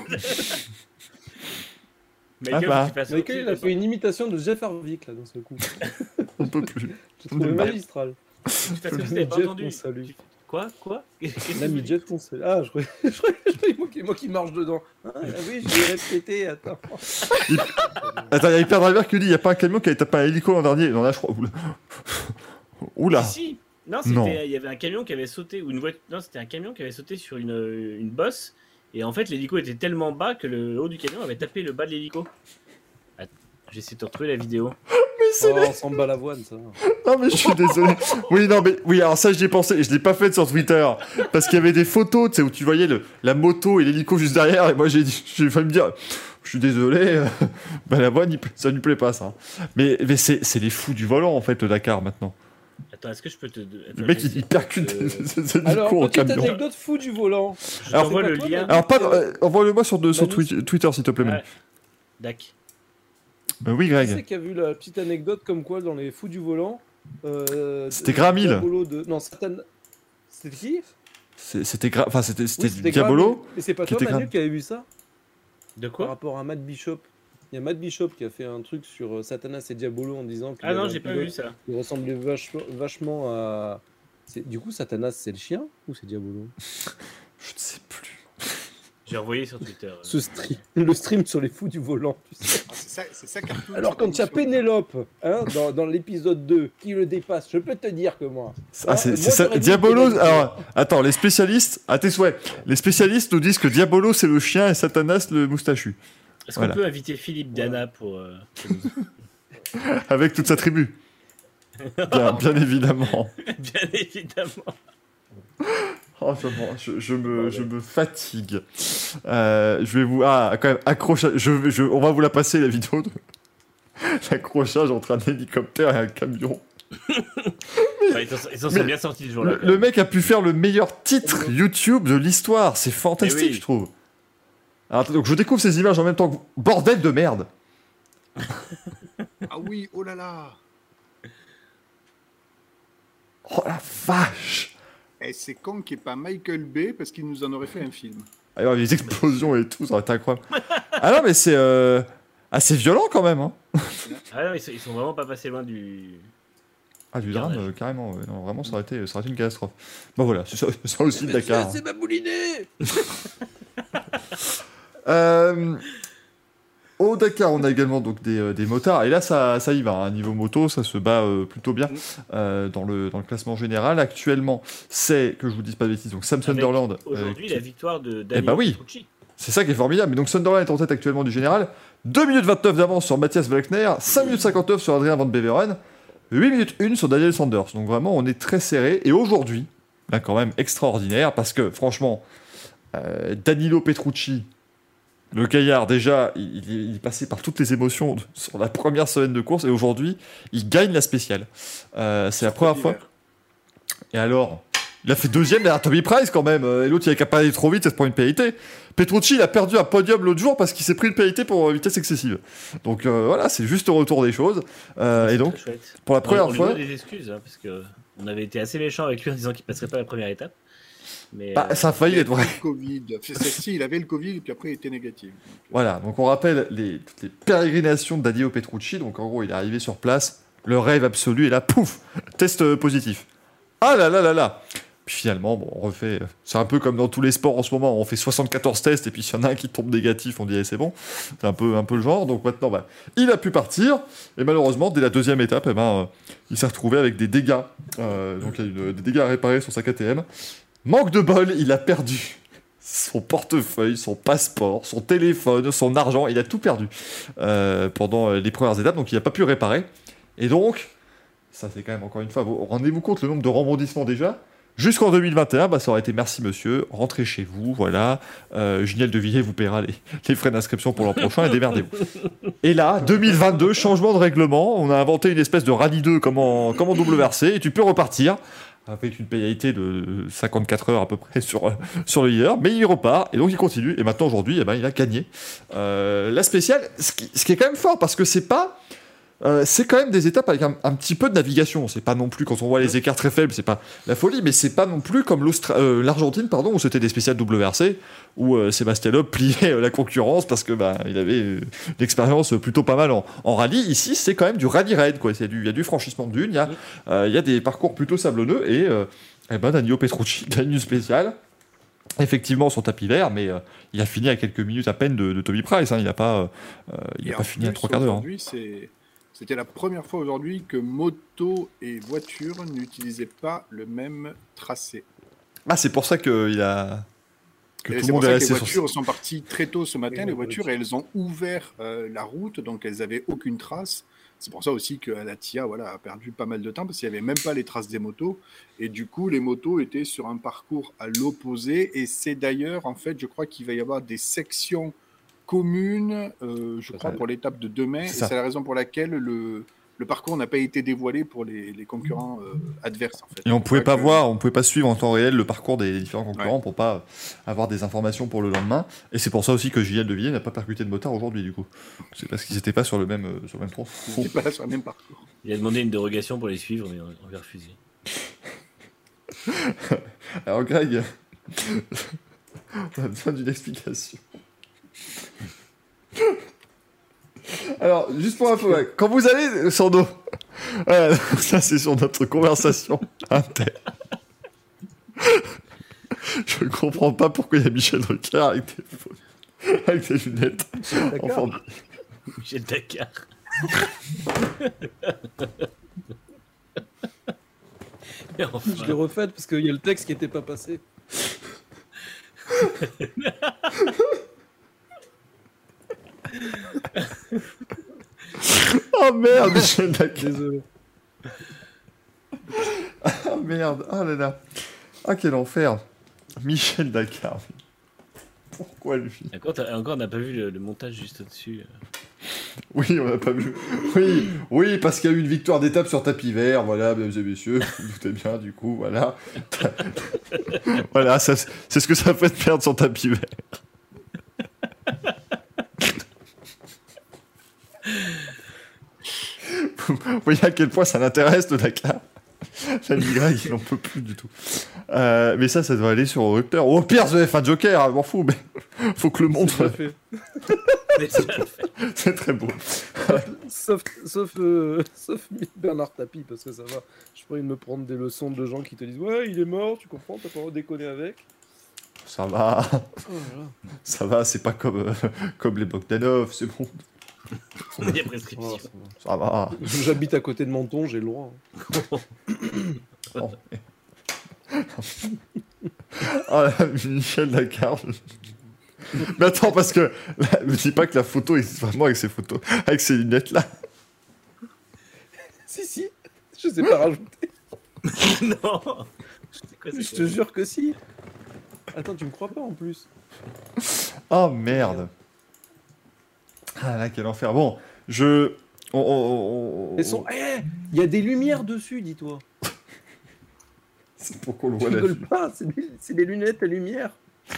Ah bah. Michael, il a fait une imitation de Jeff Harvick, là, dans ce coup. On peut plus. J'ai trouvé magistral. Parce que c'était pas entendu. Salut. Quoi Quoi L'ami Jeff Concept. Ah, je croyais, je croyais, je croyais moi, qui, moi qui marche dedans. Ah, oui, je vais répéter, attends. Il... Attends, il y a Hyper Driver qui dit il n'y a pas un camion qui a tapé un hélico l'an dernier. Non, là, je crois. Oula. Oula. Si, si. Non, c'était, il y avait un camion qui avait sauté, ou une voiture. Non, c'était un camion qui avait sauté sur une, une bosse. Et en fait, l'hélico était tellement bas que le haut du camion avait tapé le bas de l'hélico. Attends, j'essaie de te retrouver la vidéo. Mais c'est oh, les... on s'en bat l'avoine, ça. Non, mais je suis désolé. Oui, non, mais oui, alors ça, j'y ai pensé. Et je l'ai pas fait sur Twitter. Parce qu'il y avait des photos, tu sais, où tu voyais le, la moto et l'hélico juste derrière. Et moi, j'ai, dit, j'ai failli me dire, je suis désolé. Euh, bah, l'avoine, ça ne lui plaît pas, ça. Mais, mais c'est, c'est les fous du volant, en fait, le Dakar, maintenant. Attends, est-ce que je peux te. Attends, Le mec, je vais il, il essayer. percute Euh, c'est- c'est du Alors, con en petite camion. anecdote fou du volant. Je Alors, t'envoie c'est le pas toi, lien. Manu Alors, pas, euh, envoie-le-moi sur, de, sur Manu, Twi- Twitter, s'il te plaît, Manu. Ouais. Dac. Euh, oui, Qui c'est Greg. qui a vu la petite anecdote comme quoi dans les fous du volant euh, C'était de- Graham Hill. Diabolo de... Non, Satan... C'était qui C'est- C'était gra... enfin, c'était, c'était Oui, c'était Diabolo. Graham Hill. Et c'est pas qui toi, était Manu, Graham. qui avait vu ça De par quoi? rapport à Matt Bishop. Il y a Matt Bishop qui a fait un truc sur euh, Satanas et Diabolo en disant qu'il Ah non, avait un j'ai pas pilote vu ça. qui ressemblait vach- vachement à... C'est- Du coup, Satanas, c'est le chien ou c'est Diabolo Je ne sais plus. J'ai envoyé sur Twitter. euh. Ce stream, le stream sur les fous du volant. tu sais. Ah, c'est ça, c'est ça cartoon, Alors, cette quand il y a émission. Pénélope hein, dans, dans l'épisode deux qui le dépasse, je peux te dire que moi. Ah, hein, c'est, moi, c'est ça. j'aurais dit Diabolo. Pénélope. Alors, attends, les spécialistes, à tes souhaits, les spécialistes nous disent que Diabolo c'est le chien et Satanas le moustachu. Est-ce qu'on Voilà. peut inviter Philippe Dana pour. euh, pour nous- Avec toute sa tribu. Bien, bien évidemment. Bien évidemment. Oh, je, m'en- je, je me, je me fatigue. Euh, je vais vous. Ah, quand même, accrochage. Je, je, on va vous la passer, la vidéo de l'accrochage entre un hélicoptère et un camion. Ouais, ils s'en ils s'en sont mais- bien sortis ce jour-là. Le, quand le même. mec a pu faire le meilleur titre YouTube de l'histoire. C'est fantastique, Eh oui. je trouve. Alors, attends, donc, je découvre ces images en même temps que vous. Bordel de merde! Ah oui, oh là là. Oh la vache! Et c'est con qu'il n'y ait pas Michael Bay parce qu'il nous en aurait fait un film. Alors, les explosions et tout, ça aurait été incroyable. Ah non, mais c'est euh, assez violent quand même. Hein. Ah non, ils sont, ils sont vraiment pas passés loin du. Ah, du drame, Carnage. euh, carrément. ouais. Non, vraiment, ça aurait, été, ça aurait été une catastrophe. Bon, voilà, c'est ça, c'est ça aussi le Mais Dakar. c'est- C'est ma moulinée. Euh, au Dakar, on a également donc, des, euh, des motards. Et là, ça, ça y va. Hein. Niveau moto, ça se bat euh, plutôt bien euh, dans, le, dans le classement général. Actuellement, c'est, que je vous dise pas de bêtises, donc Sam Avec Sunderland. euh, Aujourd'hui, qui- la victoire de Daniel bah oui. Petrucci. C'est ça qui est formidable. Mais donc Sunderland est en tête actuellement du général. deux minutes vingt-neuf d'avance sur Matthias Wagner, cinq minutes cinquante-neuf sur Adrien Van Beveren, huit minutes un sur Daniel Sanders. Donc vraiment, on est très serré. Et aujourd'hui, là quand même extraordinaire, parce que franchement, euh, Danilo Petrucci, le gaillard, déjà, il, il est passé par toutes les émotions de- sur la première semaine de course, et aujourd'hui, il gagne la spéciale. Euh, c'est la première fois. Et alors, il a fait deuxième derrière Tommy Price quand même. Et l'autre, il avait qu'à pas aller trop vite, ça se prend une pénalité. Petrucci, il a perdu un podium l'autre jour parce qu'il s'est pris une pénalité pour euh, vitesse excessive. Donc euh, voilà, c'est juste au retour des choses. Euh, et donc, Très chouette. pour la première on, on fois, lui donne des excuses, hein, parce que on avait été assez méchants avec lui en disant qu'il passerait pas la première étape. Mais bah, euh, ça a failli être vrai. Le Covid. C'est celle-ci, il avait le Covid et puis après il était négatif. Voilà, donc on rappelle les, toutes les pérégrinations de Danilo Petrucci. Donc en gros, il est arrivé sur place, le rêve absolu, et là, pouf, test euh, positif. Ah là là là là. Puis finalement, bon, on refait. C'est un peu comme dans tous les sports en ce moment, on fait soixante-quatorze tests et puis s'il y en a un qui tombe négatif, on dit eh, c'est bon. C'est un peu, un peu le genre. Donc maintenant, bah, il a pu partir et malheureusement, dès la deuxième étape, eh ben, euh, il s'est retrouvé avec des dégâts. Euh, donc il y a une- des dégâts à réparer sur sa K T M. Manque de bol, il a perdu son portefeuille, son passeport, son téléphone, son argent. Il a tout perdu euh, pendant les premières étapes, donc il n'a pas pu réparer. Et donc, ça c'est quand même encore une fois, vous rendez-vous compte le nombre de rebondissements déjà. Jusqu'en deux mille vingt et un, bah, ça aurait été merci monsieur, rentrez chez vous, voilà. Euh, Julien Devilliers vous paiera les, les frais d'inscription pour l'an prochain et démerdez-vous. Et là, deux mille vingt-deux, changement de règlement, on a inventé une espèce de rallye deux comme en, comme en W R C et tu peux repartir avec une pénalité de cinquante-quatre heures à peu près sur, sur le leader, mais il repart et donc il continue. Et maintenant aujourd'hui, eh ben, il a gagné euh, la spéciale, ce qui, ce qui est quand même fort parce que c'est pas. Euh, c'est quand même des étapes avec un, un petit peu de navigation. C'est pas non plus, quand on voit les écarts très faibles, c'est pas la folie, mais c'est pas non plus comme l'Austra- euh, l'Argentine, pardon, où c'était des spéciales W R C, où euh, Sébastien Loeb pliait euh, la concurrence parce que bah, il avait euh, l'expérience plutôt pas mal en, en rallye. Ici, c'est quand même du rallye raid, quoi. C'est du, il y a du franchissement de dunes, il y a, euh, il y a des parcours plutôt sablonneux, et, euh, et ben Danilo Petrucci gagne une spéciale. Effectivement, son tapis vert, mais euh, il a fini à quelques minutes à peine de, de Tommy Price. Hein. Il n'a pas, euh, il a Et pas en fini à plus, trois quarts d'heure. Hein. aujourd'hui, c'est- C'était la première fois aujourd'hui que moto et voiture n'utilisaient pas le même tracé. Ah, c'est pour ça qu'il a. Que Et tout c'est le monde pour est ça que les resté sur voitures sont parties très tôt ce matin. Oui, Les oui, voitures, oui. elles ont ouvert euh, la route, donc elles n'avaient aucune trace. C'est pour ça aussi que la T I A voilà, a perdu pas mal de temps, parce qu'il n'y avait même pas les traces des motos. Et du coup, les motos étaient sur un parcours à l'opposé. Et c'est d'ailleurs, en fait, je crois qu'il va y avoir des sections communes, euh, je crois, ça. pour l'étape de demain. Et C'est ça. c'est la raison pour laquelle le, le parcours n'a pas été dévoilé pour les, les concurrents euh, adverses en fait. Et on pouvait pas que... voir, on pouvait pas suivre en temps réel le parcours des différents concurrents ouais. pour pas avoir des informations pour le lendemain. Et c'est pour ça aussi que J L de Villiers n'a pas percuté de motard aujourd'hui du coup. C'est parce qu'ils n'étaient pas sur le même euh, sur le même tronc. Ils n'étaient pas sur le même parcours. Il a demandé une dérogation pour les suivre, mais on lui a refusé. Alors Greg, on a besoin d'une explication. Alors, juste pour info, ouais, quand vous allez sur nos... Ouais, ça c'est sur notre conversation interne. Je ne comprends pas pourquoi il y a Michel Drucker avec des, avec des lunettes. Michel Dakar. Enfin... Michel Dakar. Enfin... Je l'ai refaite parce qu'il y a le texte qui n'était pas passé. Oh merde, Michel Dakar. Désolé. Oh merde, oh là là. Ah quel enfer. Michel Dakar. Pourquoi lui? Encore, encore on n'a pas vu le, le montage juste au-dessus. Oui, on n'a pas vu. Oui, oui, parce qu'il y a eu une victoire d'étape sur tapis vert. Voilà, mesdames et messieurs, vous vous doutez bien, du coup, voilà. Voilà, ça, c'est ce que ça fait de perdre son tapis vert. Vous voyez à quel point ça l'intéresse, le Dakar. La Greg, il n'en peut plus du tout. Euh, mais ça, ça doit aller sur Rupteur. Oh, pire, The F un Joker, je m'en fous, mais faut que le monde soit fait. C'est très beau. sauf sauf, euh, sauf Bernard Tapie, parce que ça va. Je pourrais me prendre des leçons de gens qui te disent ouais, il est mort, tu comprends, t'as pas le droit de déconner avec. Ça va. Oh, voilà. Ça va, c'est pas comme, euh, comme les Bogdanov, c'est bon. Il y a prescription. Oh, ça va. J'habite à côté de Menton, j'ai le droit. Oh, oh là, Michel Dakar. Mais attends, parce que là, ne dis pas que la photo existe vraiment avec ces photos, avec ces lunettes là. Si, si, je sais pas rajouter. Non. Quoi, je te jure que si. Attends, tu me crois pas en plus. Oh merde. Ah là, quel enfer. Bon, je. On, on, on... Elles sont. Eh, il y a des lumières dessus, dis-toi. C'est pour qu'on le voit là. Je là. rigole pas, c'est des, c'est des lunettes à lumière.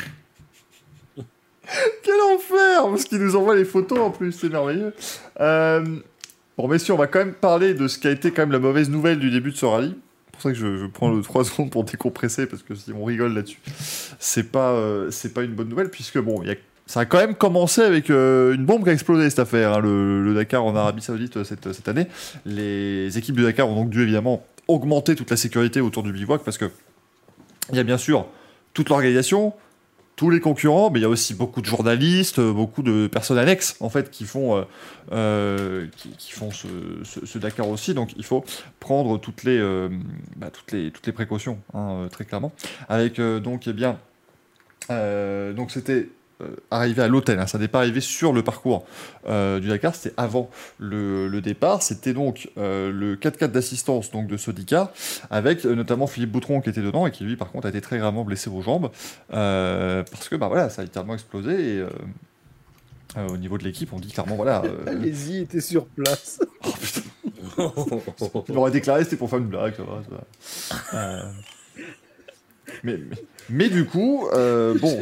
Quel enfer! Parce qu'ils nous envoient les photos en plus, c'est merveilleux. Euh... Bon, messieurs, on va quand même parler de ce qui a été quand même la mauvaise nouvelle du début de ce rallye. C'est pour ça que je, je prends le trois secondes pour décompresser, parce que si on rigole là-dessus, c'est pas, euh, c'est pas une bonne nouvelle, puisque bon, y a... ça a quand même commencé avec euh, une bombe qui a explosé cette affaire, hein, le, le Dakar en Arabie Saoudite cette, cette année. Les équipes du Dakar ont donc dû évidemment augmenter toute la sécurité autour du bivouac, parce que il y a bien sûr toute l'organisation, tous les concurrents, mais il y a aussi beaucoup de journalistes, beaucoup de personnes annexes en fait qui font, euh, euh, qui, qui font ce, ce, ce Dakar aussi. Donc il faut prendre toutes les, euh, bah, toutes les, toutes les précautions, hein, très clairement. Avec euh, donc eh bien, euh, donc c'était euh, arrivé à l'hôtel. Hein, ça n'est pas arrivé sur le parcours euh, du Dakar, c'était avant le, le départ. C'était donc euh, le quatre-quatre d'assistance donc de ce Dakar, avec euh, notamment Philippe Boutron qui était dedans et qui lui par contre a été très gravement blessé aux jambes euh, parce que bah voilà, ça a littéralement explosé et euh, euh, au niveau de l'équipe on dit clairement voilà. Euh... Allez-y, était sur place. Oh, putain. Il m'aurait déclaré c'était pour faire une blague, ça va. Ça va. Euh... Mais, mais mais du coup euh, bon.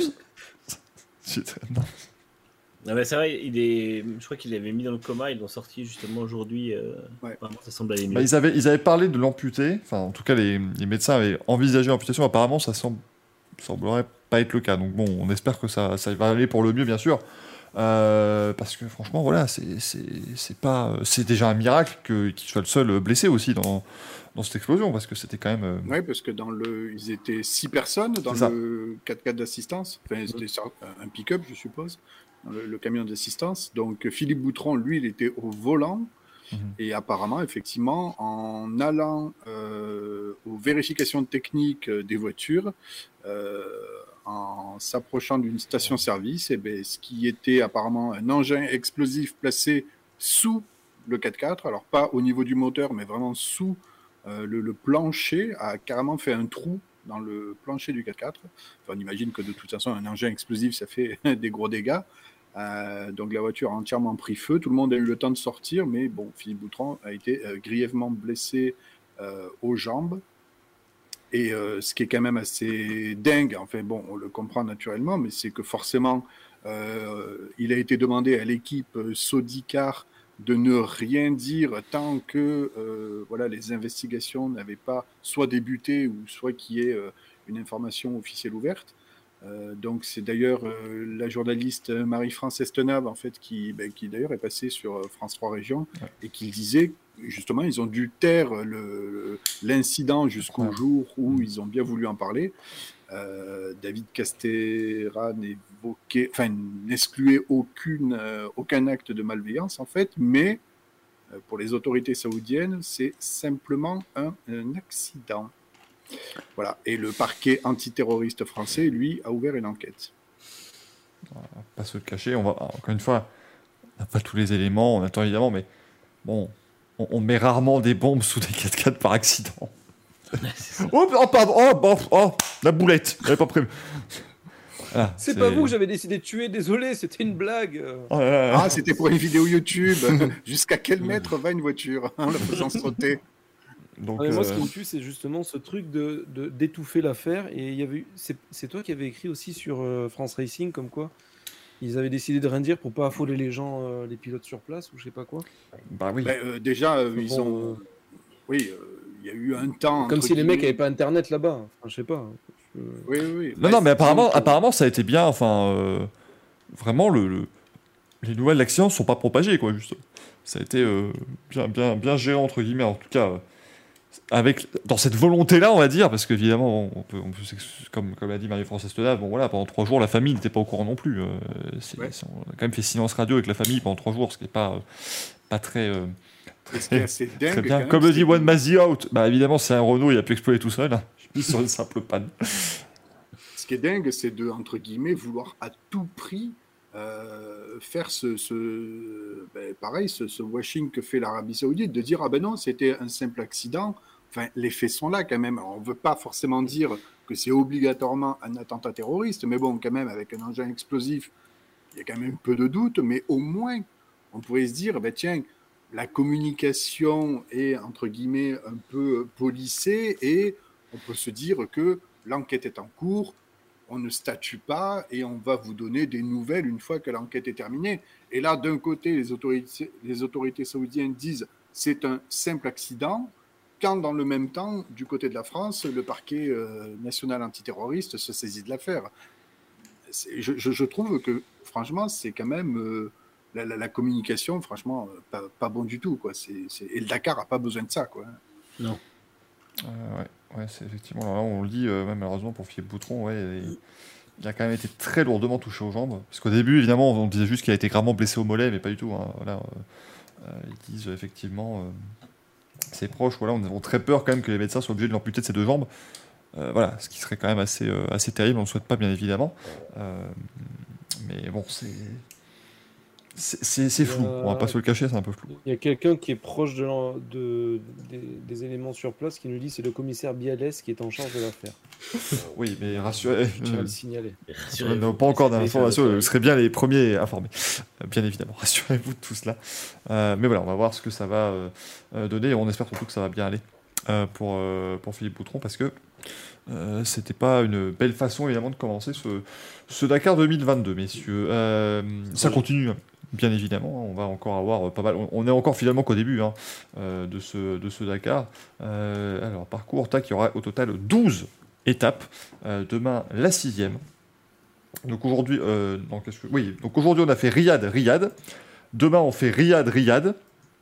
Non. Non mais ça va, il est... je crois qu'il l'avait mis dans le coma, ils l'ont sorti justement aujourd'hui. Euh... Ouais. Apparemment, ça semble aller mieux. Bah, ils, avaient, ils avaient parlé de l'amputer, enfin en tout cas les, les médecins avaient envisagé l'amputation, apparemment ça semble, semblerait pas être le cas. Donc bon, on espère que ça, ça va aller pour le mieux bien sûr. Euh, parce que franchement voilà, c'est, c'est, c'est, pas, c'est déjà un miracle que, qu'il soit le seul blessé aussi dans, dans cette explosion, parce que c'était quand même... Euh... Oui, parce que dans le, ils étaient six personnes dans le quatre-quatre d'assistance, enfin c'était un pick-up je suppose, dans le, le camion d'assistance. Donc Philippe Boutron, lui, il était au volant, mmh. Et apparemment, effectivement, en allant euh, aux vérifications techniques des voitures, euh, en s'approchant d'une station-service, et ben, ce qui était apparemment un engin explosif placé sous le quatre-quatre, alors pas au niveau du moteur, mais vraiment sous euh, le, le plancher, a carrément fait un trou dans le plancher du quatre-quatre. Enfin, on imagine que de toute façon, un engin explosif, ça fait des gros dégâts. Euh, donc la voiture a entièrement pris feu. Tout le monde a eu le temps de sortir, mais bon, Philippe Boutron a été euh, grièvement blessé euh, aux jambes. Et euh, ce qui est quand même assez dingue, enfin bon, on le comprend naturellement, mais c'est que forcément, euh, il a été demandé à l'équipe Sodicar de ne rien dire tant que euh, voilà, les investigations n'avaient pas soit débuté ou soit qu'il y ait euh, une information officielle ouverte. Euh, donc c'est d'ailleurs euh, la journaliste Marie-France Estenave en fait qui, ben, qui d'ailleurs est passée sur euh, France trois Régions ouais. et qui disait justement ils ont dû taire le, l'incident jusqu'au ouais. jour où mmh. ils ont bien voulu en parler. Euh, David Castera n'évoquait, enfin n'excluait aucune, euh, aucun acte de malveillance en fait, mais euh, pour les autorités saoudiennes c'est simplement un, un accident. Voilà. Et le parquet antiterroriste français, lui, a ouvert une enquête. On va pas se le cacher, on va, encore une fois, on n'a pas tous les éléments, on attend évidemment, mais bon, on, on met rarement des bombes sous des quatre-quatre par accident. oh, oh, pardon, oh, oh, oh, la boulette, j'avais pas prévu. Ah, c'est, c'est pas vous que j'avais décidé de tuer, désolé, c'était une blague. Oh là là là. Ah, c'était pour une vidéo YouTube. Jusqu'à quel mètre va une voiture en la faisant sauter? Donc, ouais, moi, euh... ce qui me tue, c'est justement ce truc de, de d'étouffer l'affaire. Et il y avait, c'est, c'est toi qui avais écrit aussi sur euh, France Racing, comme quoi ils avaient décidé de rien dire pour pas affoler les gens, euh, les pilotes sur place, ou je sais pas quoi. Bah oui. Bah, euh, déjà, euh, bon, ils ont, euh... oui, il y a eu un temps. Comme si guillemets... les mecs avaient pas internet là-bas. Enfin, je sais pas. Je... Oui, oui. oui. Non, bah, non, mais apparemment, apparemment, ça a été bien. Enfin, euh, vraiment, le, le, les nouvelles d'accident sont pas propagées, quoi. Juste, ça a été euh, bien, bien, bien géré entre guillemets, en tout cas. Euh, Avec, dans cette volonté-là, on va dire, parce qu'évidemment, on peut, on peut, comme, comme l'a dit Marie-France Estenave, bon voilà, pendant trois jours, la famille n'était pas au courant non plus. Euh, c'est, ouais. c'est, on a quand même fait silence radio avec la famille pendant trois jours, ce qui n'est pas, euh, pas très, euh, très, c'est dingue, très bien. Comme le dit One Mazzy Out, bah évidemment, c'est un Renault, il a pu exploser tout seul, hein, sur une simple panne. Ce qui est dingue, c'est de, entre guillemets, vouloir à tout prix euh, faire ce, ce ben, pareil, ce, ce washing que fait l'Arabie Saoudite, de dire ah ben non, c'était un simple accident. Enfin, les faits sont là quand même. Alors, on ne veut pas forcément dire que c'est obligatoirement un attentat terroriste, mais bon, quand même, avec un engin explosif, il y a quand même peu de doute. Mais au moins, on pourrait se dire, ben tiens, la communication est entre guillemets un peu policée et on peut se dire que l'enquête est en cours. On ne statue pas et on va vous donner des nouvelles une fois que l'enquête est terminée. Et là, d'un côté, les autorités, les autorités saoudiennes disent c'est un simple accident, quand dans le même temps, du côté de la France, le parquet euh, national antiterroriste se saisit de l'affaire. C'est, je, je, je trouve que, franchement, c'est quand même euh, la, la, la communication, franchement, euh, pas, pas bon du tout, quoi. C'est, c'est... Et le Dakar n'a pas besoin de ça, quoi. Non. Euh, ouais. Ouais, c'est effectivement, là, on le dit, euh, même malheureusement pour Philippe Boutron, ouais, il, il a quand même été très lourdement touché aux jambes. Parce qu'au début, évidemment, on disait juste qu'il a été gravement blessé au mollet, mais pas du tout. Hein. Voilà, euh, euh, ils disent effectivement, euh, ses proches, voilà, on a très peur quand même que les médecins soient obligés de l'amputer de ses deux jambes. Euh, voilà, ce qui serait quand même assez, euh, assez terrible, on ne le souhaite pas bien évidemment. Euh, mais bon, c'est. C'est, c'est, c'est flou, euh, on va pas se le cacher, c'est un peu flou. Il y a quelqu'un qui est proche de, de, des, des éléments sur place qui nous dit que c'est le commissaire Bialès qui est en charge de l'affaire. Oui, mais rassurez. Je vais le signaler. On n'a pas encore d'informations, vous serez bien les premiers informés. Bien évidemment, rassurez-vous de tout cela. Euh, mais voilà, on va voir ce que ça va euh, donner et on espère surtout que ça va bien aller euh, pour, euh, pour Philippe Boutron parce que euh, c'était pas une belle façon évidemment de commencer ce, ce Dakar deux mille vingt-deux, messieurs. Euh, ça continue. Bien évidemment, on va encore avoir pas mal. On est encore finalement qu'au début hein, euh, de, ce, de ce Dakar. Euh, alors, parcours, tac, il y aura au total douze étapes. Euh, demain, la sixième. Donc aujourd'hui, euh, non, qu'est-ce que... oui, donc aujourd'hui, on a fait Riyad, Riyad. Demain, on fait Riyad, Riyad.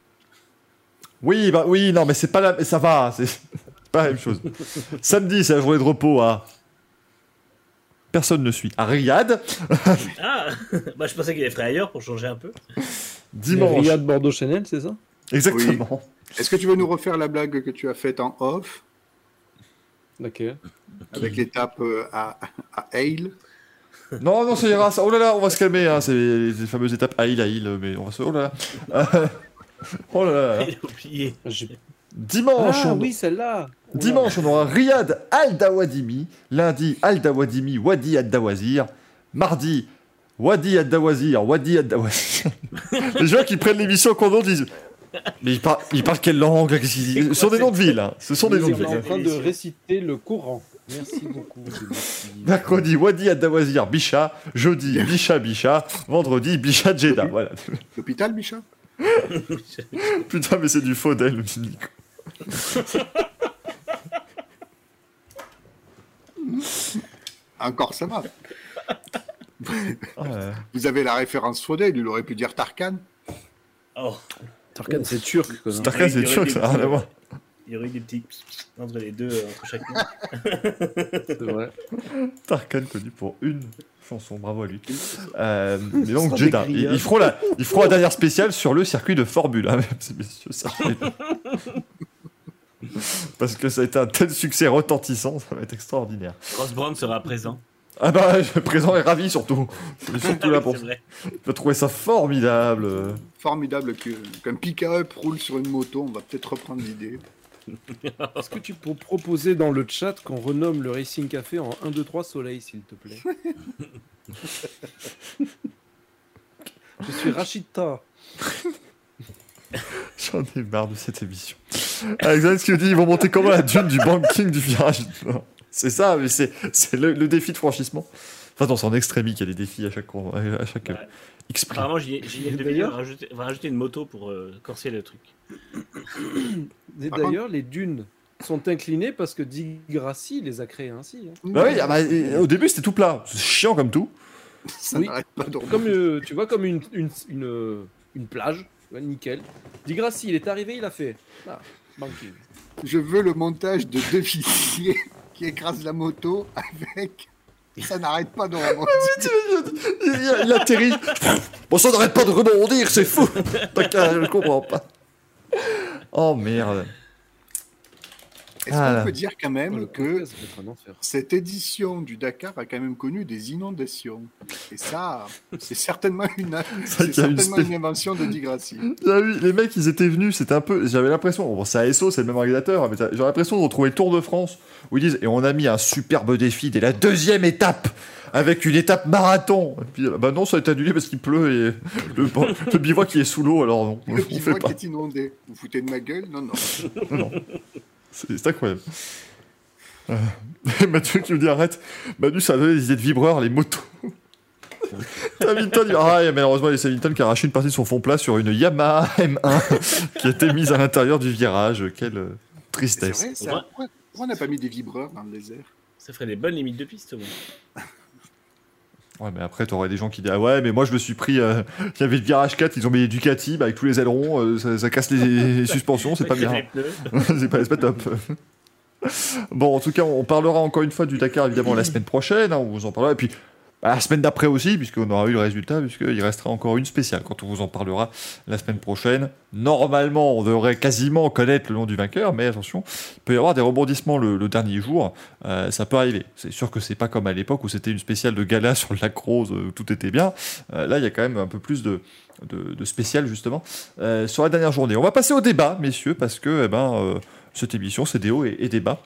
Oui, bah oui, non, mais c'est pas la... ça va, c'est pas la même chose. Samedi, c'est la journée de repos à. Personne ne suit. À Riyad. Ah, bah je pensais qu'il les ferait ailleurs pour changer un peu. Dimanche. Riyad, Bordeaux, Chanel, c'est ça? Exactement. Oui. Est-ce que tu veux nous refaire la blague que tu as faite en off? Ok. Avec l'étape à, à Aïl. Non, non, ça ira. Ça... Oh là là, on va se calmer. Hein. C'est les fameuses étapes Aïl, Aïl, mais on va se. Oh là là. Oh là là. Il a oublié. Dimanche. Ah on... oui, celle-là. Dimanche, on aura Riyad Al Dawadimi. Lundi, Al Dawadimi, Wadi Al Dawazir. Mardi, Wadi Addawazir, Wadi Addawazir. Les gens qui prennent l'émission qu'on nom disent. Mais ils parlent, ils parlent quelle langue? Ce sont des noms de villes. Hein. Ce sont des noms de On est en villes. train de réciter le Coran. Merci beaucoup. Mercredi, Wadi Addawazir, Bichat. Jeudi, Bichat, Bichat. Vendredi, Bichat, Jeddah. Voilà. L'hôpital, Bichat? Putain, mais c'est du faux d'elle, le petit Nico. Encore ça va. Ouais. Vous avez la référence Faudel, il aurait pu dire Tarkan. Oh, Tarkan, c'est turc. Quoi, non Tarkan, c'est Il y aurait sûr que des ça n'a rien à petits- voir. il y aurait eu des petits entre les deux, euh, entre chaque nom. C'est vrai. Tarkan connu pour une chanson, bravo à lui. Euh, mais donc sera Jeddah, des ils, grillades. ils feront la, ils feront la dernière spéciale sur le circuit de Formule, hein, mesdames et messieurs, sachez-le. Parce que ça a été un tel succès retentissant, ça va être extraordinaire. Ross Brown sera présent. Ah bah, le président est ravi surtout. C'est surtout là pour C'est vrai. Il va trouver ça formidable. Formidable que- qu'un pick-up roule sur une moto, on va peut-être reprendre l'idée. Est-ce que tu peux proposer dans le chat qu'on renomme le Racing Café en un, deux, trois Soleil, s'il te plaît? Je suis Rachita. J'en ai marre de cette émission. Alexandre, ce qu'il dit, ils vont monter comment la dune du banking du virage? C'est ça, mais c'est, c'est le, le défi de franchissement. Enfin, non, c'est en extrémie qu'il y a des défis à chaque, à chaque Ouais. euh, X prix. Apparemment, j'y ai, j'y ai Et de d'ailleurs- on va rajouter, on va rajouter une moto pour euh, corser le truc. Et Par d'ailleurs, les dunes sont inclinées parce que Di Grassi les a créées ainsi. hein. Bah oui, ah bah, et- au début c'était tout plat. C'est chiant comme tout. Ça Oui. n'arrête pas de Comme, euh, tu vois, comme une, une, une, euh, une plage. Ouais, nickel. Di Grassi, il est arrivé, il a fait. Ah, banking. Je veux le montage de deux flics qui écrasent la moto avec. Ça n'arrête pas de remonter. Il, il atterrit. Bon, ça n'arrête pas de rebondir, c'est fou. T'as- Je comprends pas. Oh merde. Est-ce Ah, qu'on là. peut dire quand Oh, le même que podcast, ça va être un enfer. cette édition du Dakar a quand même connu des inondations? Et ça, c'est certainement une, c'est qu'il y a une certainement spé- une invention de Di Grassi. Ah oui, les mecs, ils étaient venus, c'était un peu. J'avais l'impression. Bon, c'est A S O, c'est le même organisateur, mais t'as- j'avais l'impression de retrouver le Tour de France où ils disent et on a mis un superbe défi dès la deuxième étape avec une étape marathon. Et puis bah non, ça a été annulé parce qu'il pleut et le, le bivouac qui est sous l'eau, alors non, Le on fait bivouac pas. est inondé. Vous foutez de ma gueule? Non, non. Non. C'est c'est incroyable. Euh, Mathieu qui me dit arrête. Manu, ça a donné des idées de vibreurs, les motos. Hamilton, il... ah, il y a malheureusement les Hamilton qui a arraché une partie de son fond plat sur une Yamaha M un qui a été mise à l'intérieur du virage. Quelle euh, C'est tristesse. vrai, ça. Ouais. Pourquoi, pourquoi on n'a pas mis des vibreurs dans le désert? Ça ferait des bonnes limites de piste au moins. Ouais, mais après, t'aurais des gens qui disent ah ouais, mais moi je me suis pris. euh, Il y avait le virage quatre, ils ont mis des Ducati bah, avec tous les ailerons, euh, ça, ça casse les, les suspensions, c'est pas Ouais, bien. les pneus. c'est pas, c'est pas top. Bon, en tout cas, on parlera encore une fois du Dakar évidemment la semaine prochaine. Hein, on vous en parlera. Et puis bah, la semaine d'après aussi, puisqu'on aura eu le résultat, puisqu'il restera encore une spéciale quand on vous en parlera la semaine prochaine. Normalement, on devrait quasiment connaître le nom du vainqueur, mais attention, il peut y avoir des rebondissements le, le dernier jour. Euh, ça peut arriver. C'est sûr que c'est pas comme à l'époque où c'était une spéciale de gala sur le lac Rose où tout était bien. Euh, là, il y a quand même un peu plus de. De, de spécial justement euh, sur la dernière journée. On va passer au débat, messieurs, parce que eh ben, euh, cette émission, c'est des hauts et, et débat.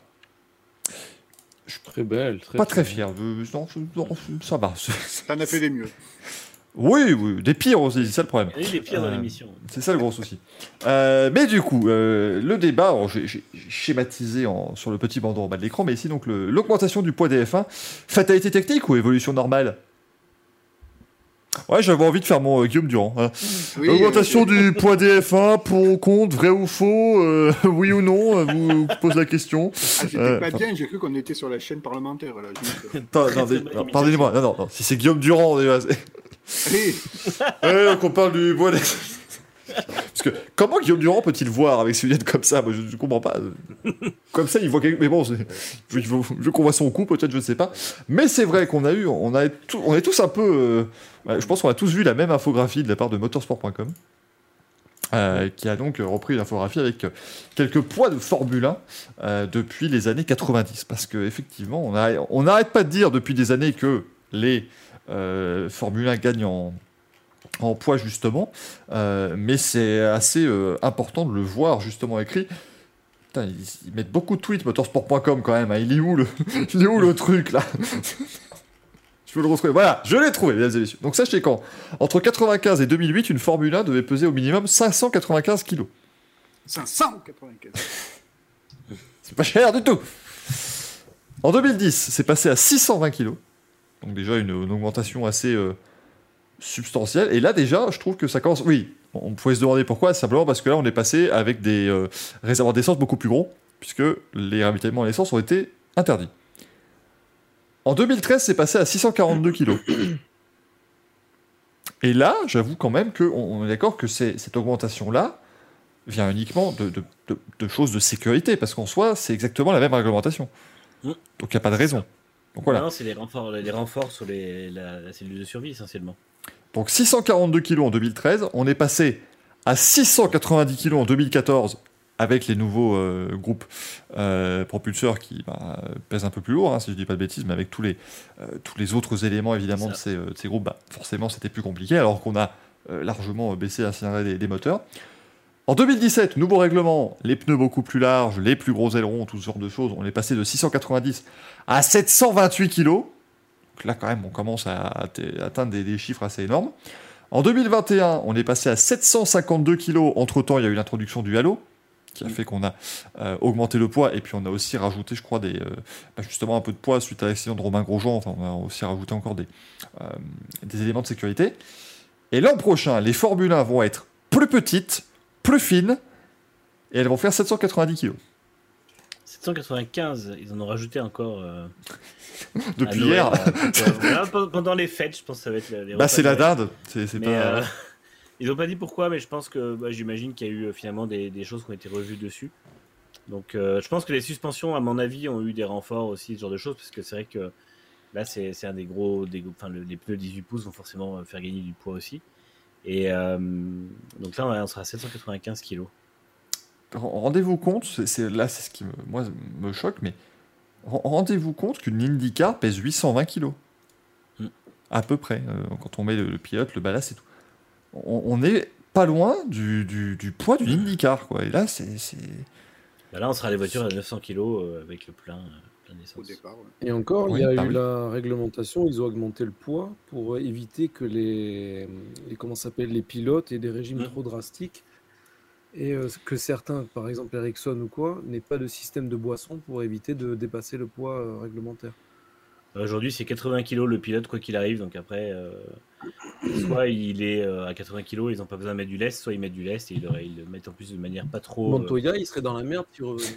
Très belle. Très Pas très belle. fier. euh, non, non, ça va. T'en as fait des mieux. Oui, oui, des pires aussi, c'est ça le problème. Il y a eu des pires dans Euh, l'émission. C'est ça le gros souci. Euh, mais du coup, euh, le débat, alors, j'ai j'ai schématisé en, sur le petit bandeau en bas de l'écran, mais ici, donc le- l'augmentation du poids des F un, fatalité technique ou évolution normale? Ouais, j'avais envie de faire mon euh, Guillaume Durand. hein. Oui, Augmentation euh, du poids des F un, pour ou contre, vrai ou faux, euh, oui ou non, euh, vous, vous pose la question. ah, j'étais Euh, pas enfin- bien, j'ai cru qu'on était sur la chaîne parlementaire. Là. Je me- Attends, non, très mais- bonne non, imitation. pardonnez-moi, non, non, non, si c'est Guillaume Durand, déjà, c'est- Allez, Ouais, donc on parle du bois des... Parce que comment Guillaume Durand peut-il voir avec ses lunettes comme ça? Moi, je ne comprends pas. Comme ça, il voit quelque... Mais bon, c'est- je veux, je veux qu'on voit son cou, peut-être, je ne sais pas. Mais c'est vrai qu'on a eu, on a tout, on est tous un peu... euh, ouais, je pense qu'on a tous vu la même infographie de la part de motorsport point com. Euh, qui a donc repris une infographie avec quelques poids de Formule un euh, depuis les années quatre-vingt-dix. Parce qu'effectivement, on a- on n'arrête pas de dire depuis des années que les euh, Formule un gagnent en, en poids, justement. Euh, mais c'est assez euh, important de le voir, justement, écrit. Putain, ils, ils mettent beaucoup de tweets, motorsport point com, quand même. hein. Il est où le, il est où le truc, là? Je peux le retrouver. Voilà, je l'ai trouvé, mesdames et messieurs. Donc sachez qu'en entre quatre-vingt-quinze et deux mille huit, une Formule un devait peser au minimum cinq cent quatre-vingt-quinze kilos. cinq cent quatre-vingt-quinze. C'est pas cher du tout. En deux mille dix, c'est passé à six cent vingt kilos. Donc déjà une, une augmentation assez euh, substantielle. Et là déjà, je trouve que ça commence... Oui, on pouvait se demander pourquoi, simplement parce que là, on est passé avec des euh, réservoirs d'essence beaucoup plus gros, puisque les ravitaillements en essence ont été interdits. En deux mille treize, c'est passé à six cent quarante-deux kilos. Et là, j'avoue quand même qu'on on est d'accord que c'est, cette augmentation-là vient uniquement de, de, de, de choses de sécurité, parce qu'en soi, c'est exactement la même réglementation. Mmh. Donc il n'y a pas de raison. Donc voilà. Non, c'est les renforts, les renforts sur les, la, la cellule de survie essentiellement. Donc six cent quarante-deux kilos en deux mille treize, on est passé à six cent quatre-vingt-dix kilos en deux mille quatorze, avec les nouveaux euh, groupes euh, propulseurs qui bah, pèsent un peu plus lourd, hein, si je ne dis pas de bêtises, mais avec tous les, euh, tous les autres éléments évidemment de ces, euh, de ces groupes, bah, forcément c'était plus compliqué, alors qu'on a euh, largement baissé la cylindrée des, des moteurs. En deux mille dix-sept, nouveau règlement, les pneus beaucoup plus larges, les plus gros ailerons, tout ce genre de choses, on est passé de six cent quatre-vingt-dix à sept cent vingt-huit kilos. Donc là quand même on commence à, à, à atteindre des, des chiffres assez énormes. En deux mille vingt et un, on est passé à sept cent cinquante-deux kilos, entre-temps il y a eu l'introduction du halo, qui a fait qu'on a euh, augmenté le poids, et puis on a aussi rajouté, je crois, des, euh, bah justement un peu de poids suite à l'accident de Romain Grosjean. Enfin, on a aussi rajouté encore des, euh, des éléments de sécurité. Et l'an prochain, les Formule un vont être plus petites, plus fines, et elles vont faire sept cent quatre-vingt-dix kilos. sept cent quatre-vingt-quinze, ils en ont rajouté encore. Euh, Depuis hier. Noël, euh, pendant les fêtes, je pense que ça va être les bah, c'est la dinde. C'est, c'est mais, pas... euh, ils n'ont pas dit pourquoi, mais je pense que bah, j'imagine qu'il y a eu euh, finalement des, des choses qui ont été revues dessus. Donc euh, je pense que les suspensions, à mon avis, ont eu des renforts aussi, ce genre de choses, parce que c'est vrai que là, c'est, c'est un des gros. Des, enfin, le, les pneus dix-huit pouces vont forcément faire gagner du poids aussi. Et euh, donc là, on sera à sept cent quatre-vingt-quinze kilos. Rendez-vous compte, c'est, c'est, là, c'est ce qui me, moi, me choque, mais rendez-vous compte qu'une IndyCar pèse huit cent vingt kilos. Mm. À peu près, euh, quand on met le, le pilote, le ballast et tout. On, on est pas loin du, du, du poids d'une IndyCar, quoi. Et là, c'est... c'est... Bah là, on sera à des voitures à neuf cents kilos euh, avec le plein, euh, plein d'essence. Au départ, ouais. Et encore, oui, il y a bah eu oui. la réglementation, ils ont augmenté le poids pour éviter que les, les comment ça s'appelle, les pilotes aient des régimes mmh. trop drastiques et euh, que certains, par exemple Ericsson ou quoi, n'aient pas de système de boisson pour éviter de dépasser le poids euh, réglementaire. Aujourd'hui, c'est quatre-vingts kilos le pilote, quoi qu'il arrive. Donc après, euh, soit il est euh, à quatre-vingts kilos, ils n'ont pas besoin de mettre du lest, soit ils mettent du lest et ils le, ils le mettent en plus de manière pas trop. Montoya, euh... il serait dans la merde, tu revenais.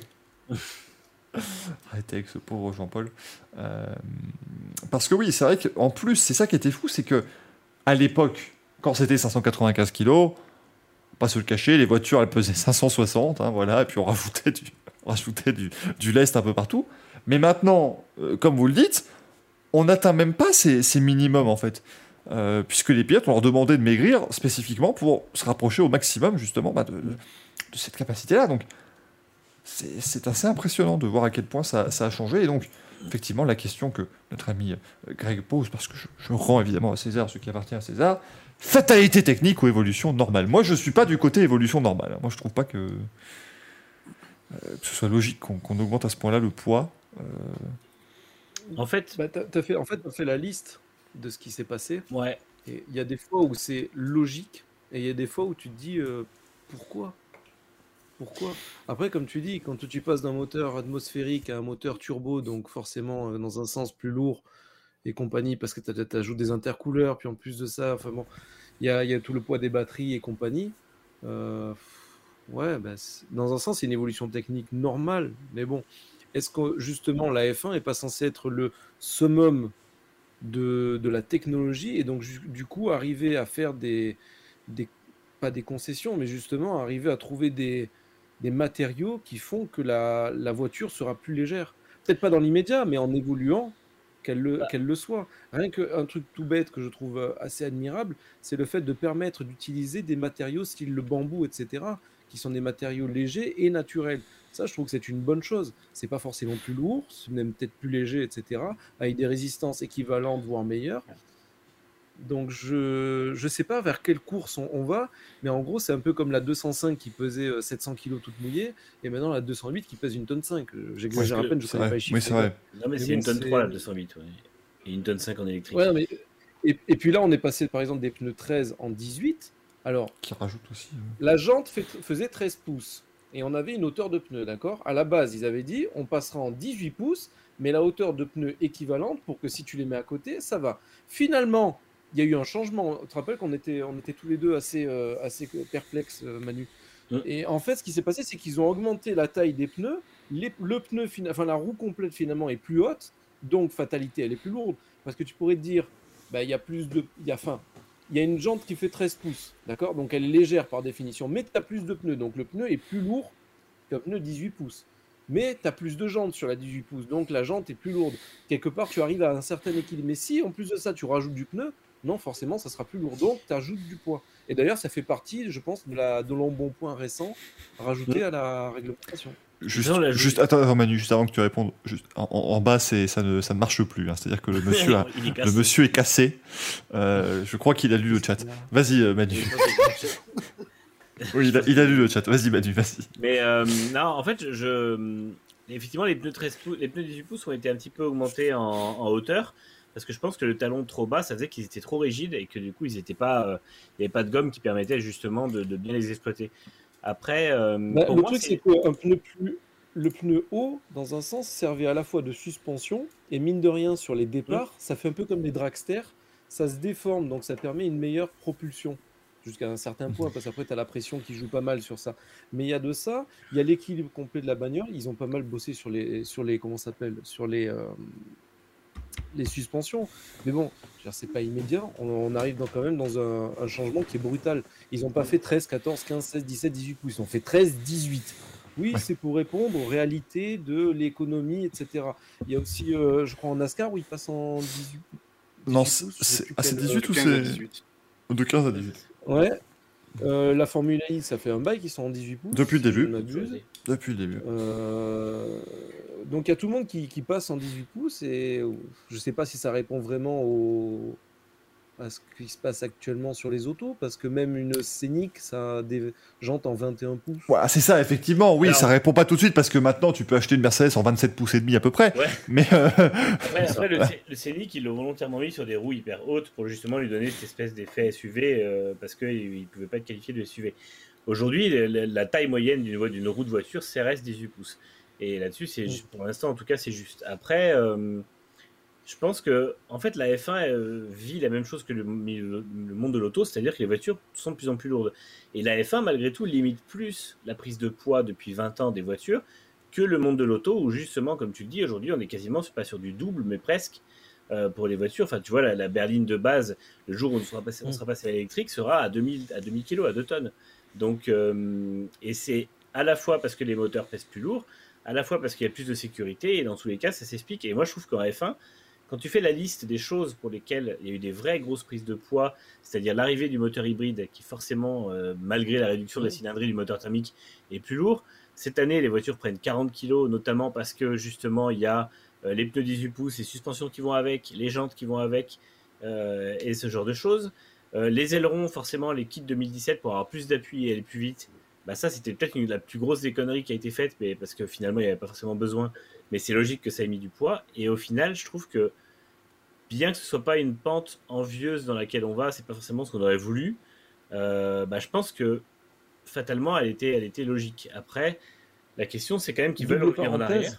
Arrêtez avec ce pauvre Jean-Paul. Euh, parce que oui, c'est vrai qu'en plus, c'est ça qui était fou, c'est que à l'époque, quand c'était cinq cent quatre-vingt-quinze kilos, pas se le cacher, les voitures elles pesaient cinq cent soixante, hein, voilà, et puis on rajoutait du, on rajoutait du, du lest un peu partout. Mais maintenant, euh, comme vous le dites, on n'atteint même pas ces, ces minimums en fait, euh, puisque les pilotes on leur demandait de maigrir spécifiquement pour se rapprocher au maximum justement bah, de, de, de cette capacité-là. Donc c'est, c'est assez impressionnant de voir à quel point ça, ça a changé. Et donc effectivement la question que notre ami Greg pose, parce que je, je rends évidemment à César ce qui appartient à César, fatalité technique ou évolution normale. Moi je suis pas du côté évolution normale. Moi je trouve pas que, euh, que ce soit logique qu'on, qu'on augmente à ce point-là le poids. Euh, En fait, bah, t'as, t'as fait, en fait, t'as fait la liste de ce qui s'est passé. Ouais. Et il y a des fois où c'est logique, et il y a des fois où tu te dis euh, pourquoi Pourquoi Après, comme tu dis, quand tu passes d'un moteur atmosphérique à un moteur turbo, donc forcément euh, dans un sens plus lourd et compagnie, parce que tu ajoutes des intercooleurs, puis en plus de ça, enfin bon, il y a, y a tout le poids des batteries et compagnie. Euh, ouais, bah, dans un sens, c'est une évolution technique normale, mais bon. Est-ce que justement la F un n'est pas censée être le summum de, de la technologie et donc ju- du coup arriver à faire des, des, pas des concessions, mais justement arriver à trouver des, des matériaux qui font que la, la voiture sera plus légère. Peut-être pas dans l'immédiat, mais en évoluant, qu'elle le, Ouais. qu'elle le soit. Rien qu'un truc tout bête que je trouve assez admirable, c'est le fait de permettre d'utiliser des matériaux style le bambou, et cetera, qui sont des matériaux légers et naturels. Ça, je trouve que c'est une bonne chose. C'est pas forcément plus lourd, c'est même peut-être plus léger, et cetera, avec des résistances équivalentes, voire meilleures. Donc, je ne sais pas vers quelle course on, on va, mais en gros, c'est un peu comme la deux cent cinq qui pesait euh, sept cents kilos toute mouillée, et maintenant la deux cent huit qui pèse une tonne cinq. J'exagère Ouais, à peine, je ne connais vrai. pas les chiffres. Oui, c'est vrai. Non, mais, Mais c'est bon, une tonne c'est- trois, la deux cent huit. Ouais. Et une tonne cinq en électrique. Ouais, mais... et, et puis là, on est passé par exemple des pneus treize en dix-huit. Alors, Qui rajoute aussi. euh. la jante fait- faisait treize pouces et on avait une hauteur de pneu, d'accord? À la base, ils avaient dit on passera en dix-huit pouces, mais la hauteur de pneu équivalente pour que si tu les mets à côté, ça va. Finalement, il y a eu un changement. Tu te rappelles qu'on était, on était tous les deux assez, euh, assez perplexes, euh, Manu. Mm. Et en fait, ce qui s'est passé, c'est qu'ils ont augmenté la taille des pneus. Les, le pneu, fina- enfin la roue complète finalement est plus haute, donc fatalité, elle est plus lourde. Parce que tu pourrais te dire, bah, il y a plus de, il y a fin. Il y a une jante qui fait treize pouces, d'accord? Donc elle est légère par définition, mais tu as plus de pneus, donc le pneu est plus lourd qu'un pneu dix-huit pouces. Mais tu as plus de jantes sur la dix-huit pouces, donc la jante est plus lourde. Quelque part, tu arrives à un certain équilibre. Mais si en plus de ça, tu rajoutes du pneu, non, forcément, ça sera plus lourd. Donc tu ajoutes du poids. Et d'ailleurs, ça fait partie, je pense, de, la, de l'embonpoint récent rajouté à la réglementation. Juste, Non, là, juste je- attends, attends, Manu, juste avant que tu répondes, juste, en, en bas, c'est, ça, ne, ça ne marche plus. Hein. C'est-à-dire que le monsieur, a- Il est le cassé. monsieur est cassé. Euh, je crois qu'il a lu le chat. Vas-y, euh, Manu. Oui, il a, il a lu le chat. Vas-y, Manu, vas-y. Mais euh, non, en fait, je... effectivement, les pneus treize pouces, les pneus dix-huit pouces ont été un petit peu augmentés en, en hauteur. Parce que je pense que le talon trop bas, ça faisait qu'ils étaient trop rigides et que du coup, ils étaient pas, euh, il n'y avait pas de gomme qui permettait justement de, de bien les exploiter. Après, euh, Bah, pour le moi, truc, c'est... c'est qu'un pneu plus. Le pneu haut, dans un sens, servait à la fois de suspension et mine de rien, sur les départs, ça fait un peu comme les dragsters, ça se déforme, donc ça permet une meilleure propulsion jusqu'à un certain point, parce qu'après, tu as la pression qui joue pas mal sur ça. Mais il y a de ça, il y a l'équilibre complet de la bagnole, ils ont pas mal bossé sur les, sur les comment ça s'appelle, sur les, euh, les suspensions. Mais bon, je veux dire, c'est pas immédiat, on, on arrive dans, quand même dans un, un changement qui est brutal. Ils n'ont pas fait treize, quatorze, quinze, seize, dix-sept, dix-huit pouces, ils ont fait treize, dix-huit. Oui, Ouais. c'est pour répondre aux réalités de l'économie, et cetera. Il y a aussi, euh, je crois, en NASCAR où ils passent en dix-huit, Non, dix-huit pouces, je sais c'est, plus ah, c'est quel, dix-huit De ou quinze à c'est dix-huit. de quinze à dix-huit? Ouais. Euh, la Formule un, ça fait un bail qu'ils sont en dix-huit pouces. Depuis le si je début. ne m'abuse. Depuis le début. Euh, Donc il y a tout le monde qui, qui passe en dix-huit pouces et je sais pas si ça répond vraiment au... à ce qui se passe actuellement sur les autos parce que même une Scénic, ça a des jantes en vingt et un pouces. Voilà, c'est ça, effectivement. Oui, Alors- ça répond pas tout de suite parce que maintenant, tu peux acheter une Mercedes en vingt-sept pouces et demi à peu près. Ouais. Mais euh, Après, après, le, C- le Scénic, ils l'ont volontairement mis sur des roues hyper hautes pour justement lui donner cette espèce d'effet S U V euh, parce qu'il ne pouvait pas être qualifié de S U V. Aujourd'hui, la, la- la taille moyenne d'une, vo- d'une roue de voiture, c'est reste dix-huit pouces. Et là-dessus, c'est, ju- pour l'instant, en tout cas, c'est juste. Après, euh, je pense que en fait, la F un euh, vit la même chose que le, le- le monde de l'auto, c'est-à-dire que les voitures sont de plus en plus lourdes. Et la F un, malgré tout, limite plus la prise de poids depuis vingt ans des voitures que le monde de l'auto, où justement, comme tu le dis, aujourd'hui, on est quasiment pas sur du double, mais presque euh, pour les voitures. Enfin, tu vois, la, la berline de base, le jour où on sera passé, on sera passé à l'électrique, sera à deux mille, à deux mille kilos, à deux tonnes. Donc, euh, et c'est à la fois parce que les moteurs pèsent plus lourd, à la fois parce qu'il y a plus de sécurité, et dans tous les cas, ça s'explique. Et moi, je trouve qu'en F un, quand tu fais la liste des choses pour lesquelles il y a eu des vraies grosses prises de poids, c'est-à-dire l'arrivée du moteur hybride, qui forcément, euh, malgré la réduction de la cylindrée du moteur thermique, est plus lourd. Cette année, les voitures prennent quarante kilos, notamment parce que justement, il y a euh, les pneus dix-huit pouces, les suspensions qui vont avec, les jantes qui vont avec, euh, et ce genre de choses. Euh, les ailerons, forcément, les kits deux mille dix-sept pour avoir plus d'appui et aller plus vite. Bah ça, c'était peut-être une, la plus grosse des conneries qui a été faite, mais parce que finalement, il n'y avait pas forcément besoin. Mais c'est logique que ça ait mis du poids. Et au final, je trouve que bien que ce soit pas une pente envieuse dans laquelle on va, c'est pas forcément ce qu'on aurait voulu. Euh, bah, je pense que fatalement, elle était, elle était logique. Après, la question, c'est quand même qu'ils veulent Double revenir en parenthèse, arrière.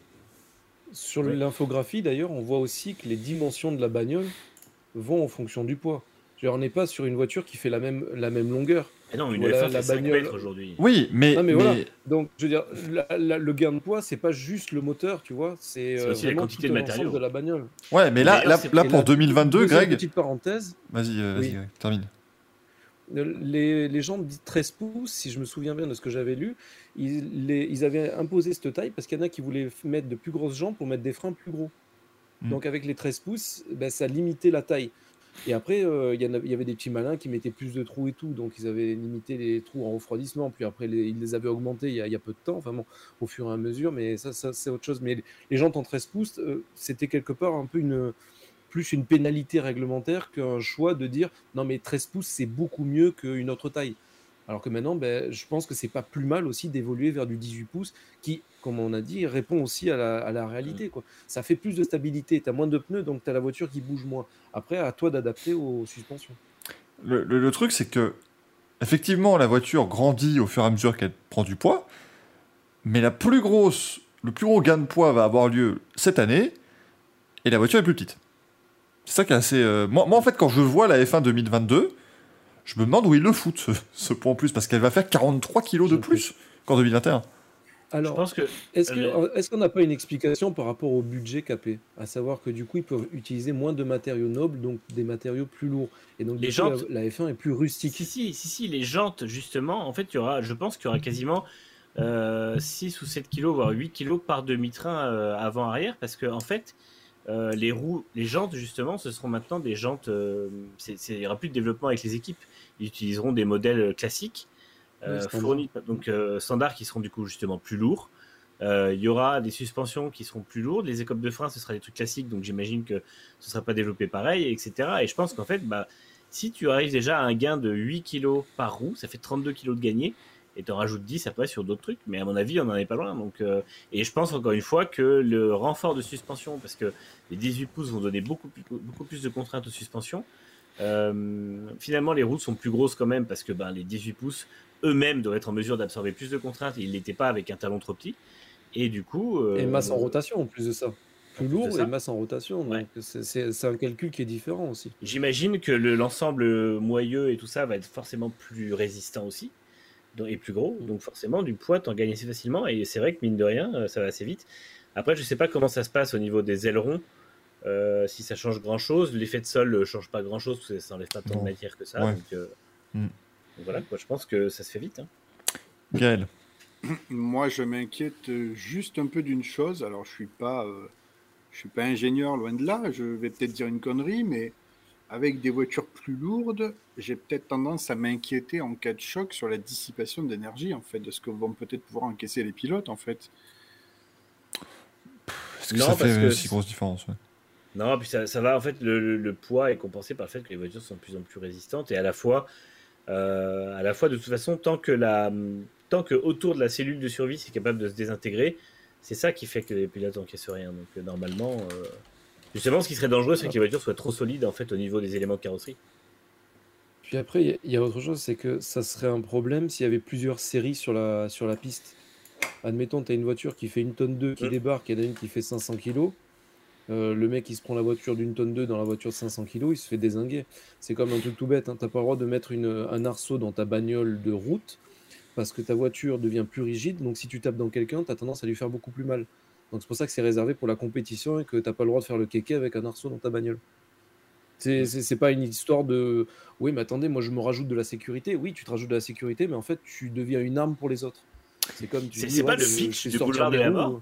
Sur Oui. l'infographie, d'ailleurs, on voit aussi que les dimensions de la bagnole vont en fonction du poids. Je veux dire, on n'est pas sur une voiture qui fait la même, la même longueur. Et non, une Voilà, F un la fait cinq bagnole- mètres aujourd'hui. oui, mais, Non, mais mais- voilà. Donc, je veux dire, la- la- le gain de poids, c'est pas juste le moteur, tu vois, c'est C'est euh, aussi la vraiment quantité tout de un ensemble matériaux. de la bagnole. ouais, mais là, D'ailleurs, là, c'est- là Et pour la deux mille vingt-deux, deuxième Greg. Petite parenthèse, Vas-y, euh, vas-y, Oui. Greg, termine. les, les gens de treize pouces, si je me souviens bien de ce que j'avais lu, ils, les- ils avaient imposé cette taille parce qu'il y en a qui voulaient f- mettre de plus grosses jantes pour mettre des freins plus gros. Mm. Donc avec les treize pouces, ben, ça limitait la taille. Et après, euh, il y en a- il y avait des petits malins qui mettaient plus de trous et tout, donc ils avaient limité les trous en refroidissement, puis après les- ils les avaient augmentés il y a, il y a peu de temps, enfin bon, au fur et à mesure, mais ça, ça c'est autre chose. Mais les- les jantes en treize pouces, euh, c'était quelque part un peu une, plus une pénalité réglementaire qu'un choix de dire non mais treize pouces c'est beaucoup mieux qu'une autre taille. Alors que maintenant, ben, je pense que c'est pas plus mal aussi d'évoluer vers du dix-huit pouces qui, comme on a dit, répond aussi à la, à la réalité, quoi. Ça fait plus de stabilité, tu as moins de pneus, donc tu as la voiture qui bouge moins. Après, à toi d'adapter aux suspensions. Le, le- le truc, c'est que, effectivement, la voiture grandit au fur et à mesure qu'elle prend du poids, mais la plus grosse, le plus gros gain de poids va avoir lieu cette année, et la voiture est plus petite. C'est ça qui est assez... euh, Moi, moi, en fait, quand je vois la F un deux mille vingt-deux, je me demande où ils le foutent, ce, ce poids en plus, parce qu'elle va faire quarante-trois kilos de Je plus qu'en deux mille vingt et un. Alors, Je pense que est-ce euh, que, est-ce qu'on n'a pas une explication par rapport au budget capé? À savoir que du coup, ils peuvent utiliser moins de matériaux nobles, donc des matériaux plus lourds. Et donc, du Les coup, jantes- la, la F un est plus rustique. Si, si, si, si, les jantes, justement, en fait, il y aura, je pense qu'il y aura quasiment euh, six ou sept kilos, voire huit kilos par demi-train euh, avant-arrière, parce que, en fait, euh, les roues, les jantes, justement, ce seront maintenant des jantes. euh, c'est- c'est- il n'y aura plus de développement avec les équipes. Ils utiliseront des modèles classiques, euh, Oui, standard. fournis, donc euh, standards, qui seront du coup justement plus lourds. Euh, Il y aura des suspensions qui seront plus lourdes. Les écopes de frein, ce sera des trucs classiques, donc j'imagine que ce ne sera pas développé pareil, et cetera. Et je pense qu'en fait, bah, si tu arrives déjà à un gain de huit kilos par roue, ça fait trente-deux kilos de gagné, et tu en rajoutes dix après sur d'autres trucs. Mais à mon avis, on n'en est pas loin. Donc, euh, et je pense encore une fois que le renfort de suspension, parce que les dix-huit pouces vont donner beaucoup plus, beaucoup plus de contraintes aux suspensions. Euh, finalement, les roues sont plus grosses quand même, parce que ben, les dix-huit pouces eux-mêmes doivent être en mesure d'absorber plus de contraintes, et ils ne l'étaient pas avec un talon trop petit. Et du coup. euh, Et masse en rotation en plus de ça. Plus plus de lourd ça. et masse en rotation. Donc Ouais. c'est, c'est- c'est un calcul qui est différent aussi. J'imagine que le- l'ensemble moyeu et tout ça va être forcément plus résistant aussi, donc- et plus gros. Donc forcément, du poids, t'en gagnes assez facilement. Et c'est vrai que mine de rien, euh, ça va assez vite. Après, je sais pas comment ça se passe au niveau des ailerons, euh, si ça change grand-chose. L'effet de sol ne change pas grand-chose, parce que ça n'enlève pas tant Non. de matière que ça. Ouais. Donc, euh, Mm. donc voilà, quoi, je pense que ça se fait vite. hein. Gaël. Moi, je m'inquiète euh, juste un peu d'une chose. Alors, je suis pas, euh, je suis pas ingénieur, loin de là. Je vais peut-être dire une connerie, mais avec des voitures plus lourdes, j'ai peut-être tendance à m'inquiéter en cas de choc sur la dissipation d'énergie, en fait, de ce que vont peut-être pouvoir encaisser les pilotes, en fait. Est-ce que Non, ça parce fait que si grosse différence ouais. Non, puis ça, ça va, en fait, le, le- le poids est compensé par le fait que les voitures sont de plus en plus résistantes, et à la fois, euh, à la fois de toute façon, tant que, la, tant que autour de la cellule de survie, c'est capable de se désintégrer, c'est ça qui fait que les pilotes n'encaissent rien. Donc euh, normalement, euh, justement, ce qui serait dangereux, c'est que les voitures soient trop solides, en fait, au niveau des éléments de carrosserie. Puis après, il y a- il y, a autre chose, c'est que ça serait un problème s'il y avait plusieurs séries sur la, sur la piste. Admettons, tu as une voiture qui fait une tonne deux qui Mm. débarque, il y en a une qui fait cinq cents kilos. Euh, le mec, il se prend la voiture d'une tonne deux dans la voiture de cinq cents kilos, il se fait dézinguer. C'est comme un truc tout bête, hein. T'as pas le droit de mettre une, un arceau dans ta bagnole de route parce que ta voiture devient plus rigide. Donc si tu tapes dans quelqu'un, tu as tendance à lui faire beaucoup plus mal. Donc c'est pour ça que c'est réservé pour la compétition et que t'as pas le droit de faire le kéké avec un arceau dans ta bagnole. C'est, c'est, c'est pas une histoire de oui, mais attendez, moi je me rajoute de la sécurité. Oui, tu te rajoutes de la sécurité, mais en fait, tu deviens une arme pour les autres. C'est comme tu C'est- dis, c'est pas ouais, le je- pitch je fais du sortir boulevard mes de la roues. mort.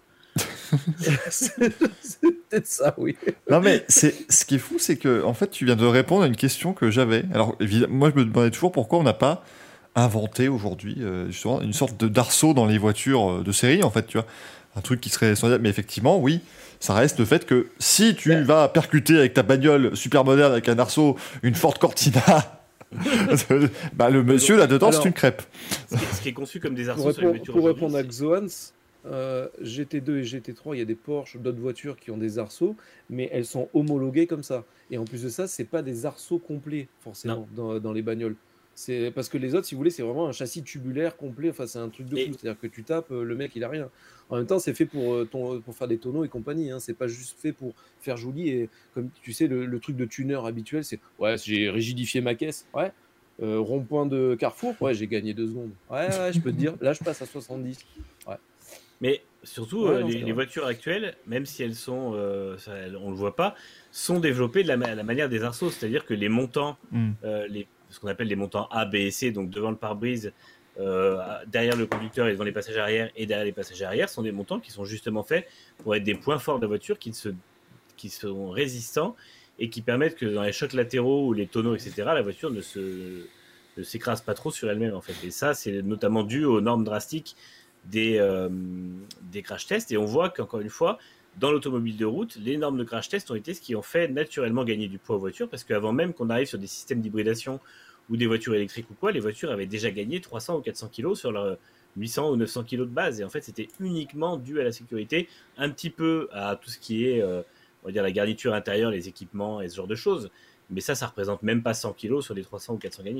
c'est c'est peut-être ça, oui. Non mais c'est ce qui est fou, c'est que en fait tu viens de répondre à une question que j'avais. Alors évidemment, moi je me demandais toujours pourquoi on n'a pas inventé aujourd'hui euh, justement une sorte de d'arceau dans les voitures euh, de série en fait, tu vois, un truc qui serait standard. Mais effectivement, oui, ça reste le fait que si tu Ouais. vas percuter avec ta bagnole super moderne avec un arceau, une Ford Cortina, bah le monsieur là dedans Alors- c'est une crêpe. Ce qui est, ce qui est conçu comme des Pour arceaux sur les répondre, voitures pour aujourd'hui, répondre à c'est- Xoans, euh, G T deux et G T trois, il y a des Porsche, d'autres voitures qui ont des arceaux, mais elles sont homologuées comme ça. Et en plus de ça, c'est pas des arceaux complets forcément dans, dans les bagnoles. C'est parce que les autres, si vous voulez, c'est vraiment un châssis tubulaire complet. Enfin, c'est un truc de Et- fou. C'est-à-dire que tu tapes, euh, le mec, il a rien. En même temps, c'est fait pour, euh, ton, pour faire des tonneaux et compagnie. Hein. C'est pas juste fait pour faire joli. Et comme tu sais, le, le truc de tuner habituel, c'est ouais, j'ai rigidifié ma caisse. Ouais. Euh, rond-point de Carrefour, ouais, j'ai gagné deux secondes. Ouais, ouais, je peux te dire, là, je passe à soixante-dix. Mais surtout, Ouais, euh, non, les, c'est les vrai. voitures actuelles, même si elles sont, euh, ça, on le voit pas, sont développées de la, ma- la manière des arceaux, c'est-à-dire que les montants, Mm. euh, les, ce qu'on appelle les montants A, B et C, donc devant le pare-brise, euh, derrière le conducteur et devant les passagers arrière et derrière les passagers arrière, sont des montants qui sont justement faits pour être des points forts de la voiture qui, se, qui sont résistants et qui permettent que dans les chocs latéraux ou les tonneaux, et cetera, la voiture ne se ne s'écrase pas trop sur elle-même en fait. Et ça, c'est notamment dû aux normes drastiques des, euh, des crash tests. Et on voit qu'encore une fois, dans l'automobile de route, les normes de crash test ont été ce qui ont fait naturellement gagner du poids aux voitures, parce qu'avant même qu'on arrive sur des systèmes d'hybridation ou des voitures électriques ou quoi, les voitures avaient déjà gagné trois cents ou quatre cents kilos sur leur huit cents ou neuf cents kilos de base. Et en fait, c'était uniquement dû à la sécurité, un petit peu à tout ce qui est, euh, on va dire, la garniture intérieure, les équipements et ce genre de choses. Mais ça, ça représente même pas cent kilos sur les trois cents ou quatre cents gagnés.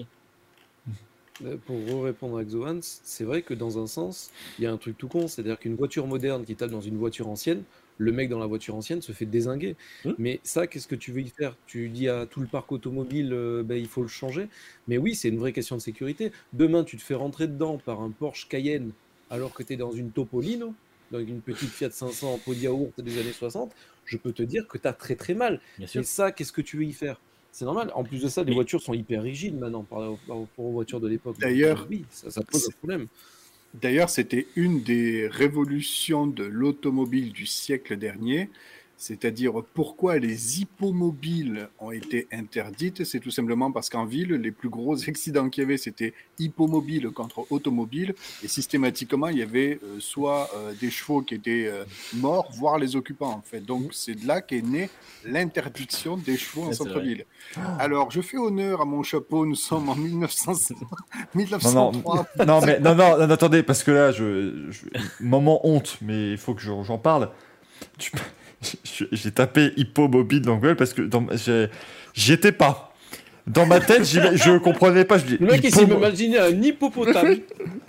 Pour répondre à Xohan, c'est vrai que dans un sens, il y a un truc tout con, c'est-à-dire qu'une voiture moderne qui tape dans une voiture ancienne, le mec dans la voiture ancienne se fait dézinguer. Mmh. Mais ça, qu'est-ce que tu veux y faire? Tu dis à tout le parc automobile, euh, ben, il faut le changer. Mais oui, c'est une vraie question de sécurité. Demain, tu te fais rentrer dedans par un Porsche Cayenne alors que tu es dans une Topolino, dans une petite Fiat cinq cents en pot de yaourt des années soixante, je peux te dire que tu as très très mal. Bien sûr. Et ça, qu'est-ce que tu veux y faire? C'est normal. En plus de ça, les Mais- voitures sont hyper rigides maintenant par rapport aux voitures de l'époque. D'ailleurs- Donc, oui, ça, ça pose un problème. D'ailleurs, c'était une des révolutions de l'automobile du siècle dernier, c'est-à-dire pourquoi les hippomobiles ont été interdites. C'est tout simplement parce qu'en ville, les plus gros accidents qu'il y avait, c'était hippomobile contre automobile, et systématiquement, il y avait euh, soit euh, des chevaux qui étaient euh, morts, voire les occupants, en fait. Donc, c'est de là qu'est née l'interdiction des chevaux en Ouais, c'est centre-ville. Alors, je fais honneur à mon chapeau, nous sommes en mille neuf cents... Non, mille neuf cent non, trois. non, mais non, non, non, attendez, parce que là, je, je- moment honte, mais il faut que je- j'en parle. Tu- je- J'ai tapé hippomobile dans Google parce que dans, j'ai- j'y étais pas. Dans ma tête, j'y- je comprenais pas. Je dis, Le mec, il hippo- s'est imaginé un hippopotame.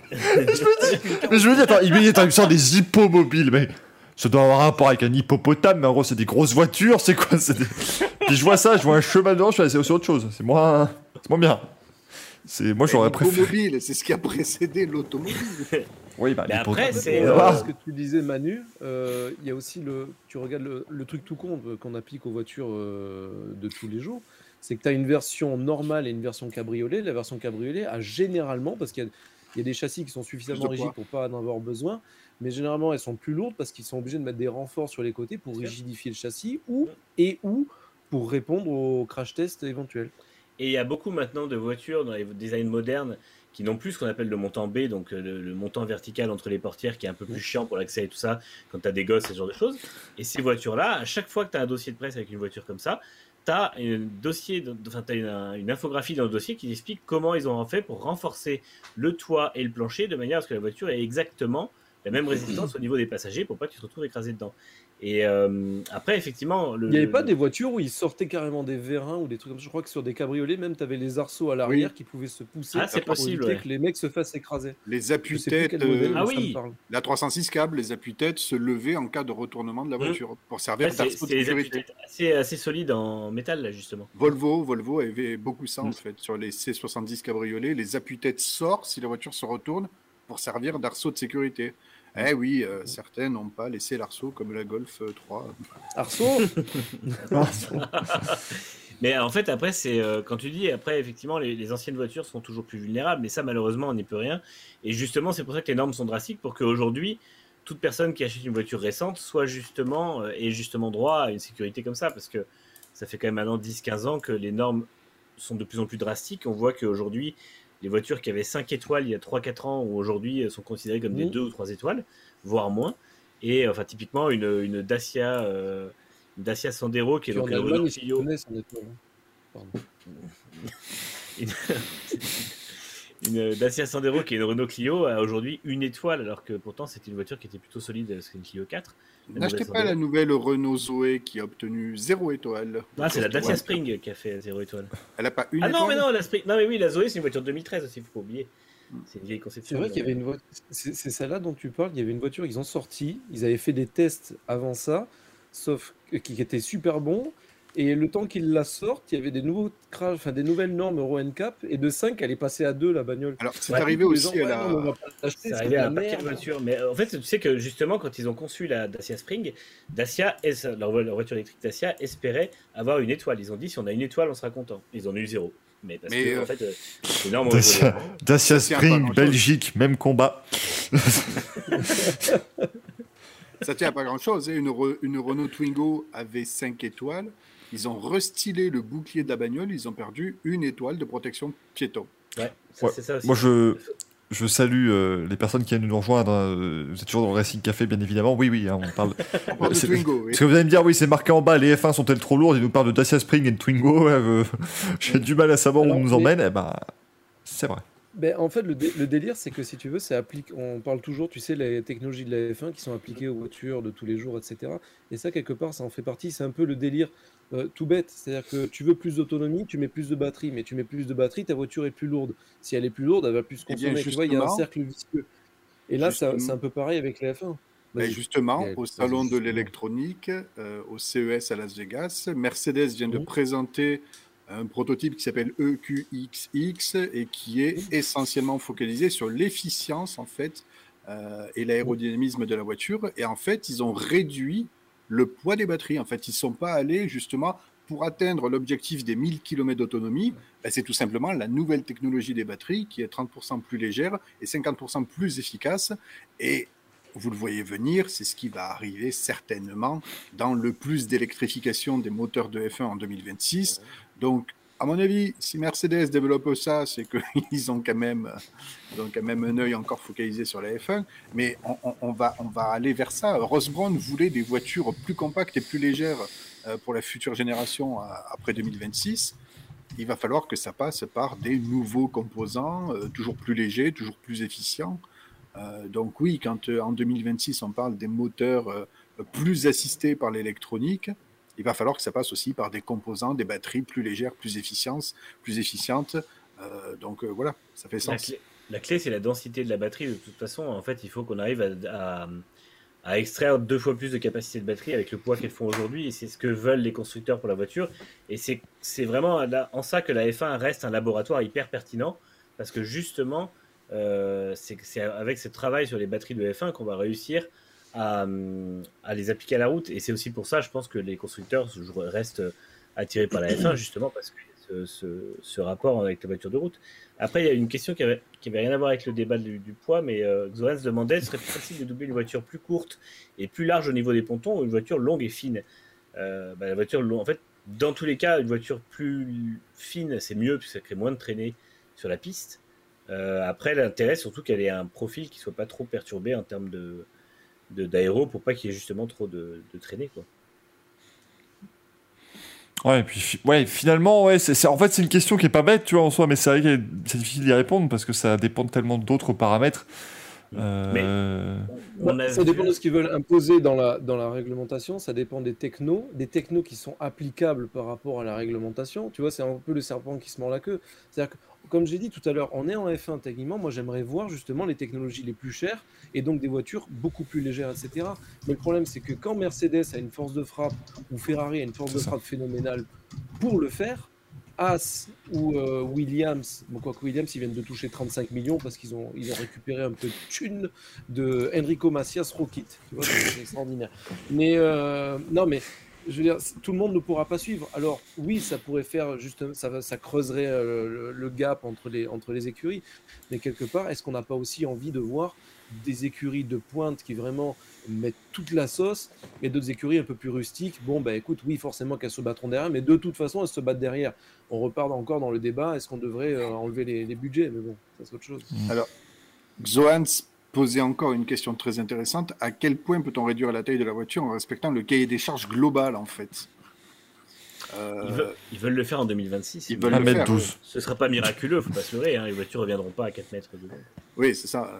Mais je veux dire, attends, il me dit, il sort des hippomobiles, mais ça doit avoir un rapport avec un hippopotame, mais en gros, c'est des grosses voitures, c'est quoi c'est des... Puis je vois ça, je vois un cheval dedans, je suis là, c'est autre chose. C'est moins, c'est moins bien. C'est, moi, j'aurais préféré. L'automobile, c'est ce qui a précédé l'automobile. Oui, bah, Mais l'hippo- après, c'est, Euh, Ah. Ce que tu disais, Manu, euh, il y a aussi le. Tu regardes le, le truc tout con euh, qu'on applique aux voitures euh, de tous les jours. C'est que tu as une version normale et une version cabriolet. La version cabriolet a généralement, parce qu'il y a, il y a des châssis qui sont suffisamment Plus de poids. rigides pour pas en avoir besoin, mais généralement elles sont plus lourdes parce qu'ils sont obligés de mettre des renforts sur les côtés pour Bien sûr. rigidifier le châssis ou et ou pour répondre aux crash tests éventuels. Et il y a beaucoup maintenant de voitures dans les designs modernes qui n'ont plus ce qu'on appelle le montant B, donc euh, le, le montant vertical entre les portières qui est un peu plus chiant pour l'accès et tout ça, quand tu as des gosses et ce genre de choses. Et ces voitures-là, à chaque fois que tu as un dossier de presse avec une voiture comme ça, tu as un dossier, de- enfin, t'as une, une infographie dans le dossier qui explique comment ils ont fait pour renforcer le toit et le plancher de manière à ce que la voiture ait exactement la même résistance au niveau des passagers pour pas que tu te retrouves écrasé dedans. Et euh, après, effectivement, le, Il n'y avait le- pas des voitures où ils sortaient carrément des vérins ou des trucs comme ça. Je crois que sur des cabriolets, même, tu avais les arceaux à l'arrière Oui. qui pouvaient se pousser Ah, c'est pour possible, éviter ouais. que les mecs se fassent écraser. Les Je sais plus appuis-têtes, quel modèle, euh, mais Ah ça oui. me parle. la trois cent six câbles, les appuis-têtes se levaient en cas de retournement de la Mmh. voiture pour servir Ouais, c'est d'arceau de c'est des sécurité. appuis-têtes assez, assez solides en métal, là, justement. Volvo, Volvo avait beaucoup ça en Mm. fait sur les C soixante-dix cabriolets. Les appuis-têtes sortent si la voiture se retourne pour servir d'arceau de sécurité. Eh oui, euh, certains n'ont pas laissé l'arceau comme la Golf euh, trois. Arceau Mais en fait, après, c'est euh, quand tu dis, après, effectivement, les, les anciennes voitures sont toujours plus vulnérables, mais ça, malheureusement, on n'y peut rien. Et justement, c'est pour ça que les normes sont drastiques, pour qu'aujourd'hui, toute personne qui achète une voiture récente soit justement, euh, ait justement droit à une sécurité comme ça, parce que ça fait quand même maintenant dix quinze ans que les normes sont de plus en plus drastiques. On voit qu'aujourd'hui, les voitures qui avaient cinq étoiles il y a trois quatre ans, ou aujourd'hui, euh, sont considérées comme des Mhm. deux ou trois étoiles, voire moins. Et enfin, typiquement, une, une Dacia... euh, une Dacia Sandero qui est Puis en donc un Allemagne, Renault ils se Clio. connaissent en étoile. Pardon. Une... une Dacia Sandero qui est une Renault Clio a aujourd'hui une étoile, alors que pourtant c'était une voiture qui était plutôt solide, c'est une Clio quatre. La N'achetez nouvelle pas la Sandero. nouvelle Renault Zoé qui a obtenu zéro étoile. Ah, c'est la Dacia Ouais. Spring qui a fait zéro étoile. Elle n'a pas une Ah non, étoile. mais non, la Spring. Non, mais oui, la Zoé c'est une voiture de deux mille treize aussi, faut pas oublier. C'est une vieille C'est conception. vrai qu'il y avait une voiture, c'est c'est celle-là dont tu parles, il y avait une voiture, ils ont sorti, ils avaient fait des tests avant ça, sauf que- qui étaient super bons, et le temps qu'ils la sortent, il y avait des nouveaux crash, enfin des nouvelles normes Euro N C A P, et de cinq, elle est passée à deux la bagnole. Alors, c'est Ouais, arrivé Les aussi gens, à ouais, la. non, mais on va pas l'acheter, C'est c'est arrivé de à la un paquet de merde. voitures. Mais euh, en fait, tu sais que justement, quand ils ont conçu la Dacia Spring, Dacia, es- leur, vo- leur voiture électrique Dacia espérait avoir une étoile. Ils ont dit si on a une étoile, on sera content. Ils en ont eu zéro. Mais parce Mais, que, euh, en fait, euh, les normes ont Dacia, évolué. Dacia Ça tient pas Spring, grand-chose. Belgique, même combat. Ça tient à pas grand-chose. hein. Une, Re- une Renault Twingo avait cinq étoiles. Ils ont restylé le bouclier de la bagnole. Ils ont perdu une étoile de protection piéton. Ouais, ça, Ouais, c'est ça aussi. Moi, je, je salue euh, les personnes qui viennent nous rejoindre. Hein. Vous êtes toujours dans le Racing Café, bien évidemment. Oui, oui, hein, on parle. On parle de Twingo, oui. Parce que vous allez me dire, oui, c'est marqué en bas, les F un sont-elles trop lourdes? Ils nous parlent de Dacia Spring et de Twingo. Euh, J'ai du mal à savoir Alors, où on nous mais- emmène. Eh ben, c'est vrai. Ben, en fait, le, dé- le délire, c'est que si tu veux, c'est applique. On parle toujours, tu sais, les technologies de la F un qui sont appliquées aux voitures de tous les jours, et cetera. Et ça, quelque part, ça en fait partie. C'est un peu le délire euh, tout bête. C'est-à-dire que tu veux plus d'autonomie, tu mets plus de batterie, mais tu mets plus de batterie, ta voiture est plus lourde. Si elle est plus lourde, elle va plus Eh bien, consommer. Tu vois, il y a un justement- cercle vicieux. Et là, ça- Justement- c'est un peu pareil avec la F un. Ben, Vas-y. justement, Ouais, au vas-y, salon de justement. l'électronique, euh, au C E S à Las Vegas, Mercedes vient de Mhm. présenter un prototype qui s'appelle E Q X X et qui est essentiellement focalisé sur l'efficience en fait euh, et l'aérodynamisme de la voiture. Et en fait, ils ont réduit le poids des batteries. En fait, ils ne sont pas allés justement pour atteindre l'objectif des mille kilomètres d'autonomie. Ben, c'est tout simplement la nouvelle technologie des batteries qui est trente pour cent plus légère et cinquante pour cent plus efficace. Et vous le voyez venir, c'est ce qui va arriver certainement dans le plus d'électrification des moteurs de F un en deux mille vingt-six. Donc, à mon avis, si Mercedes développe ça, c'est qu'ils ont quand même, ils ont quand même un œil encore focalisé sur la F un. Mais on, on- on va, on va aller vers ça. Ross Brown voulait des voitures plus compactes et plus légères euh, pour la future génération euh, après deux mille vingt-six. Il va falloir que ça passe par des nouveaux composants, euh, toujours plus légers, toujours plus efficients. Euh, donc oui, quand euh, en deux mille vingt-six on parle des moteurs euh, plus assistés par l'électronique, il va falloir que ça passe aussi par des composants, des batteries plus légères, plus efficientes, plus efficientes. Euh, donc euh, voilà, ça fait La sens. clé, la clé, c'est la densité de la batterie. De toute façon, en fait, il faut qu'on arrive à, à- à extraire deux fois plus de capacité de batterie avec le poids qu'elles font aujourd'hui. Et c'est ce que veulent les constructeurs pour la voiture. Et c'est c'est vraiment là- en ça que la F un reste un laboratoire hyper pertinent. Parce que justement, euh, c'est c'est avec ce travail sur les batteries de F un qu'on va réussir à, hum, à les appliquer à la route. Et c'est aussi pour ça, je pense, que les constructeurs restent attirés par la F un, justement parce que ce, ce, ce rapport avec la voiture de route. Après, il y a une question qui avait, qui avait rien à voir avec le débat du, du poids, mais euh, Xoran se demandait, serait plus facile de doubler une voiture plus courte et plus large au niveau des pontons ou une voiture longue et fine? Euh, bah, la voiture longue, en fait, dans tous les cas, une voiture plus fine, c'est mieux puisque ça crée moins de traînées sur la piste. Euh, après, l'intérêt, surtout qu'elle ait un profil qui soit pas trop perturbé en termes de, de d'aéro pour pas qu'il y ait justement trop de, de traînées, quoi. Ouais, et puis fi- ouais, finalement, ouais, c'est, c'est- en fait, c'est une question qui est pas bête, tu vois, en soi, mais c'est vrai que c'est difficile d'y répondre parce que ça dépend de tellement d'autres paramètres. Euh, On Bah, a ça vu- dépend de ce qu'ils veulent imposer dans la, dans la réglementation, ça dépend des technos, des technos qui sont applicables par rapport à la réglementation. Tu vois, c'est un peu le serpent qui se mord la queue. C'est-à-dire que, comme j'ai dit tout à l'heure, on est en F un techniquement, moi j'aimerais voir justement les technologies les plus chères et donc des voitures beaucoup plus légères, et cetera. Mais le problème, c'est que quand Mercedes a une force de frappe ou Ferrari a une force de frappe phénoménale pour le faire, As ou euh, Williams, bon, quoi que Williams, ils viennent de toucher trente-cinq millions parce qu'ils ont, ils ont récupéré un peu de thunes de Enrico Macias Rocket. Tu vois, c'est c'est extraordinaire. Mais euh, non, mais je veux dire, c- tout le monde ne pourra pas suivre. Alors oui, ça pourrait faire juste, ça, va- ça creuserait euh, le, le gap entre les, entre les écuries. Mais quelque part, est-ce qu'on n'a pas aussi envie de voir des écuries de pointe qui vraiment mettent toute la sauce et d'autres écuries un peu plus rustiques? Bon, bah écoute, oui, forcément qu'elles se battront derrière, mais de toute façon, elles se battent derrière. On repart encore dans le débat, est-ce qu'on devrait euh, enlever les, les budgets? Mais bon, ça c'est autre chose. Alors, Xoans posait encore une question très intéressante. À quel point peut-on réduire la taille de la voiture en respectant le cahier des charges global, en fait? Euh, Ils veulent, ils veulent le faire en deux mille vingt-six. Ils veulent un le mètre faire. douze. Ce sera pas miraculeux, faut pas se leurrer. Hein. Les voitures reviendront pas à quatre mètres de long. Oui, c'est ça.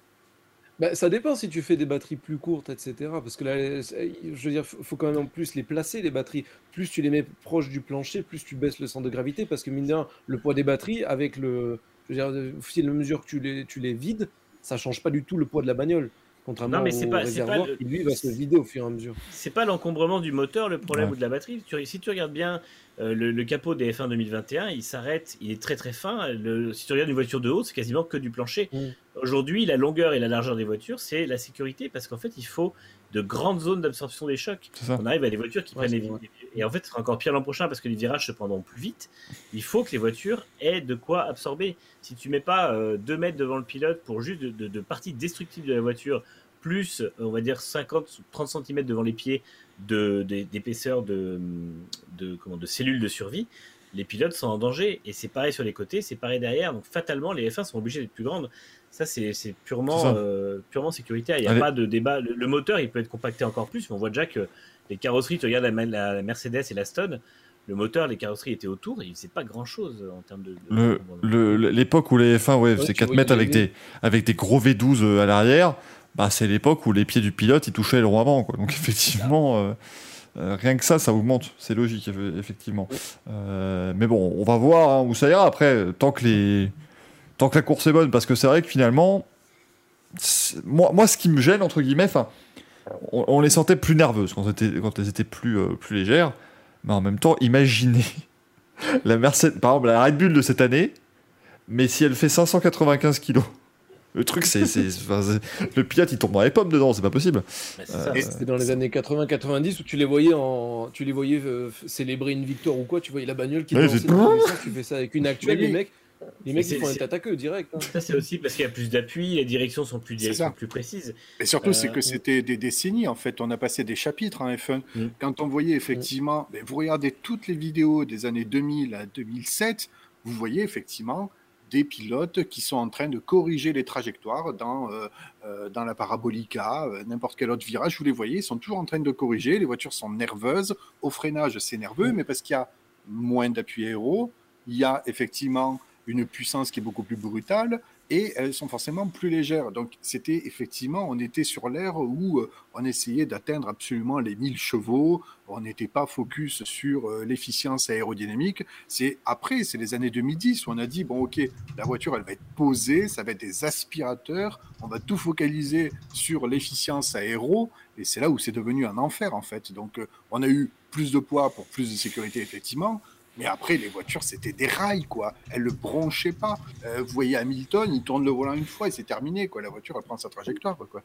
Bah, ça dépend si tu fais des batteries plus courtes, et cetera. Parce que là, c'est- je veux dire, faut faut quand même en plus les placer, les batteries. Plus tu les mets proches du plancher, plus tu baisses le centre de gravité. Parce que mine de rien, le poids des batteries, avec le. Je veux dire, au fil de mesure que tu les, tu les vides, ça change pas du tout le poids de la bagnole. Contrairement Non, mais c'est au pas- c'est pas réservoir le- qui, lui, va se vider au fur et à mesure. C'est pas l'encombrement du moteur le problème Ouais. ou de la batterie. Tu- si tu regardes bien euh, le, le capot des F un deux mille vingt et un, il s'arrête, il est très très fin. Le- si tu regardes une voiture de haut, c'est quasiment que du plancher. Mm. Aujourd'hui, la longueur et la largeur des voitures, c'est la sécurité parce qu'en fait, il faut de grandes zones d'absorption des chocs. c'est ça. On arrive à des voitures qui Ouais, prennent les c'est vrai. virages. Et en fait, ce sera encore pire l'an prochain parce que les virages se prendront plus vite. Il faut que les voitures aient de quoi absorber. Si tu mets pas euh, deux mètres devant le pilote pour juste de, de, de parties destructives de la voiture, plus, euh, on va dire, cinquante ou trente centimètres devant les pieds de, de- d'épaisseur de, de, comment, de cellules de survie, les pilotes sont en danger. Et c'est pareil sur les côtés, c'est pareil derrière. Donc fatalement, les F un sont obligés d'être plus grandes. Ça, c'est, c'est purement, euh, purement sécuritaire. Il n'y a Allez. pas de débat. Le, le moteur, il peut être compacté encore plus, mais on voit déjà que les carrosseries, tu regardes la, la Mercedes et la Stone, le moteur, les carrosseries étaient autour, et il ne faisait pas grand-chose en termes de... de Le, le, l'époque où les F un, ouais, Ouais, c'est tu quatre vois, mètres il avec avait- des, avec des gros V douze à l'arrière, bah, c'est l'époque où les pieds du pilote, ils touchaient le rond avant, quoi. Donc effectivement, euh, euh, rien que ça, ça augmente. C'est logique, eff- effectivement. Euh, mais bon, on va voir hein, où ça ira. Après, tant que, les... tant que la course est bonne, parce que c'est vrai que finalement, c'est- moi, moi, ce qui me gêne, entre guillemets, enfin, on, on les sentait plus nerveuses quand, c'était- quand elles étaient plus, euh, plus légères. Mais en même temps, imaginez la Mercedes, par exemple, la Red Bull de cette année, mais si elle fait cinq cent quatre-vingt-quinze kilos. Le truc, c'est, c'est, enfin, c'est- le pilote, il tombe dans les pommes dedans, c'est pas possible. Bah, c'est ça. Et- C'était dans les années quatre-vingts quatre-vingt-dix où tu les voyais en, tu les voyais euh, célébrer une victoire ou quoi. Tu voyais la bagnole qui Ouais, dansait c'est- dans tous les sens. Tu fais ça avec une actuelle, Mais les mecs, les mecs c'est- ils font un c'est- tête à queue direct. hein. Ça, c'est aussi parce qu'il y a plus d'appui, les directions sont plus, C'est directions ça. plus précises. Et surtout, c'est Euh, que c'était des décennies, en fait. On a passé des chapitres en F un. Mm. Quand on voyait effectivement, ben, vous regardez toutes les vidéos des années deux mille à deux mille sept, vous voyez effectivement des pilotes qui sont en train de corriger les trajectoires dans, euh, euh, dans la parabolica, euh, n'importe quel autre virage. Vous les voyez, ils sont toujours en train de corriger. Les voitures sont nerveuses. Au freinage, c'est nerveux, mais parce qu'il y a moins d'appui aéro, il y a effectivement une puissance qui est beaucoup plus brutale et elles sont forcément plus légères. Donc, c'était effectivement, on était sur l'ère où euh, on essayait d'atteindre absolument les mille chevaux. On n'était pas focus sur euh, l'efficience aérodynamique. C'est après, c'est les années deux mille dix où on a dit, bon, ok, la voiture, elle va être posée, ça va être des aspirateurs, on va tout focaliser sur l'efficience aéro, et c'est là où c'est devenu un enfer, en fait. Donc, euh, on a eu plus de poids pour plus de sécurité, effectivement, mais après, les voitures, c'était des rails, quoi. Elles le bronchaient pas. Euh, vous voyez Hamilton, il tourne le volant une fois et c'est terminé, quoi. La voiture, elle prend sa trajectoire, quoi.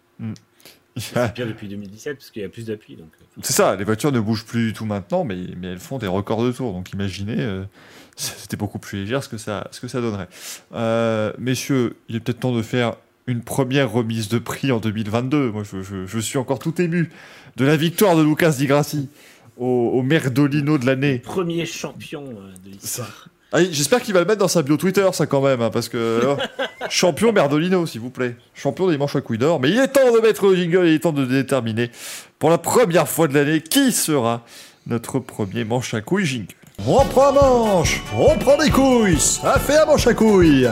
C'est pire depuis deux mille dix-sept parce qu'il y a plus d'appui. Donc... C'est ça, les voitures ne bougent plus du tout maintenant, mais, mais elles font des records de tours. Donc imaginez, euh, c'était beaucoup plus légère ce que ça, ce que ça donnerait. Euh, messieurs, il est peut-être temps de faire une première remise de prix en deux mille vingt-deux. Moi, je, je, je suis encore tout ému de la victoire de Lucas Di Grassi au, au Merdolino de l'année. Premier champion euh, de l'histoire. Ah, j'espère qu'il va le mettre dans sa bio Twitter, ça quand même, hein, parce que alors, champion Merdolino, s'il vous plaît, champion des manches à couilles d'or. Mais il est temps de mettre le jingle, il est temps de déterminer pour la première fois de l'année qui sera notre premier manche à couilles jingle. On prend un manche, on prend des couilles, ça fait un manche à couilles.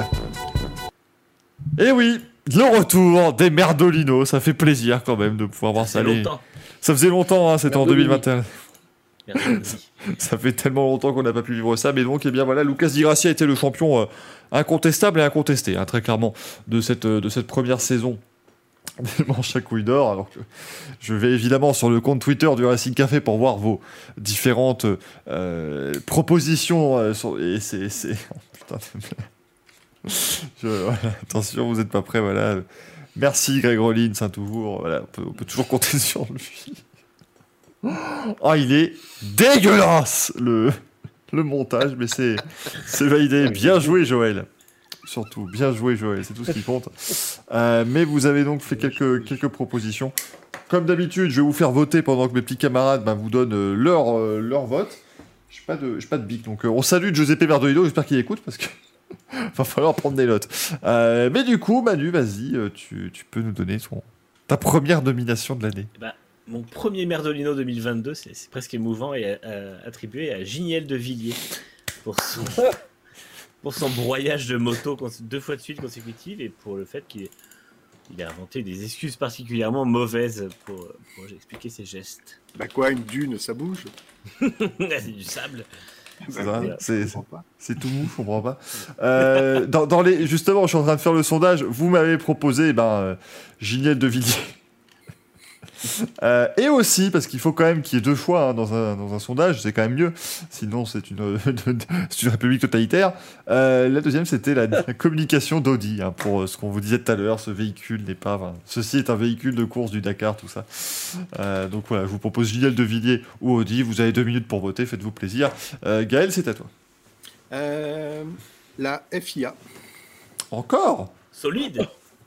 Et oui, le retour des Merdolino, ça fait plaisir quand même de pouvoir voir ça. Ça fait aller. longtemps. Ça faisait longtemps, hein, c'était en deux Merdolini. mille vingt et un. Merci. Ça fait tellement longtemps qu'on n'a pas pu vivre ça, mais donc, eh bien voilà, Lucas Di Grassi a été le champion euh, incontestable et incontesté, hein, très clairement, de cette, euh, de cette première saison des manches à couilles d'or. Alors que je vais évidemment sur le compte Twitter du Racing Café pour voir vos différentes euh, propositions. euh, sur- et c'est. c'est... oh, putain. Je- voilà, attention, vous n'êtes pas prêts, voilà. Merci Greg Rollins, hein, toujours. Voilà, on, peut, on peut toujours compter sur lui. Oh, il est dégueulasse le, le montage, mais c'est, c'est validé. Bien joué, Joël. Surtout, bien joué, Joël. C'est tout ce qui compte. Euh, mais vous avez donc fait quelques, quelques propositions. Comme d'habitude, je vais vous faire voter pendant que mes petits camarades ben, vous donnent euh, leur, euh, leur vote. Je n'ai pas de, j'ai pas de bic, donc euh, on salue Giuseppe Merdolino. J'espère qu'il écoute parce que va falloir prendre des notes. Euh, mais du coup, Manu, vas-y, euh, tu, tu peux nous donner ton, ta première nomination de l'année. Eh ben, mon premier Merdolino deux mille vingt-deux, c'est, c'est presque émouvant, et euh, attribué à Giniel de Villiers pour son, pour son broyage de moto cons- deux fois de suite consécutive et pour le fait qu'il ait, il a inventé des excuses particulièrement mauvaises pour, pour expliquer ses gestes. Bah quoi, une dune, ça bouge? C'est du sable. C'est Bah, ça, oui, c'est- je comprends pas. C'est tout mou, je comprends pas. Euh, dans, dans les, justement, je suis en train de faire le sondage. Vous m'avez proposé ben, euh, Giniel de Villiers. Euh, et aussi, parce qu'il faut quand même qu'il y ait deux choix hein, dans, un, dans un sondage, c'est quand même mieux. Sinon, c'est une, c'est une république totalitaire. Euh, la deuxième, c'était la, la communication d'Audi. Hein, pour euh, ce qu'on vous disait tout à l'heure, ce véhicule n'est pas. Enfin, ceci est un véhicule de course du Dakar, tout ça. Euh, donc voilà, je vous propose Giniel de Villiers ou Audi. Vous avez deux minutes pour voter, faites-vous plaisir. Euh, Gaël, c'est à toi. Euh, la F I A. Encore Solide.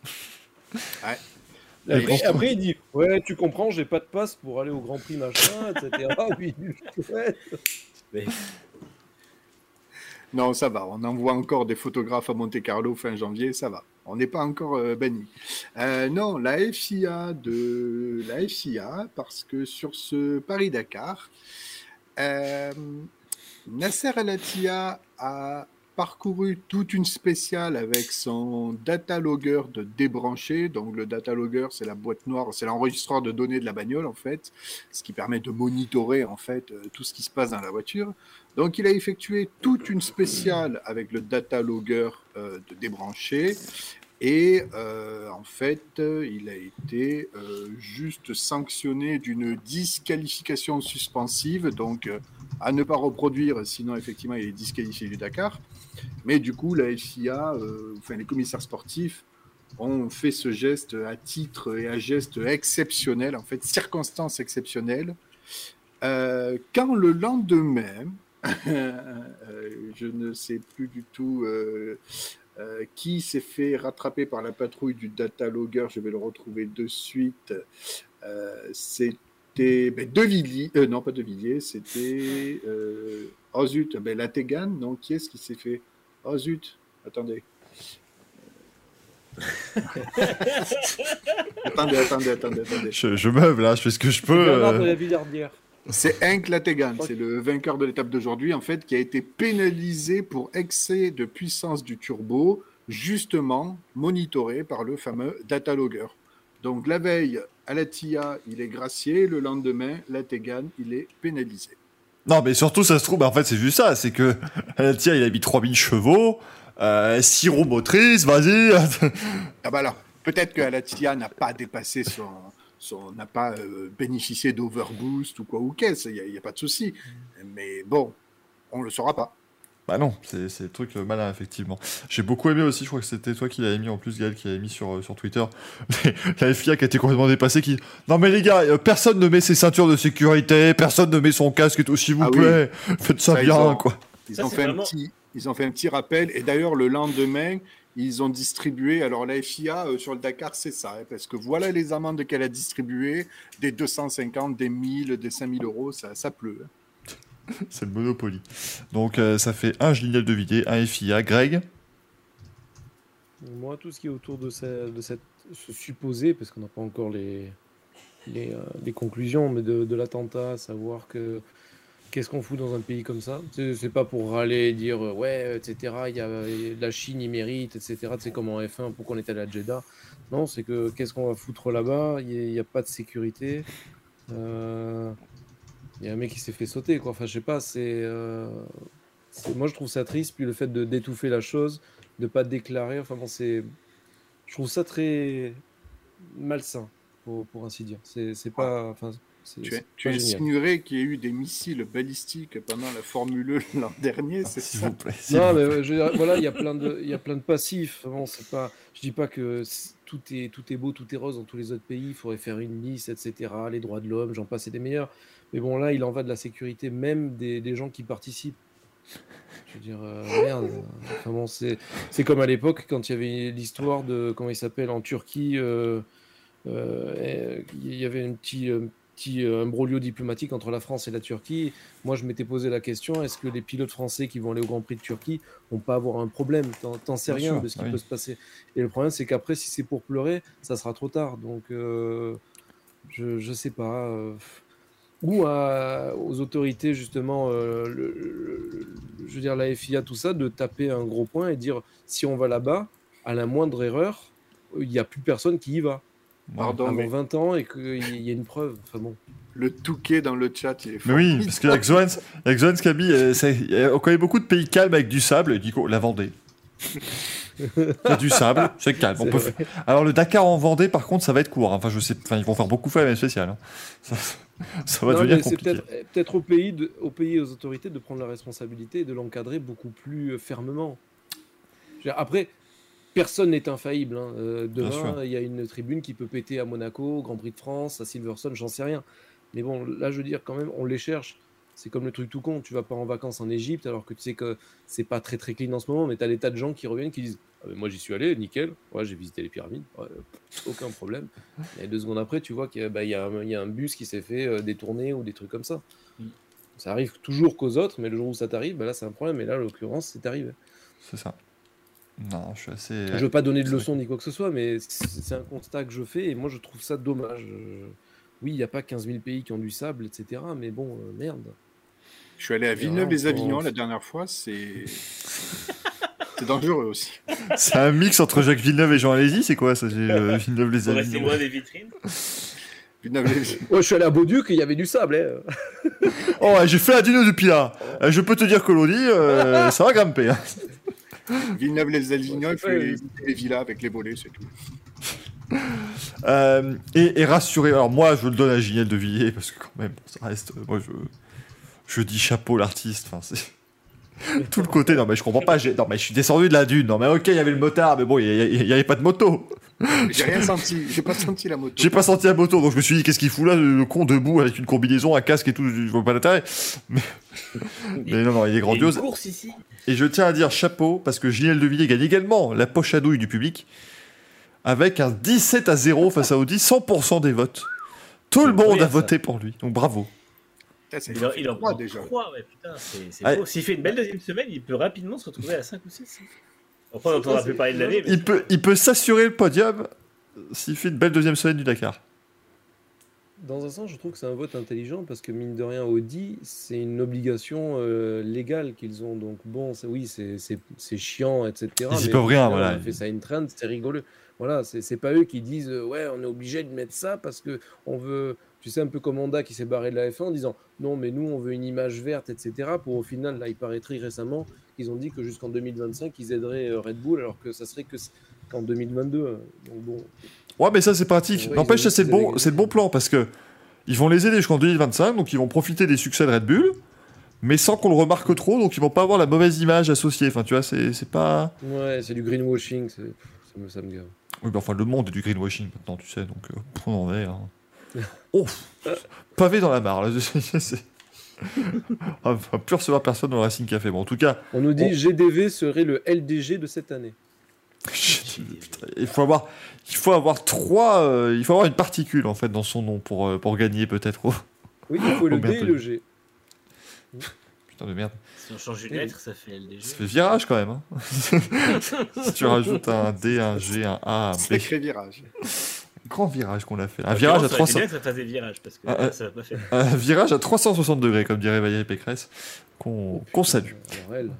Après, Et- après, il dit ouais, tu comprends, j'ai pas de passe pour aller au Grand Prix machin, et cetera. Oui, ouais. Mais Non, ça va. On envoie encore des photographes à Monte Carlo fin janvier, ça va. On n'est pas encore euh, banni. Euh, non, la F I A de la F I A, parce que sur ce Paris-Dakar, euh, Nasser Al-Attiyah a parcouru toute une spéciale avec son data logger de débranché. Donc le data logger, c'est la boîte noire, c'est l'enregistreur de données de la bagnole en fait, ce qui permet de monitorer en fait tout ce qui se passe dans la voiture. Donc il a effectué toute une spéciale avec le data logger euh, de débranché. Et euh, en fait, il a été euh, juste sanctionné d'une disqualification suspensive, donc euh, à ne pas reproduire, sinon effectivement il est disqualifié du Dakar. Mais du coup, la F I A, euh, enfin les commissaires sportifs, ont fait ce geste à titre et à geste exceptionnel, en fait, circonstance exceptionnelle, euh, quand le lendemain, euh, je ne sais plus du tout... Euh, Euh, qui s'est fait rattraper par la patrouille du data logger, je vais le retrouver de suite. Euh, c'était ben, De Villiers, euh, non pas De Villiers, c'était euh, oh zut, ben, la Tegan, non, qui est-ce qui s'est fait oh zut, attendez. attendez, attendez, attendez, attendez. Je, je meuble là, je fais ce que je peux. Bernard euh. de la Villardière. C'est Henk Lategan, c'est le vainqueur de l'étape d'aujourd'hui, en fait, qui a été pénalisé pour excès de puissance du turbo, justement monitoré par le fameux data logger. Donc la veille, Al-Attiyah, il est gracié, le lendemain, Lategan, il est pénalisé. Non, mais surtout, ça se trouve, bah, en fait, c'est juste ça, c'est que Al-Attiyah, il a mis trois mille chevaux, euh, six roues motrices, vas-y. Ah bah alors, peut-être que Al-Attiyah n'a pas dépassé son... On n'a pas euh, bénéficié d'overboost ou quoi ou qu'est-ce, il n'y a, a pas de souci. Mais bon, on ne le saura pas. Bah non, c'est, c'est le truc euh, malin, effectivement. J'ai beaucoup aimé aussi, je crois que c'était toi qui l'avais mis en plus, Gaël, qui l'avait mis sur, euh, sur Twitter, la F I A qui a été complètement dépassée, qui... Non mais les gars, euh, personne ne met ses ceintures de sécurité, personne ne met son casque et tout, s'il vous ah plaît, oui. Faites ça, ça bien, ils ont, quoi. Ils, ça, ont fait vraiment... un petit, ils ont fait un petit rappel, et d'ailleurs, le lendemain... Ils ont distribué, alors la F I A euh, sur le Dakar, c'est ça, hein, parce que voilà les amendes qu'elle a distribuées, des deux cent cinquante, des mille, des cinq mille euros, ça, ça pleut. Hein. C'est le Monopoly. Donc euh, ça fait un Gilles de Villiers, un F I A. Greg ? Moi, tout ce qui est autour de, ce, de cette, ce supposé, parce qu'on n'a pas encore les, les, euh, les conclusions, mais de, de l'attentat, savoir que qu'est-ce qu'on fout dans un pays comme ça? C'est, c'est pas pour râler et dire euh, ouais, et cetera. Il y a la Chine, il mérite, et cetera. C'est comme en F un, pourquoi on est allé à Jeddah? Non, c'est que qu'est-ce qu'on va foutre là-bas? Il n'y a, a pas de sécurité. Euh, il y a un mec qui s'est fait sauter, quoi. Enfin, je sais pas. C'est, euh, c'est, moi, je trouve ça triste. Puis le fait de d'étouffer la chose, de pas déclarer. Enfin bon, c'est, je trouve ça très malsain, pour, pour ainsi dire. C'est, c'est pas, enfin. C'est, tu c'est tu insinuerais qu'il y a eu des missiles balistiques pendant la Formule un l'an dernier, c'est s'il ça? vous plaît, Non, vous mais plaît. je veux dire, voilà, il y a plein de, il y a plein de passifs. Bon, c'est pas, je dis pas que tout est, tout est beau, tout est rose dans tous les autres pays. Il faudrait faire une liste, et cetera. Les droits de l'homme, j'en passe et des meilleurs. Mais bon, là, il en va de la sécurité même des, des gens qui participent. Je veux dire, euh, merde. Enfin bon, c'est, c'est comme à l'époque quand il y avait l'histoire de, comment il s'appelle, en Turquie, euh, euh, il y avait un petit, un petit imbroglio diplomatique entre la France et la Turquie. Moi, je m'étais posé la question, est-ce que les pilotes français qui vont aller au Grand Prix de Turquie vont pas avoir un problème? T'en, t'en sais Bien rien sûr, de ce qui oui. peut se passer. Et le problème, c'est qu'après, si c'est pour pleurer, ça sera trop tard. Donc, euh, je, je sais pas. Euh, ou à, aux autorités, justement, euh, le, le, je veux dire, la F I A, tout ça, de taper un gros point et dire, si on va là-bas, à la moindre erreur, il n'y a plus personne qui y va. Pardon, Avant mais vingt ans et qu'il y a une preuve. Enfin bon. le Touquet dans le chat, il est Mais fort. oui, parce qu'avec Zoans, avec Zoans Kaby, euh, c'est- euh, on connaît beaucoup de pays calmes avec du sable, et du coup, la Vendée. Il y a du sable, c'est calme. On C'est peut vrai. fa- Alors le Dakar en Vendée, par contre, ça va être court. hein. Enfin, je sais, enfin, ils vont faire beaucoup faire la même spéciale. hein. Ça, ça va Non, devenir mais c'est compliqué. peut-être, peut-être au pays, de, au pays et aux autorités de prendre la responsabilité et de l'encadrer beaucoup plus euh, fermement. Je veux dire, après, personne n'est infaillible. hein. Euh, Bien sûr. demain, il y a une tribune qui peut péter à Monaco, au Grand Prix de France, à Silverstone, j'en sais rien. Mais bon, là, je veux dire, quand même, on les cherche. C'est comme le truc tout con. Tu vas pas en vacances en Égypte alors que tu sais que c'est pas très très clean en ce moment, mais tu as des tas de gens qui reviennent qui disent ah, mais moi j'y suis allé, nickel. Ouais, j'ai visité les pyramides, ouais, pff, aucun problème. Et deux secondes après, tu vois qu'il y a, bah, il y a, un, il y a un bus qui s'est fait euh, détourner ou des trucs comme ça. Mm. Ça arrive toujours qu'aux autres, mais le jour où ça t'arrive, bah, là c'est un problème. Et là, en l'occurrence, c'est arrivé. C'est ça. Non, je suis assez. Je veux pas donner de leçons ni quoi que ce soit, mais c'est c'est un constat que je fais et moi je trouve ça dommage. Euh, Oui, il n'y a pas quinze mille pays qui ont du sable, et cetera. Mais bon, euh, merde. Je suis allé à Villeneuve-les-Avignon la dernière fois, c'est c'est dangereux aussi. C'est un mix entre Jacques Villeneuve et Jean Alési, c'est quoi ça? J'ai euh, Faut rester Villeneuve-les-Avignon. loin des vitrines. Villeneuve-les- Ouais, je suis allé à Beauduc et il y avait du sable. Hein. Oh, ouais, j'ai fait la dîner depuis là. Euh, Je peux te dire que l'Audi, euh, ça va grimper. Hein. Villeneuve-les-Avignon, il Ouais, faut c'est les, pas- les villas avec les volets, c'est tout. Euh, et, et rassurez, alors moi je le donne à Ginelle de Villiers parce que quand même, ça reste. euh, Moi je, je dis chapeau l'artiste. Enfin, c'est. Tout le côté, non mais je comprends pas. j'ai- Non mais je suis descendu de la dune. Non mais ok, il y avait le motard, mais bon, il y, il y avait pas de moto. J'ai rien senti, j'ai pas senti la moto. J'ai pas senti la moto, donc je me suis dit qu'est-ce qu'il fout là, le, le con debout avec une combinaison, un casque et tout. Je vois pas l'intérêt. Mais, mais non non, il est Il y a grandiose. une course ici. Et je tiens à dire chapeau, parce que Ginelle de Villiers gagne également la poche à douille du public, avec un dix-sept à zéro face à Audi, cent pour cent des votes. Tout le C'est monde a incroyable, ça. voté pour lui, donc bravo. Putain, c'est- Il en, il en trois, prend déjà. trois, ouais, putain, c'est c'est Ouais. beau. S'il fait une belle deuxième semaine, il peut rapidement se retrouver à cinq ou six. Après, on n'entendra plus parler de l'année. mais Il peut, il peut s'assurer le podium s'il fait une belle deuxième semaine du Dakar. Dans un sens, je trouve que c'est un vote intelligent parce que mine de rien, Audi, c'est une obligation euh, légale qu'ils ont. Donc bon, c'est- oui, c'est- c'est c'est chiant, et cetera. Ils y mais peuvent au rien, final, voilà. On a fait ça in trend, c'est rigolo. Voilà, c'est c'est pas eux qui disent euh, ouais, on est obligé de mettre ça parce que on veut. Tu sais, un peu comme Honda qui s'est barré de la F un en disant non, mais nous, on veut une image verte, et cetera. Pour au final, là, il paraît très récemment qu'ils ont dit que jusqu'en deux mille vingt-cinq, ils aideraient euh, Red Bull alors que ça serait que s- qu'en deux mille vingt-deux. hein. Donc bon. Ouais, mais ça c'est pratique. Ouais, N'empêche, ils ont ça c'est le dit qu'ils bon, avaient c'est le bon plan parce que ils vont les aider jusqu'en deux mille vingt-cinq, donc ils vont profiter des succès de Red Bull, mais sans qu'on le remarque trop, donc ils vont pas avoir la mauvaise image associée. Enfin, tu vois, c'est c'est pas. Ouais, c'est du greenwashing, c'est- ça me, ça me gave. Oui, bah enfin, le monde est du greenwashing maintenant, tu sais, donc euh, on en est. Hein. Oh, pavé dans la mare, là. C'est- On va plus recevoir personne dans le Racing Café. Bon, en tout cas, On nous dit Oh. G D V serait le L D G de cette année. putain, il faut avoir, il faut avoir trois, euh, il faut avoir une particule en fait dans son nom pour euh, pour gagner peut-être. Oh, Oui, il faut le Oh, D merde. et le G. putain de merde, Si on change une lettre, ça fait L D G. ça fait virage quand même. Hein. Si tu rajoutes un D, un G, un A, un B, Sacré virage. grand virage qu'on a fait. Un En virage à l'occurrence, ça trois cents, aurait été bien que ça fasse des virages parce que Ah, là, ah. ça va pas faire. un virage à trois cent soixante degrés comme dirait Valérie Pécresse, qu'on qu'on salue. Alors elle.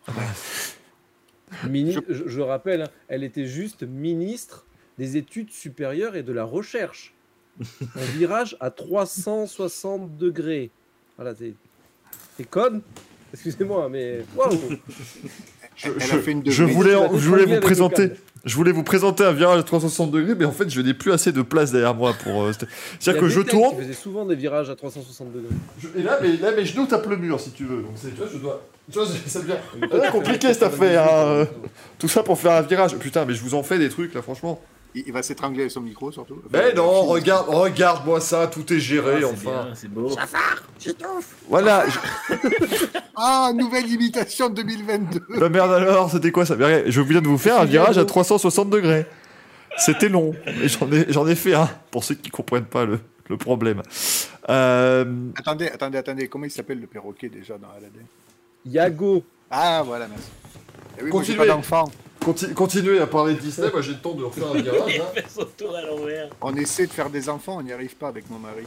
Mini- je... je rappelle, hein, elle était juste ministre des études supérieures et de la recherche. Un virage à trois cent soixante degrés. Voilà, t'es t'es conne. Excusez-moi, mais waouh. Je, Elle je- a fait une je devinette. voulais, Tu vas je voulais défendre vous avec le présenter, câble. je voulais vous présenter un virage à trois cent soixante degrés, mais en fait, je n'ai plus assez de place derrière moi pour. euh, c'était- Il y C'est-à-dire a que je Vettel tourne, qui faisait souvent des virages à trois cent soixante degrés. je- et là, mais, là, mes genoux tapent le mur si tu veux. Donc, c'est- tu vois, je dois. Tu vois, ça devient Mais toi, ah, tu compliqué fais cette un affaire. quatre-vingt-dix Hein. Tout ça pour faire un virage. Putain, mais je vous en fais des trucs là, franchement. Il, il va s'étrangler avec son micro surtout. Mais Enfin, non, il- regarde, regarde-moi ça, tout est Ah, géré c'est enfin. bien, c'est beau. Voilà. je- Ah, nouvelle imitation deux mille vingt-deux. La merde alors, c'était quoi ça? Mais Je viens de vous faire un virage à trois cent soixante degrés. C'était long, et j'en ai, j'en ai fait un, pour ceux qui comprennent pas le, le problème. Euh, Attendez, attendez, attendez. Comment il s'appelle le perroquet déjà dans Aladdin? Yago. Ah, voilà, merci. Eh oui, moi, j'ai Continuez. pas d'enfant. conti- continuez à parler de Disney, moi j'ai le temps de refaire un virage. Il hein. fait son tour à l'envers. On essaie de faire des enfants, on n'y arrive pas avec mon mari.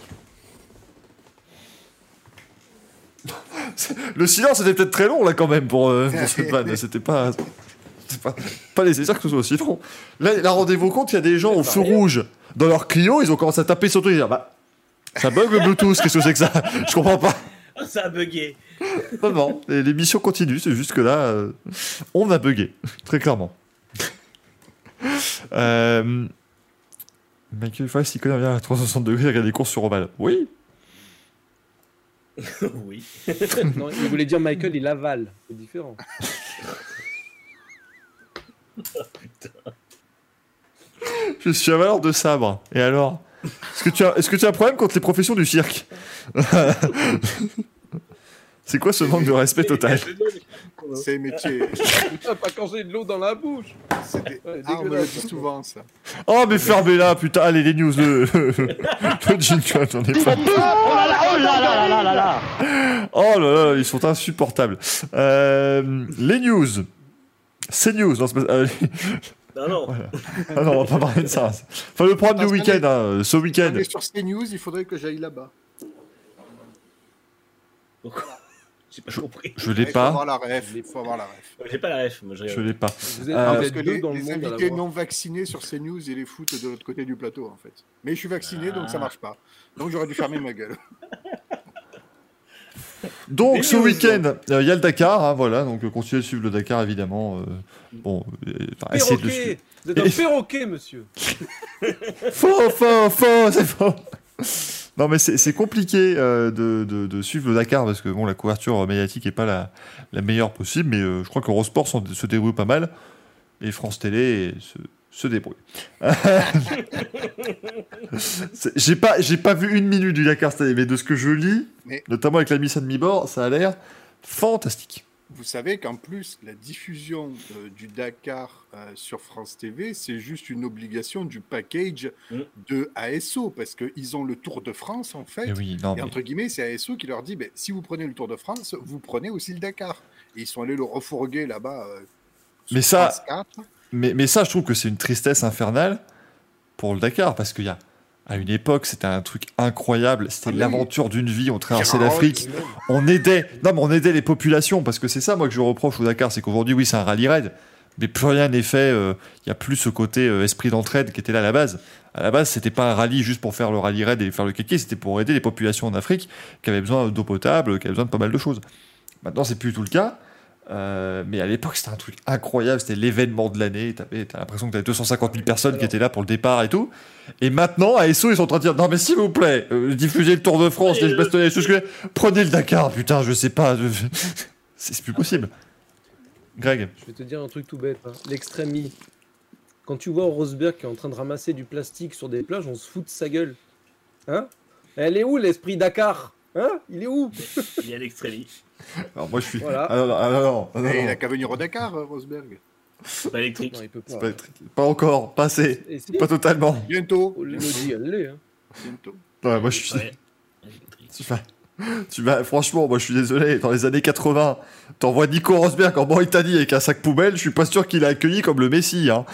Le silence était peut-être très long là quand même pour, euh, pour cette vanne, c'était pas, c'était pas, pas nécessaire que ce soit aussi long. Là, là rendez-vous compte, il y a des gens au feu rouge dans leur Clio, ils ont commencé à taper sur tout, ils disent bah, ça bug le Bluetooth, qu'est-ce que c'est que ça? Je comprends pas. Oh, ça a bugué. Non, non, et l'émission continue, c'est juste que là, euh, on a bugué, très clairement. Euh, Michael Fox, il connaît bien à trois cent soixante degrés, il regarde les courses sur Oval. Oui, Oui. Non, il voulait dire Michael, il avale. C'est différent. je suis avaleur de sabre. Et alors? Est-ce que, tu as, est-ce que tu as un problème contre les professions du cirque? C'est quoi ce manque de respect total? C'est un métier. Putain, pas quand j'ai de l'eau dans la bouche. c'est des- Ouais, Ah, on me le dégueulasse. dit souvent, ça. Oh, mais fermez-la, putain. Allez, les news, le, le jingle, j'en ai pas. Oh là là, ils sont insupportables. Euh, les news. CNews, non, c'est pas... euh, Non, non. voilà. Ah non, on va pas parler de ça. Enfin, le programme du Parce week-end, qu'on hein, ce week-end. On est sur CNews, il faudrait que j'aille là-bas. Pourquoi J'ai pas compris. Je Il l'ai faut pas. avoir la ref. Il faut avoir la ref. J'ai pas la ref, moi je Je regarde. l'ai pas. Vous êtes, Euh, vous Parce êtes que deux les, dans le les monde à invités l'avoir. non vaccinés sur CNews, ils les foutent de l'autre côté du plateau, en fait. Mais je suis vacciné, donc ça Ah. marche pas. Donc j'aurais dû fermer ma gueule. Donc, Des ce news. week-end, euh, il y a le Dakar, hein, voilà. Donc, euh, continuez de suivre le Dakar, évidemment. euh, bon, euh, enfin, essayez de le suivre. Perroquet. Vous êtes un perroquet, monsieur. Faux, faux, faux, c'est faux. Non, mais c'est c'est compliqué euh, de, de, de suivre le Dakar parce que bon, la couverture médiatique n'est pas la, la meilleure possible, mais euh, je crois qu'Eurosport s'en- se débrouille pas mal et France Télé se, se débrouille. C'est- J'ai pas, j'ai pas vu une minute du Dakar cette année, mais de ce que je lis, Mais- notamment avec la mise à demi-bord, ça a l'air fantastique. Vous savez qu'en plus, la diffusion euh, du Dakar euh, sur France T V, c'est juste une obligation du package Mm. de A S O, parce qu'ils ont le Tour de France, en fait. Et oui, non, Et mais entre guillemets, c'est A S O qui leur dit, ben, si vous prenez le Tour de France, vous prenez aussi le Dakar. Et ils sont allés le refourguer là-bas. euh, sur Mais ça- France quatre. Mais, mais ça, je trouve que c'est une tristesse infernale pour le Dakar, parce qu'il y a, à une époque, c'était un truc incroyable, c'était Ah oui. l'aventure d'une vie, on traversait Pirate, l'Afrique, même. on aidait, non mais on aidait les populations, parce que c'est ça, moi, que je reproche au Dakar, c'est qu'aujourd'hui, oui, c'est un rallye raid, mais plus rien n'est fait, il n'y a plus ce côté euh, esprit d'entraide qui était là à la base. À la base, c'était pas un rallye juste pour faire le rallye raid et faire le kéké, c'était pour aider les populations en Afrique qui avaient besoin d'eau potable, qui avaient besoin de pas mal de choses. Maintenant, c'est plus tout le cas. Euh, mais à l'époque, c'était un truc incroyable. C'était l'événement de l'année. T'avais- T'as l'impression que t'avais deux cent cinquante mille personnes qui Alors- étaient là pour le départ et tout. Et maintenant, à S O, ils sont en train de dire non, mais s'il vous plaît, euh, diffusez le Tour de France, les bastonnets, tout ce que prenez le Dakar. Putain, je sais pas. je- c'est c'est plus possible. Greg, Je vais te dire un truc tout bête. Hein. L'extrémie. Quand tu vois Rosberg qui est en train de ramasser du plastique sur des plages, on se fout de sa gueule. Hein? Elle est où l'esprit Dakar? Hein? Il est où? Il y a l'extrémie. alors moi je suis. Voilà. Ah non, non, ah non, non, ah non, Et il non. n'a qu'à venir au Dakar, euh, Rosberg. C'est pas électrique. Non, il peut C'est pas. pas, pas encore, pas assez, Et si, pas totalement. Bientôt. L'Audi, elle l'est. Hein. Bientôt. Ouais, moi je suis. Ouais. Électrique. Tu vas, tu vas, franchement, moi je suis désolé, dans les années quatre-vingts, t'envoies Nico Rosberg en Mauritanie avec un sac poubelle, je suis pas sûr qu'il a accueilli comme le Messie. Hein.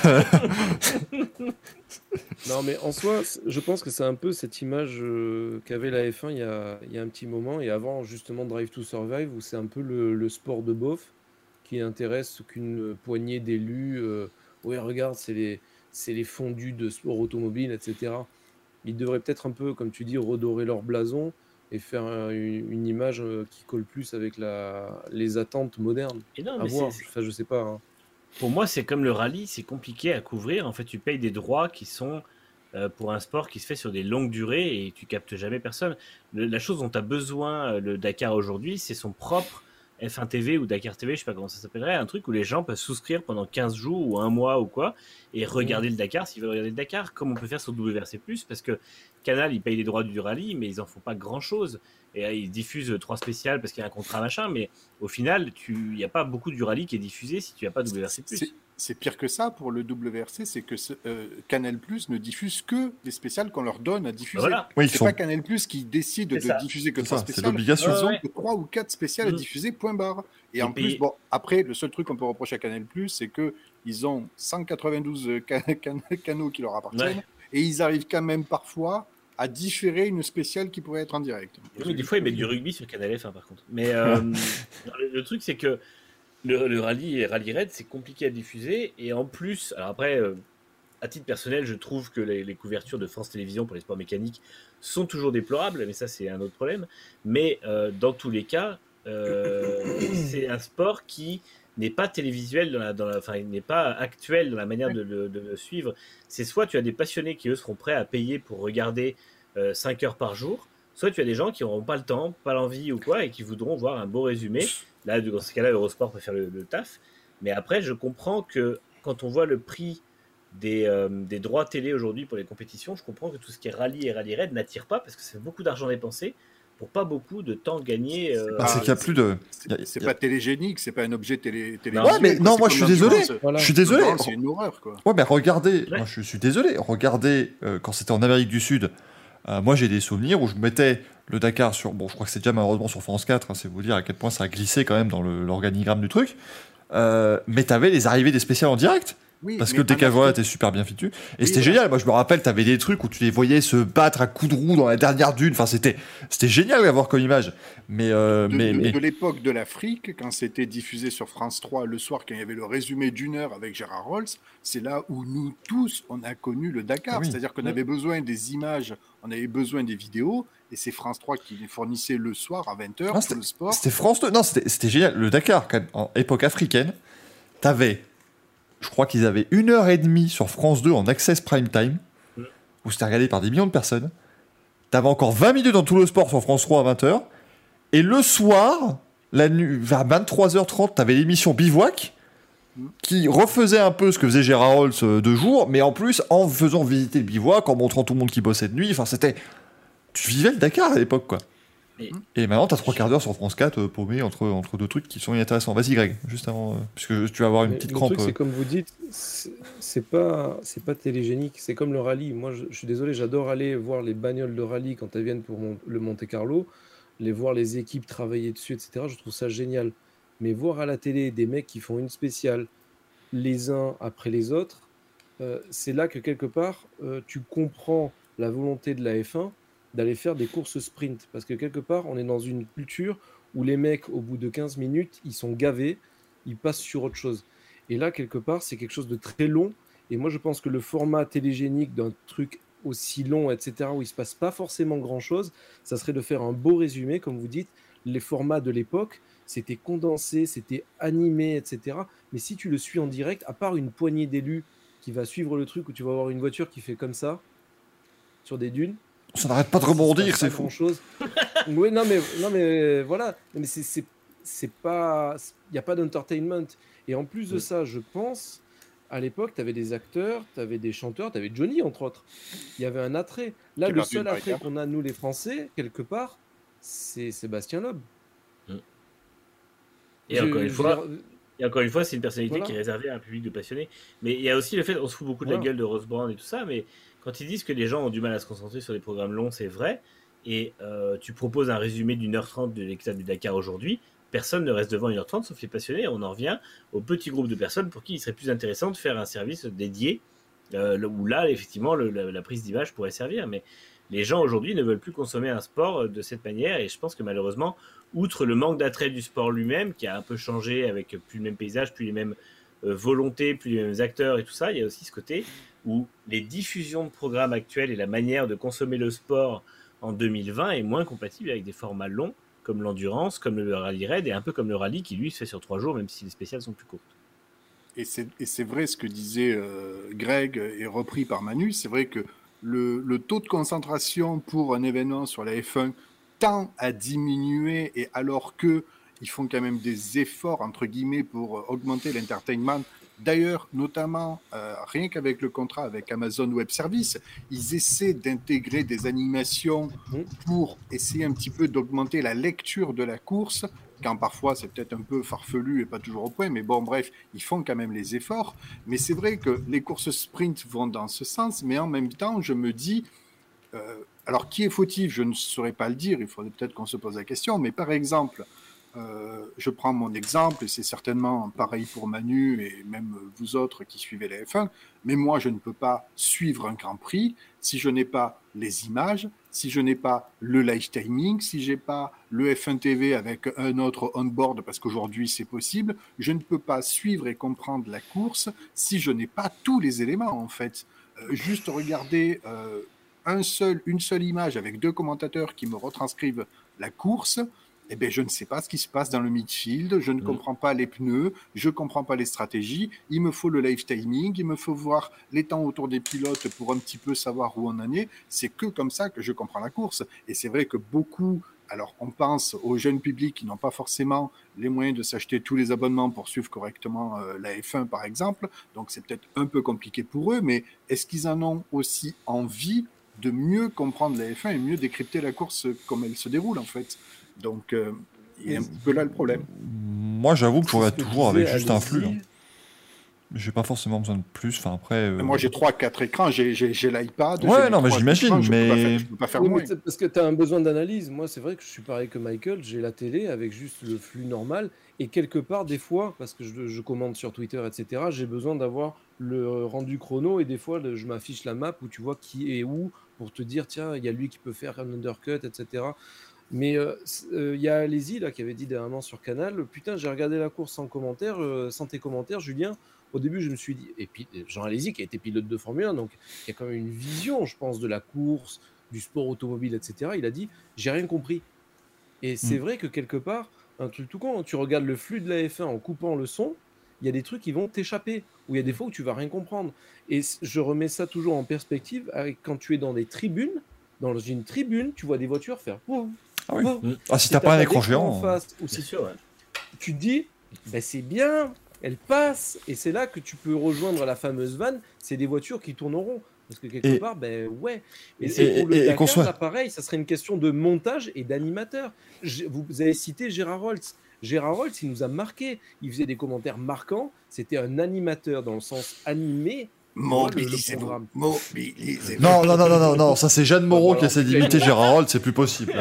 Non, mais en soi, c- je pense que c'est un peu cette image euh, qu'avait la F un il y a, il y a un petit moment, et avant justement Drive to Survive, où c'est un peu le, le sport de beauf qui intéresse qu'une poignée d'élus. Euh, ouais, regarde, c'est les, c'est les fondus de sport automobile, et cetera. Ils devraient peut-être un peu, comme tu dis, redorer leur blason et faire un- une, une image euh, qui colle plus avec la, les attentes modernes. Et non, À mais voir, c'est- enfin, je sais pas. Hein. pour moi, c'est comme le rallye, c'est compliqué à couvrir. En fait, tu payes des droits qui sont euh, pour un sport qui se fait sur des longues durées et tu captes jamais personne. Le- la chose dont tu as besoin, euh, le Dakar aujourd'hui, c'est son propre F un T V ou Dakar T V, je sais pas comment ça s'appellerait, un truc où les gens peuvent souscrire pendant quinze jours ou un mois ou quoi et regarder le Dakar s'ils veulent regarder le Dakar, comme on peut faire sur W R C plus, parce que Canal, ils payent les droits du rallye, mais ils en font pas grand-chose. Et euh, ils diffusent trois spéciales parce qu'il y a un contrat machin, mais au final, il n'y a pas beaucoup du rallye qui est diffusé si tu n'as pas W R C plus. C'est- C'est pire que ça pour le W R C, c'est que ce- euh, Canal+ ne diffuse que les spéciales qu'on leur donne à diffuser. Voilà. Oui, ils C'est sont. pas Canal+ qui décide C'est de ça. diffuser que C'est trois ça, c'est spéciales. l'obligation. Ils ont Ouais, ouais. que trois ou quatre spéciales à Mm. diffuser, point barre. Et, Et en puis- plus, bon, après, le seul truc qu'on peut reprocher à Canal+, c'est que ils ont cent quatre-vingt-douze can- can- canaux qui leur appartiennent, Ouais. et ils arrivent quand même parfois à différer une spéciale qui pourrait être en direct. Oui, mais des fois, ils mettent du rugby sur Canal F un, par contre. Mais euh, le, le truc, c'est que le, le rallye et rallye raid, c'est compliqué à diffuser. Et en plus, alors après, euh, à titre personnel, je trouve que les, les couvertures de France Télévisions pour les sports mécaniques sont toujours déplorables, mais ça, c'est un autre problème. Mais euh, dans tous les cas, euh, c'est un sport qui n'est pas télévisuel, dans la, dans la, enfin, il n'est pas actuel dans la manière de le, de le suivre. C'est soit tu as des passionnés qui, eux, seront prêts à payer pour regarder euh, cinq heures par jour, soit tu as des gens qui n'auront pas le temps, pas l'envie ou quoi, et qui voudront voir un beau résumé. Là, dans ce cas-là, Eurosport peut faire le, le taf. Mais après, je comprends que quand on voit le prix des, euh, des droits télé aujourd'hui pour les compétitions, je comprends que tout ce qui est rallye et rallye raid n'attire pas parce que c'est beaucoup d'argent dépensé pour pas beaucoup de temps gagné. euh, Ah, c'est qu'il y a plus de. C'est y a- c'est y a- pas télégénique, c'est pas un objet télé. Ouais, télévisuel, mais quoi. non, C'est moi, comme je suis désolé. l'ambulance. Voilà. Je suis désolé. L'ambulance, C'est une horreur, quoi. Ouais, mais regardez, Ouais. moi je suis désolé, regardez, euh, quand c'était en Amérique du Sud, euh, moi j'ai des souvenirs où je mettais le Dakar sur, bon je crois que c'est déjà malheureusement sur France quatre, hein, c'est vous dire à quel point ça a glissé quand même dans le- l'organigramme du truc, Euh, mais t'avais les arrivées des spéciales en direct. Oui, Parce mais que tes en cavois Afrique- étaient super bien fichus. Et Oui, c'était voilà. génial. Moi, je me rappelle, t'avais des trucs où tu les voyais se battre à coups de roue dans la dernière dune. Enfin, c'était, c'était génial à voir comme image. Mais, euh, de, mais, de- mais... de l'époque de l'Afrique, quand c'était diffusé sur France trois le soir, quand il y avait le résumé d'une heure avec Gérard Rolls, c'est là où nous tous, on a connu le Dakar. Ah oui. C'est-à-dire qu'on Mm. avait besoin des images, on avait besoin des vidéos, et c'est France trois qui les fournissait le soir à vingt heures Non, pour le sport. C'était France deux. Non, c'était, c'était génial. Le Dakar, quand même, en époque africaine, t'avais, je crois qu'ils avaient une heure et demie sur France deux en access prime time, Mm. où c'était regardé par des millions de personnes. T'avais encore vingt minutes dans tout le sport sur France trois à vingt heures. Et le soir, la nuit, vers vingt-trois heures trente, t'avais l'émission Bivouac, qui refaisait un peu ce que faisait Gérard Rolls euh, de jour, mais en plus en faisant visiter le bivouac, en montrant tout le monde qui bossait de nuit. Enfin, c'était. Tu vivais le Dakar à l'époque, quoi. Et- Et maintenant, t'as trois quarts d'heure sur France quatre, euh, paumé entre, entre deux trucs qui sont inintéressants. Vas-y, Greg, juste avant. euh, puisque tu vas avoir une Mais petite le crampe. truc, euh. c'est comme vous dites, c'est c'est pas, c'est pas télégénique, c'est comme le rallye. Moi, je, je suis désolé, j'adore aller voir les bagnoles de rallye quand elles viennent pour mon- le Monte Carlo, les voir les équipes travailler dessus, et cetera. Je trouve ça génial. Mais voir à la télé des mecs qui font une spéciale les uns après les autres, euh, c'est là que quelque part, euh, tu comprends la volonté de la F un d'aller faire des courses sprint. Parce que quelque part, on est dans une culture où les mecs, au bout de quinze minutes, ils sont gavés, ils passent sur autre chose. Et là, quelque part, c'est quelque chose de très long. Et moi, je pense que le format télégénique d'un truc aussi long, et cetera, où il ne se passe pas forcément grand-chose, ça serait de faire un beau résumé, comme vous dites. Les formats de l'époque, c'était condensé, c'était animé, et cetera. Mais si tu le suis en direct, à part une poignée d'élus qui va suivre le truc, où tu vas avoir une voiture qui fait comme ça, sur des dunes, Ça n'arrête pas de il se rebondir, passe c'est pas fou. grand-chose. Oui, non, mais, non, mais voilà. Mais c'est, c'est, c'est pas. Il n'y a pas d'entertainment. Et en plus de Oui. ça, je pense, à l'époque, tu avais des acteurs, tu avais des chanteurs, tu avais Johnny, entre autres. Il y avait un attrait. Là, Qui a le perdu seul une attrait barrière. qu'on a, nous, les Français, quelque part, c'est Sébastien Loeb. Et Je- encore une je fois, veux dire, Et encore une fois, c'est une personnalité Voilà. qui est réservée à un public de passionnés. Mais il y a aussi le fait, on se fout beaucoup de la Voilà. gueule de Rose Brown et tout ça, mais quand ils disent que les gens ont du mal à se concentrer sur des programmes longs, c'est vrai. Et euh, tu proposes un résumé d'une heure trente de l'éclat du Dakar aujourd'hui, personne ne reste devant une heure trente sauf les passionnés. On en revient au petit groupe de personnes pour qui il serait plus intéressant de faire un service dédié, euh, où là, effectivement, le- la, la prise d'image pourrait servir. Mais les gens aujourd'hui ne veulent plus consommer un sport de cette manière, et je pense que malheureusement, outre le manque d'attrait du sport lui-même, qui a un peu changé avec plus le même paysage, plus les mêmes euh, volontés, plus les mêmes acteurs et tout ça, il y a aussi ce côté où les diffusions de programmes actuels et la manière de consommer le sport en deux mille vingt est moins compatible avec des formats longs, comme l'endurance, comme le rallye raid, et un peu comme le rallye qui, lui, se fait sur trois jours, même si les spéciales sont plus courtes. Et c'est, et c'est vrai ce que disait euh, Greg et repris par Manu, c'est vrai que le, le taux de concentration pour un événement sur la F un tend à diminuer, et alors que ils font quand même des efforts entre guillemets pour euh, augmenter l'entertainment. D'ailleurs, notamment euh, rien qu'avec le contrat avec Amazon Web Services, ils essaient d'intégrer des animations Mhm. pour essayer un petit peu d'augmenter la lecture de la course, quand parfois c'est peut-être un peu farfelu et pas toujours au point, mais bon, bref, ils font quand même les efforts. Mais c'est vrai que les courses sprint vont dans ce sens, mais en même temps, je me dis, euh, alors qui est fautif, je ne saurais pas le dire, il faudrait peut-être qu'on se pose la question, mais par exemple, euh, je prends mon exemple, et c'est certainement pareil pour Manu et même vous autres qui suivez la F un, mais moi je ne peux pas suivre un Grand Prix si je n'ai pas les images, si je n'ai pas le live timing, si j'ai pas le F un T V avec un autre on-board, parce qu'aujourd'hui c'est possible, je ne peux pas suivre et comprendre la course si je n'ai pas tous les éléments en fait. Euh, juste regarder euh, un seul, une seule image avec deux commentateurs qui me retranscrivent la course, eh bien, je ne sais pas ce qui se passe dans le midfield, je ne Mmh. comprends pas les pneus, je ne comprends pas les stratégies, il me faut le live timing, il me faut voir les temps autour des pilotes pour un petit peu savoir où on en est. C'est que comme ça que je comprends la course. Et c'est vrai que beaucoup, alors on pense aux jeunes publics qui n'ont pas forcément les moyens de s'acheter tous les abonnements pour suivre correctement euh, la F un par exemple, donc c'est peut-être un peu compliqué pour eux, mais est-ce qu'ils en ont aussi envie de mieux comprendre la F un et mieux décrypter la course comme elle se déroule en fait? Donc, euh, il y a un peu là le problème. Moi, j'avoue que je C'est ce regarde que je toujours avec disais, juste un flux. allez-y. hein. j'ai pas forcément besoin de plus. Enfin, après. Euh... Moi, j'ai trois quatre écrans, j'ai, j'ai, j'ai l'iPad. Ouais, j'ai non, mais j'imagine, écrans, je mais. Peux faire, je peux pas faire oui, moins. mais parce que tu as un besoin d'analyse. Moi, c'est vrai que je suis pareil que Michael. J'ai la télé avec juste le flux normal. Et quelque part, des fois, parce que je, je commande sur Twitter, et cetera, j'ai besoin d'avoir le rendu chrono. Et des fois, je m'affiche la map où tu vois qui est où pour te dire, tiens, il y a lui qui peut faire un undercut, et cetera. Mais il euh, euh, y a Alési là qui avait dit dernièrement sur Canal, putain, j'ai regardé la course sans commentaire, euh, sans tes commentaires, Julien. Au début, je me suis dit, et puis Jean Alési qui a été pilote de Formule un, donc il y a quand même une vision, je pense, de la course, du sport automobile, et cetera. Il a dit, j'ai rien compris. Et c'est mmh. vrai que quelque part, un truc tout con, tu regardes le flux de la F un en coupant le son, il y a des trucs qui vont t'échapper, ou il y a des fois où tu vas rien comprendre. Et je remets ça toujours en perspective avec quand tu es dans des tribunes. Dans une tribune, tu vois des voitures faire. Ah oui. Mmh. Ah, si, si t'as, t'as pas un écran géant. En face, ou c'est sûr, ouais. Tu te dis, ben c'est bien, elle passe. Et c'est là que tu peux rejoindre la fameuse vanne. C'est des voitures qui tourneront. Parce que quelque et, part, ben ouais. Et, et, et pour le et, Dakar, soit... là, pareil, ça serait une question de montage et d'animateur. Je, vous avez cité Gérard Holtz. Gérard Holtz, il nous a marqué. Il faisait des commentaires marquants. C'était un animateur dans le sens animé. Mobilisez-vous, mobilisez-vous. Non, non, non, non, non, non, ça c'est Jeanne Moreau qui essaie d'imiter Gérard Holtz, c'est plus possible.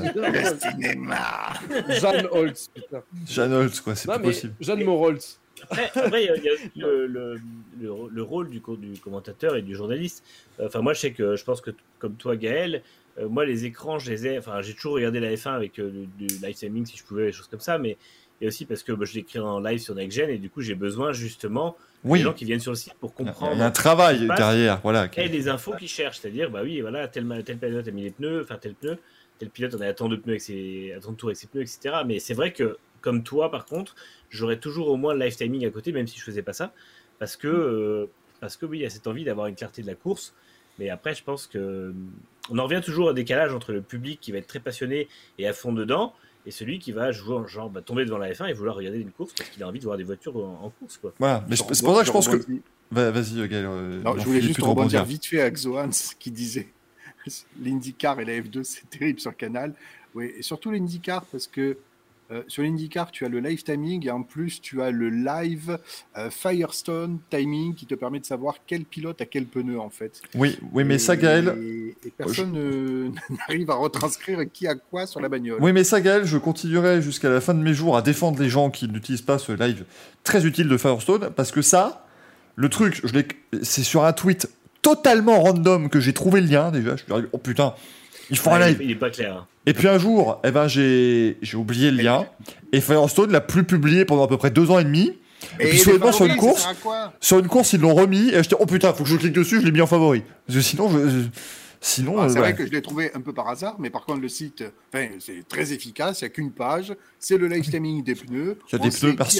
Le cinéma. Jeanne Holtz, putain. Jeanne Holtz, quoi, c'est non, plus possible. Jeanne Moreau-Holtz. Après, après, il y a, y a le, le, le, le rôle du, du commentateur et du journaliste. Enfin, moi, je sais que je pense que, comme toi, Gaël, euh, moi, les écrans, je les ai. Enfin, j'ai toujours regardé la F un avec euh, du, du live streaming si je pouvais, des choses comme ça, mais. Et aussi parce que bah, je l'écris en live sur NextGen et du coup j'ai besoin justement oui. des gens qui viennent sur le site pour comprendre. Il y a un travail derrière, voilà. Et les infos qu'ils cherchent, c'est-à-dire bah oui voilà tel tel pilote a mis les pneus, enfin tel pneu, tel pilote on a tant de pneus avec ses, à tant de tours avec ses pneus, et cetera. Mais c'est vrai que comme toi par contre, j'aurais toujours au moins le live timing à côté, même si je faisais pas ça, parce que euh, parce que oui il y a cette envie d'avoir une clarté de la course. Mais après je pense que on en revient toujours au décalage entre le public qui va être très passionné et à fond dedans. Et celui qui va jouer, genre, bah, tomber devant la F un et vouloir regarder une course parce qu'il a envie de voir des voitures en, en course. Quoi. Voilà, mais je, c'est pour ça que je pense que. Bah, vas-y, Gaël. Euh, non, je voulais juste rebondir vite fait avec Zohans qui disait l'IndyCar et la F deux, c'est terrible sur Canal. Oui, et surtout l'IndyCar parce que euh, sur l'IndyCar, tu as le live timing et en plus, tu as le live euh, Firestone timing qui te permet de savoir quel pilote a quel pneu en fait. Oui, oui, mais et, ça, Gaël. Et, et personne je... n'arrive à retranscrire qui a quoi sur la bagnole. Oui, mais ça, Gaël, je continuerai jusqu'à la fin de mes jours à défendre les gens qui n'utilisent pas ce live très utile de Firestone parce que ça, le truc, je l'ai... c'est sur un tweet totalement random que j'ai trouvé le lien déjà. Je suis arrivé, oh putain. Il faut ouais, un live. Il est pas clair. Hein. Et puis un jour, eh ben, j'ai, j'ai oublié le lien. Et Firestone l'a plus publié pendant à peu près deux ans et demi. Et, et puis soudainement sur une course, sur une course ils l'ont remis. Et j'étais oh putain, faut que je clique dessus, je l'ai mis en favori. Parce que sinon, je, je, sinon. Ah, c'est euh, vrai ouais. que je l'ai trouvé un peu par hasard, mais par contre le site, enfin, c'est très efficace. Il n'y a qu'une page, c'est le live timing des pneus. Il y a des pneus par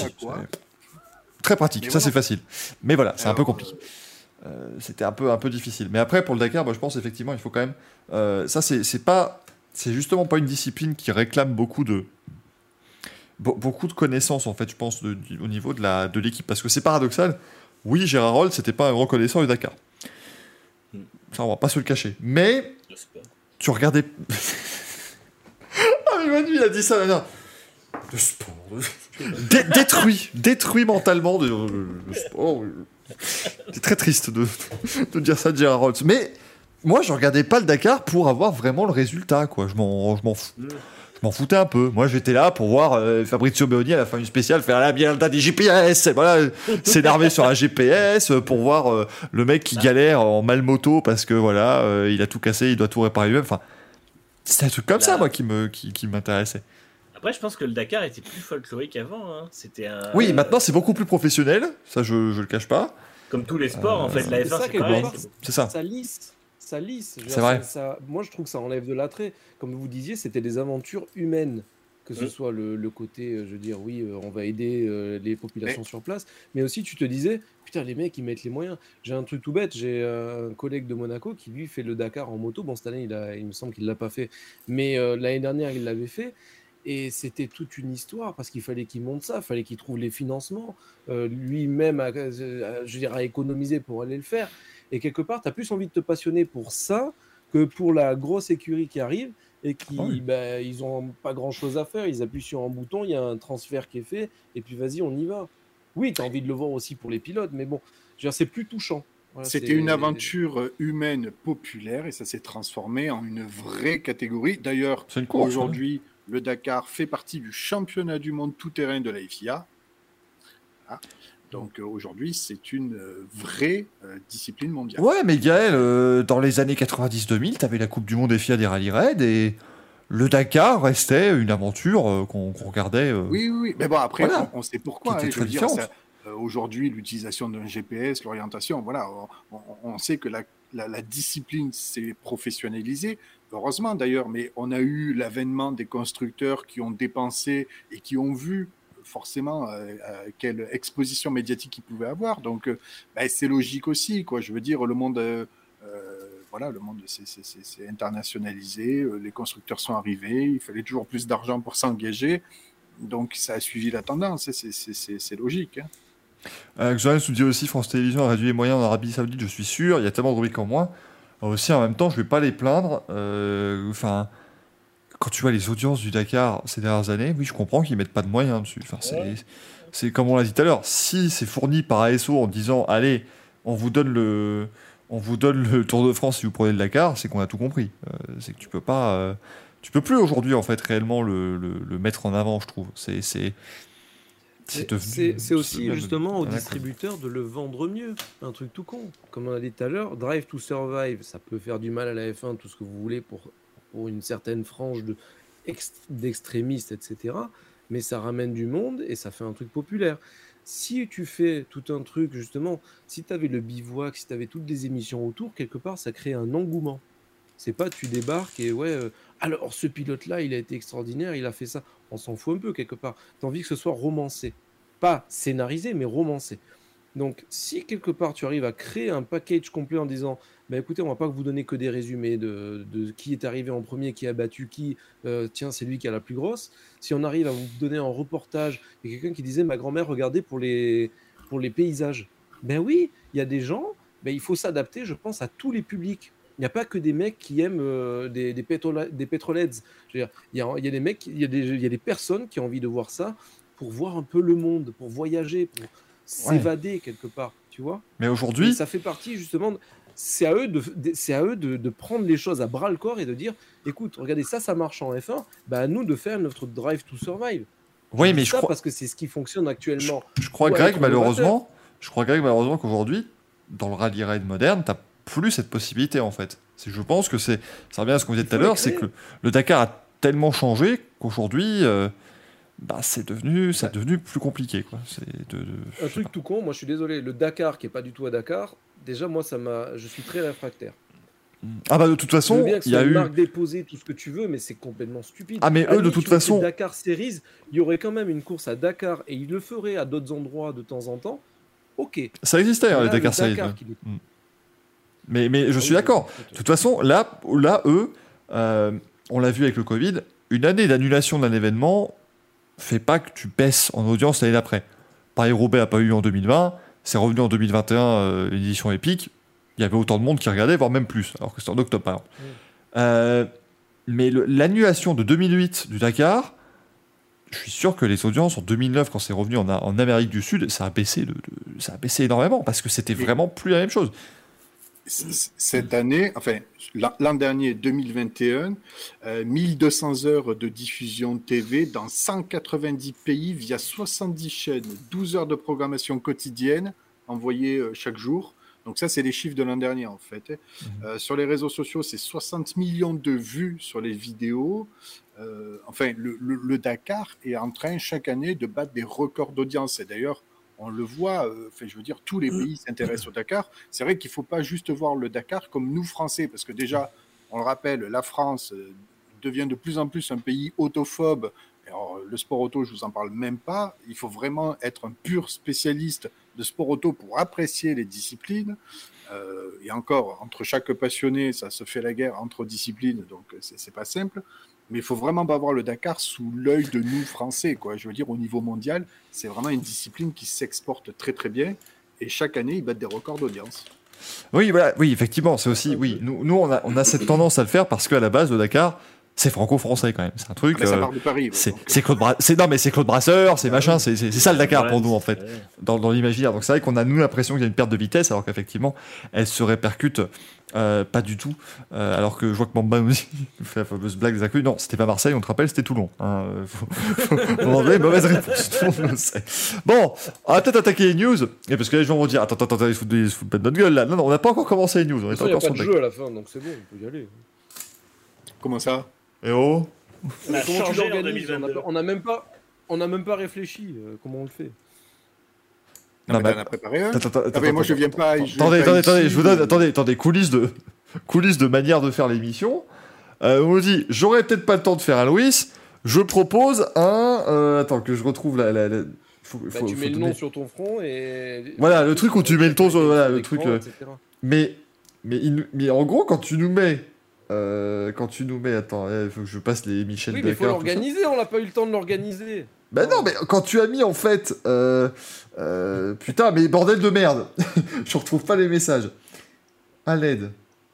très pratique. Mais ça voilà. C'est facile. Mais voilà, c'est Alors, un peu compliqué. Euh, c'était un peu un peu difficile. Mais après pour le Dakar, bah, je pense effectivement il faut quand même. Euh, ça c'est c'est pas. C'est justement pas une discipline qui réclame beaucoup de be- beaucoup de connaissances en fait, je pense, de, de, au niveau de la de l'équipe, parce que c'est paradoxal. Oui, Gérard Holtz, c'était pas un grand connaisseur du Dakar. Ça, on va pas se le cacher. Mais tu regardais. Ah mais Manu, il a dit ça là. Le sport. Dé- détruit, détruit mentalement de, de, le sport. C'est très triste de, de dire ça de Gérard Holtz, mais. Moi, je regardais pas le Dakar pour avoir vraiment le résultat, quoi. Je m'en, je m'en, fou... je m'en foutais un peu. Moi, j'étais là pour voir euh, Fabrizio Beoni à la fin du spécial faire la bien des G P S, voilà, s'énerver sur un G P S pour voir euh, le mec qui galère en mal moto parce que voilà, euh, il a tout cassé, il doit tout réparer lui-même. Enfin, c'était un truc comme Là... ça, moi, qui me, qui, qui m'intéressait. Après, je pense que le Dakar était plus folklorique avant. Hein. C'était un... Oui, maintenant, c'est beaucoup plus professionnel. Ça, je, je le cache pas. Comme tous les sports, euh... en fait, la F un, c'est, c'est pareil. C'est ça. Ça lisse. Ça lisse. C'est dire, vrai. Ça, ça, moi, je trouve que ça enlève de l'attrait. Comme vous disiez, c'était des aventures humaines. Que ce mmh. soit le, le côté, je veux dire, oui, euh, on va aider euh, les populations mais... sur place. Mais aussi, tu te disais, putain, les mecs, ils mettent les moyens. J'ai un truc tout bête. J'ai euh, un collègue de Monaco qui, lui, fait le Dakar en moto. Bon, cette année, il, a, il me semble qu'il ne l'a pas fait. Mais euh, l'année dernière, il l'avait fait. Et c'était toute une histoire parce qu'il fallait qu'il monte ça, il fallait qu'il trouve les financements, euh, lui-même, à, à, je veux dire, à économiser pour aller le faire. Et quelque part, tu as plus envie de te passionner pour ça que pour la grosse écurie qui arrive et qui, oh oui. bah, ils n'ont pas grand-chose à faire. Ils appuient sur un bouton, il y a un transfert qui est fait et puis vas-y, on y va. oui, tu as envie de le voir aussi pour les pilotes, mais bon, je veux dire, c'est plus touchant. Voilà, C'était c'est- une aventure humaine populaire et ça s'est transformé en une vraie catégorie. D'ailleurs, C'est une course, aujourd'hui, le Dakar fait partie du championnat du monde tout-terrain de la F I A. Ah. Donc euh, aujourd'hui, c'est une euh, vraie euh, discipline mondiale. Ouais, mais Gaël, euh, dans les années quatre-vingt-dix deux mille, t'avais la Coupe du Monde F I A des rallye raids et le Dakar restait une aventure euh, qu'on qu'on regardait. euh, Oui, oui, oui. Mais bon, après, Voilà. on, on sait pourquoi. Qui était hein, je veux très dire, différente. ça, euh, aujourd'hui, l'utilisation d'un G P S, l'orientation, voilà, on, on- on sait que la, la- la discipline s'est professionnalisée. Heureusement d'ailleurs, mais on a eu l'avènement des constructeurs qui ont dépensé et qui ont vu forcément euh, euh, quelle exposition médiatique ils pouvaient avoir. Donc, euh, ben, c'est logique aussi, quoi. Je veux dire, le monde, euh, euh, voilà, le monde s'est- s'est s'est- s'est internationalisé, euh, les constructeurs sont arrivés, il fallait toujours plus d'argent pour s'engager. Donc, ça a suivi la tendance, c'est- c'est c'est- c'est logique. Hein. Euh, Joël nous dit aussi France Télévisions a réduit les moyens en Arabie Saoudite, je suis sûr. Il y a tellement de rubriques en moins. Euh, Aussi, en même temps, je vais pas les plaindre. Euh, Enfin, quand tu vois les audiences du Dakar ces dernières années, oui, je comprends qu'ils mettent pas de moyens dessus. Enfin, c'est, c'est comme on l'a dit tout à l'heure. Si c'est fourni par A S O en disant, allez, on vous donne le, on vous donne le Tour de France si vous prenez le Dakar, c'est qu'on a tout compris. Euh, c'est que tu peux pas, euh, tu peux plus aujourd'hui en fait réellement le, le, le mettre en avant, je trouve. C'est, c'est, C'est devenu- c'est- c'est aussi devenu justement aux un acte. distributeurs de le vendre mieux. Un truc tout con. Comme on a dit tout à l'heure, Drive to Survive, ça peut faire du mal à la F un, tout ce que vous voulez pour, pour une certaine frange de, ex- d'extrémistes, et cetera. Mais ça ramène du monde et ça fait un truc populaire. Si tu fais tout un truc, justement, si tu avais le bivouac, si tu avais toutes les émissions autour, quelque part, ça crée un engouement. C'est pas tu débarques et ouais, euh, alors ce pilote-là, il a été extraordinaire, il a fait ça. On s'en fout un peu quelque part. T'as envie que ce soit romancé. Pas scénarisé, mais romancé. Donc, si quelque part tu arrives à créer un package complet en disant bah écoutez, on va pas vous donner que des résumés de, de qui est arrivé en premier, qui a battu qui, euh, tiens, c'est lui qui a la plus grosse. Si on arrive à vous donner un reportage, il y a quelqu'un qui disait ma grand-mère regardait pour les, pour les paysages. Ben oui, il y a des gens, ben il faut s'adapter, je pense, à tous les publics. Il n'y a pas que des mecs qui aiment euh, des, des, pétrola- des petrolheads. Je veux dire, il y a, il y a des mecs, il y a des, il y a des personnes qui ont envie de voir ça pour voir un peu le monde, pour voyager, pour s'évader quelque part, tu vois. Mais Et aujourd'hui, ça fait partie justement, de- c'est à eux de, de- c'est à eux de, de prendre les choses à bras le corps et de dire, écoute, regardez ça, ça marche en F un, bah à nous de faire notre Drive to Survive. oui, Je mais dis je ça crois, parce que c'est ce qui fonctionne actuellement. je crois pour Greg, être malheureusement, je crois Greg, malheureusement qu'aujourd'hui, dans le rallye raid moderne, t'as plus cette possibilité en fait. C'est, je pense que c'est, ça revient à ce qu'on disait Il tout à faut les l'heure, c'est que créer. le, le Dakar a tellement changé qu'aujourd'hui, euh, bah, c'est devenu, c'est devenu plus compliqué quoi. C'est de, de- je Un sais truc pas. tout con, moi je suis désolé, le Dakar qui est pas du tout à Dakar, déjà moi ça m'a, je suis très réfractaire. Ah bah de toute Je veux façon, bien que ce il y soit a une eu. marque déposée, tout ce que tu veux, mais c'est complètement stupide. Ah, mais À eux, la de limite, toute tu mettais façon- Dakar Series, il y aurait quand même une course à Dakar et ils le feraient à d'autres endroits de temps en temps. Ok. Ça existait hein, Là, les le Dakar Series. Dakar ouais. qui est- Mais, mais je Ah suis oui, d'accord. écoute, De toute façon, là, là eux, euh, on l'a vu avec le Covid, une année d'annulation d'un événement fait pas que tu baisses en audience l'année d'après. Paris-Roubaix n'a pas eu en deux mille vingt, c'est revenu en deux mille vingt et un, euh, une édition épique. Il y avait autant de monde qui regardait, voire même plus, alors que c'était en octobre par exemple. Mm. Euh, mais le- l'annulation de deux mille huit du Dakar, je suis sûr que les audiences en deux mille neuf, quand c'est revenu en, en Amérique du Sud, ça a baissé, de, de- ça a baissé énormément parce que c'était Mais- vraiment plus la même chose. C- c- Cette année, enfin, l'an l'an dernier, deux mille vingt et un, euh, mille deux cents heures de diffusion T V dans cent quatre-vingt-dix pays via soixante-dix chaînes, douze heures de programmation quotidienne envoyées euh, chaque jour. Donc ça, c'est les chiffres de l'an dernier, en fait. Euh, sur les réseaux sociaux, c'est soixante millions de vues sur les vidéos. Euh, enfin, le, le- le Dakar est en train, chaque année, de battre des records d'audience. Et d'ailleurs, on le voit, euh, enfin, je veux dire, tous les pays s'intéressent au Dakar. C'est vrai qu'il ne faut pas juste voir le Dakar comme nous, Français, parce que déjà, on le rappelle, la France euh, devient de plus en plus un pays autophobe. Alors, le sport auto, je ne vous en parle même pas. Il faut vraiment être un pur spécialiste de sport auto pour apprécier les disciplines. Euh, et encore, entre chaque passionné, ça se fait la guerre entre disciplines, donc c'est c'est pas simple. Mais il faut vraiment pas voir le Dakar sous l'œil de nous, Français, quoi. Je veux dire, au niveau mondial, c'est vraiment une discipline qui s'exporte très très bien. Et chaque année, ils battent des records d'audience. Oui, voilà, oui, effectivement, c'est aussi, oui, nous, nous on, a, on a cette tendance à le faire parce qu'à la base, le Dakar, c'est franco-français quand même. C'est un truc. Ah, mais ça euh, part de Paris. ouais, c'est donc. c'est Claude Bra- c'est non mais c'est Claude Brasseur, c'est machin, c'est c'est c'est ça le Dakar Ouais, pour nous en c'est- fait, ouais. dans, dans l'imaginaire. Donc c'est vrai qu'on a nous l'impression qu'il y a une perte de vitesse, alors qu'effectivement elle se répercute euh, pas du tout. Euh, alors que je vois que Mamba nous dit, nous fait la fameuse blague des inclus. Non, c'était pas Marseille, on te rappelle, c'était Toulon. Hein. Euh, Faut, faut, faut enlever, mauvaise réponse, tout le monde le sait. Bon, on va peut-être attaquer les news, et parce que les gens vont dire attends attends attends, ils se foutent de ils se foutent pas de notre gueule là. Non non, on n'a pas encore commencé les news, on De est toute façon, il n'y a encore pas sur de le jeu deck. à la fin, donc c'est bon, on peut y aller. Comment ça? Et oh. On a Comment tu changé en l'organises? On a deux mille vingt-deux. pas- On n'a même pas, on n'a même pas réfléchi euh, comment on le fait. Non, Non, mais mais t'en as préparé un. attends, attends, Ah, mais moi, attends, je viens pas. je viens Attendez, pas attendez, ici, attendez, je vous donne, euh, attendez, attendez, coulisses de, coulisses de manière de faire l'émission. Euh, on nous dit, j'aurais peut-être pas le temps de faire un Louis, je propose un, euh, attends, que je retrouve la, la, la- faut, Bah, faut- tu faut mets le donner- nom sur ton front et. Voilà, le truc où tu mets le ton sur- voilà, le l'écran, truc, euh, et cetera. Mais, mais, il nous- mais en gros, quand tu nous mets, euh, quand tu nous mets, attends, il faut que je passe les Michel Oui, mais il faut Dakar, tout ça. l'organiser, on n'a pas eu le temps de l'organiser. Ben non, mais quand tu as mis en fait, euh, euh, putain, mais bordel de merde, je retrouve pas les messages. À l'aide.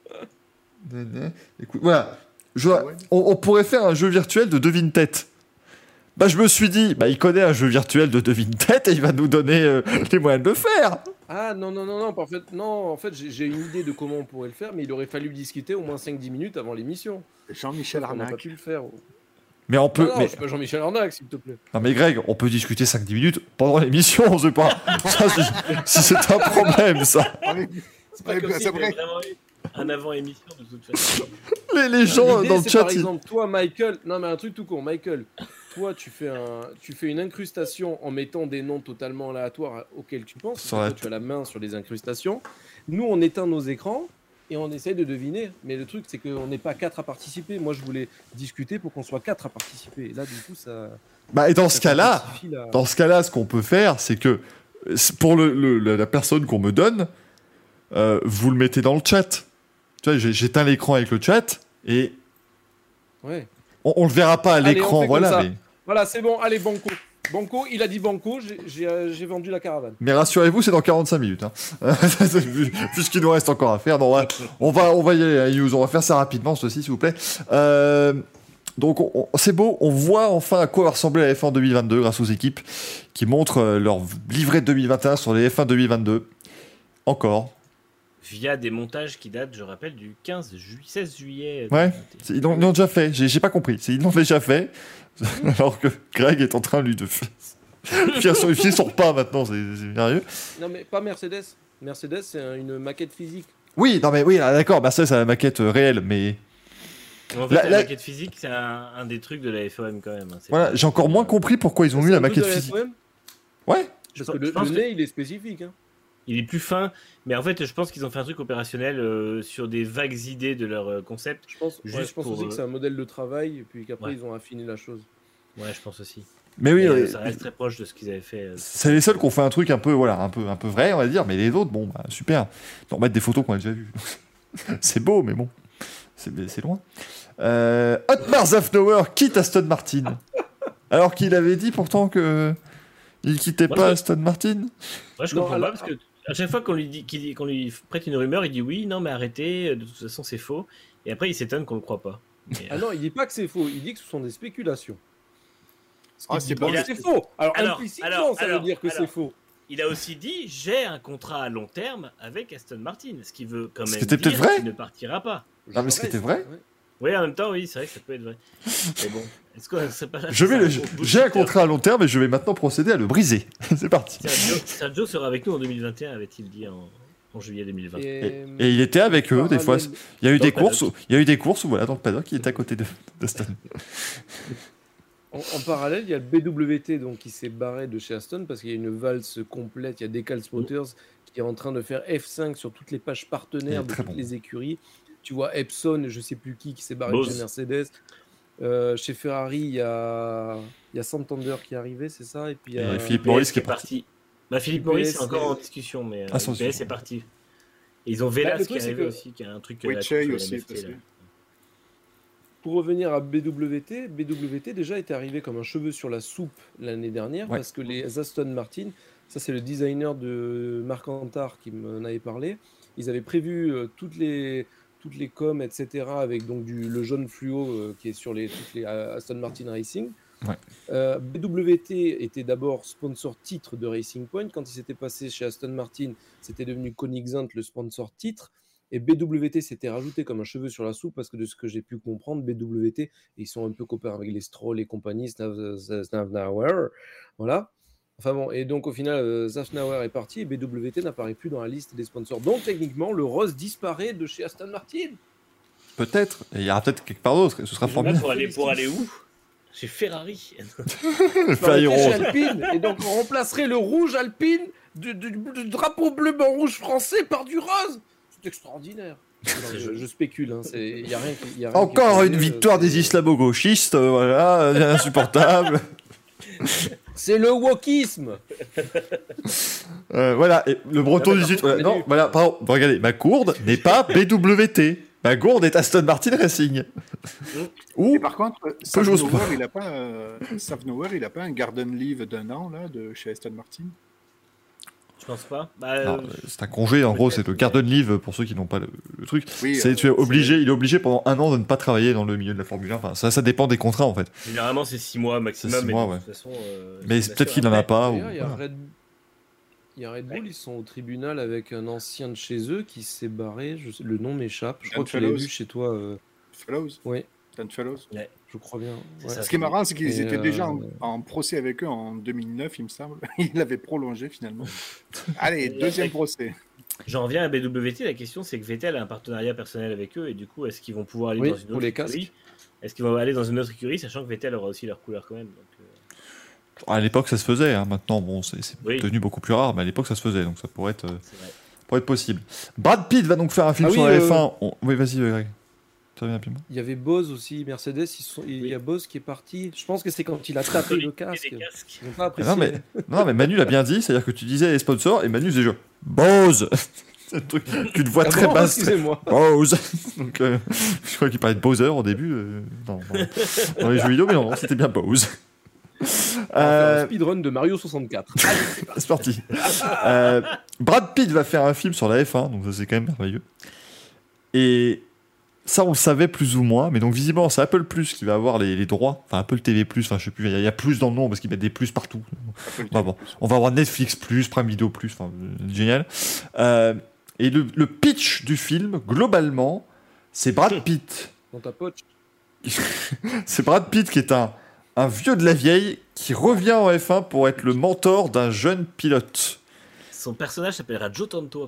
Écoute, voilà, je, Ah ouais. on, on pourrait faire un jeu virtuel de devine tête. Bah je me suis dit, bah il connaît un jeu virtuel de devine tête et il va nous donner euh, les moyens de le faire. Ah non, non, non, non, en fait, non, en fait j'ai j'ai une idée de comment on pourrait le faire, mais il aurait fallu discuter au moins cinq dix minutes avant l'émission. Jean-Michel On n'a pas Arnac. pu le faire. Mais on peut, Non, non, mais, je suis pas Jean-Michel Arnac, s'il te plaît. non mais Greg, on peut discuter cinq dix minutes pendant l'émission, on sait pas. Ça, si si c'est un problème, ça. C'est pas Ouais, comme bah, s'il c'est y avait vrai. vraiment eu un avant-émission de toute façon. Les, les gens L'idée, dans le c'est chat, par ils- exemple, toi, Michael, non mais un truc tout con, Michael, toi, tu fais un, tu fais une incrustation en mettant des noms totalement aléatoires auxquels tu penses. Sur Parce la que toi, tu as la main sur les incrustations. Nous, on éteint nos écrans et on essaye de deviner. Mais le truc, c'est qu'on n'est pas quatre à participer. Moi, je voulais discuter pour qu'on soit quatre à participer. Et là, du coup, ça. bah et dans ce ça cas-là, complexifie la- Dans ce cas-là, ce qu'on peut faire, c'est que euh, c'est pour le, le- la la personne qu'on me donne, euh, vous le mettez dans le chat. Tu vois, j'ai- j'éteins l'écran avec le chat et Ouais. on, on le verra pas à Allez, on l'écran, fait comme voilà. ça. Mais, Voilà, c'est bon. Allez, Banco. Banco, il a dit Banco. j'ai- J'ai euh, j'ai vendu la caravane. mais rassurez-vous, c'est dans quarante-cinq minutes. Hein. Puisqu'il nous reste encore à faire. Non, on, va, on, va, on va y aller, les news. On va faire ça rapidement, ceci, s'il vous plaît. Euh, donc, on- on- c'est beau. On voit enfin à quoi va ressembler la F un deux mille vingt-deux grâce aux équipes qui montrent euh, leur livret de deux mille vingt et un sur les F un deux mille vingt-deux. Encore. Via des montages qui datent, je rappelle, du quinze juillet, seize juillet. Ouais. deux mille vingt et un. C'est- Ils l'ont ils l'ont déjà fait, j'ai j'ai pas compris. C'est- Ils l'ont déjà fait, alors que Greg est en train, lui, de faire faire son, filer son repas maintenant, c'est c'est merveilleux. Non, mais pas Mercedes. Mercedes, c'est un- une maquette physique. Oui, non mais oui, ah, d'accord, bah ça c'est la maquette euh, réelle, mais En fait, La- la, la- maquette physique, c'est un, un des trucs de la F O M quand même. hein. C'est voilà, pas- j'ai encore moins compris pourquoi ils ont C'est mis la un truc maquette de la physique. F O M? Ouais, Je Parce que pense- le, je pense le que- nez, il est spécifique. Hein. Il est plus fin, mais en fait, je pense qu'ils ont fait un truc opérationnel euh, sur des vagues idées de leur euh, concept. Je pense, ouais, Juste je pense pour, aussi que euh, c'est un modèle de travail, et puis qu'après, Ouais. ils ont affiné la chose. Ouais, je pense aussi. mais oui, Mais, euh, ouais, ça reste très proche de ce qu'ils avaient fait. euh, c'est les seuls qui ont fait un truc un peu, voilà, un peu, un peu vrai, on va dire, mais les autres, bon, bah, super. Ils mettre des photos qu'on a déjà vues. C'est beau, mais bon, c'est c'est loin. Euh, Otmar Zafnauer quitte Aston Martin, alors qu'il avait dit pourtant que il quittait Moi, pas je- Aston Martin. Ouais, je Non, comprends alors- pas parce que à chaque fois qu'on lui dit qu'il dit- qu'on lui prête une rumeur, il dit oui, non, mais arrêtez, de toute façon, c'est faux. Et après, il s'étonne qu'on le croit pas. Mais, Ah non, il dit pas que c'est faux, il dit que ce sont des spéculations. Ah, Il c'est dit bon. pas Il a- que c'est faux. Alors, Alors, implicitement, alors, ça alors, veut dire que alors. c'est faux. il a aussi dit j'ai un contrat à long terme avec Aston Martin, ce qui veut quand Ce même qui était dire peut-être vrai. qu'il ne partira pas. Ah, mais ce qui était vrai. Ouais. Oui, en même temps, oui, c'est vrai que ça peut être vrai. Mais bon, est-ce que c'est pas là Je vais, c'est le- un j'ai gros j'ai un bullshitter. contrat à long terme et je vais maintenant procéder à le briser. C'est parti. Sergio, Sergio sera avec nous en deux mille vingt et un, avait-il dit en, en juillet deux mille vingt. Et, et il était avec eux des fois. parallèle- Il y a eu Dans des le paddock. courses. où- Il y a eu des courses où voilà dans le paddock il était à côté de d'Aston. En, en parallèle, il y a le B W T donc, qui s'est barré de chez Aston parce qu'il y a une valse complète. Il y a Decal Motors qui est en train de faire F cinq sur toutes les pages partenaires Il est de très toutes bon. les écuries. Tu vois Epson, je sais plus qui, qui s'est barré Bose. de chez Mercedes. Euh, chez Ferrari, il y a, il y a Santander qui est arrivé, c'est ça. Et puis il y a- Et Philippe P S Maurice qui qui est parti. Bah, Philippe P Maurice S, est encore en c'est- discussion, mais euh, Ah, sans P S discussion. est parti. Et ils ont Velas Bah, le qui truc, est c'est arrivé que- aussi, qui a un truc. euh, Oui, là, Chey sur aussi, M F T, parce là. que- Pour revenir à B W T, B W T déjà était arrivé comme un cheveu sur la soupe l'année dernière Ouais. parce que les Aston Martin, ça c'est le designer de Marc Antard qui m'en avait parlé, ils avaient prévu euh, toutes les, toutes les coms, et cetera, avec donc du, le jaune fluo euh, qui est sur les, toutes les euh, Aston Martin Racing. Ouais. Euh, B W T était d'abord sponsor titre de Racing Point. Quand il s'était passé chez Aston Martin, c'était devenu Koenigsegg le sponsor titre. Et B W T s'était rajouté comme un cheveu sur la soupe parce que de ce que j'ai pu comprendre, B W T, ils sont un peu copains avec les Stroll et compagnie, Znauer, voilà. Enfin bon, et donc au final, euh, Znauer est parti et B W T n'apparaît plus dans la liste des sponsors. Donc techniquement, le Rose disparaît de chez Aston Martin. Peut-être. Et il y aura peut-être quelque part d'autre. Ce sera formidable. Pour aller, pour aller où? Chez Ferrari. Chez Alpine. Et donc on remplacerait le rouge Alpine du, du, du drapeau bleu blanc rouge français par du rose. C'est extraordinaire. Non, je, je spécule. Hein. C'est, y a rien qui, y a rien Encore qui une victoire des islamo-gauchistes, euh, voilà, insupportable. C'est le wokisme. euh, voilà, et le breton Ah, du bah, Sud. par contre, Voilà, non, Manu. voilà, pardon, regardez, ma gourde n'est pas B W T. Ma gourde est Aston Martin Racing. Ou Et par contre, Peugeot Savnauer, Sport. il a pas, euh, Savnauer, il a pas un garden leave d'un an là de chez Aston Martin. Je pense pas. Bah, Non, euh, c'est un congé, en gros, c'est le garden leave pour ceux qui n'ont pas le, le truc. Oui, c'est, euh, tu es obligé, il est obligé pendant un an de ne pas travailler dans le milieu de la Formule un. Enfin, ça, ça dépend des contrats en fait. généralement, c'est six mois maximum. C'est six mais mois, de ouais. toute façon, euh, Mais c'est peut-être sûr. qu'il en a Après, pas. Ou... D'ailleurs, il y a voilà. Red, il y a Red Bull, ils sont au tribunal avec un ancien de chez eux qui s'est barré. Je sais- le nom m'échappe. Je crois Dan que tu l'as Fellows. vu chez toi. euh, Fellows, Oui, Dan Fellows. je crois bien. C'est Ouais. ça. Ce qui est marrant, c'est qu'ils Et, étaient euh, déjà en, en procès avec eux en deux mille neuf, il me semble. Ils l'avaient prolongé finalement. Allez, deuxième procès. J'en reviens à B W T. La question, c'est que Vettel a un partenariat personnel avec eux. Et du coup, est-ce qu'ils vont pouvoir aller Oui, dans une pour autre les écurie casques. Est-ce qu'ils vont aller dans une autre écurie, sachant que Vettel aura aussi leur couleur quand même. Donc, euh, À l'époque, ça se faisait. Hein. Maintenant, bon, c'est, c'est Oui. devenu beaucoup plus rare, mais à l'époque, ça se faisait. Donc ça pourrait être, euh, c'est vrai. pourrait être possible. Brad Pitt va donc faire un film Ah sur oui, la euh, F un. On- Oui, vas-y, euh, Greg. Ça revient rapidement. Il y avait Bose aussi, Mercedes. Ils sont... Il y a Bose qui est parti. Je pense que c'est quand il a tapé le casque. Des casques. Ils n'ont pas Ah apprécié. non, mais, non, mais Manu l'a bien dit, c'est-à-dire que tu disais les sponsors et Manu faisait genre Bose. C'est un truc qu'une voix Ah très bon, basse. excusez-moi. Bose. Donc, euh, je crois qu'il parlait de Bowser au début. euh, dans, dans- dans les jeux vidéo, mais non, non, c'était bien Bose. On va faire Euh, un speedrun de Mario soixante-quatre. c'est parti. Euh, Brad Pitt va faire un film sur la F un, donc ça c'est quand même merveilleux. Et ça on le savait plus ou moins, mais donc visiblement c'est Apple Plus qui va avoir les, les droits, enfin Apple T V Plus, enfin je sais plus, il y, a- il y a plus dans le nom parce qu'ils mettent des plus partout. Apple Bah bon, on va avoir Netflix Plus, Prime Video Plus, enfin euh, génial. Euh, et le, le pitch du film, globalement, c'est Brad Pitt. Dans ta poche. C'est Brad Pitt qui est un, un vieux de la vieille qui revient en F un pour être le mentor d'un jeune pilote. Son personnage s'appellera Joe Tanto.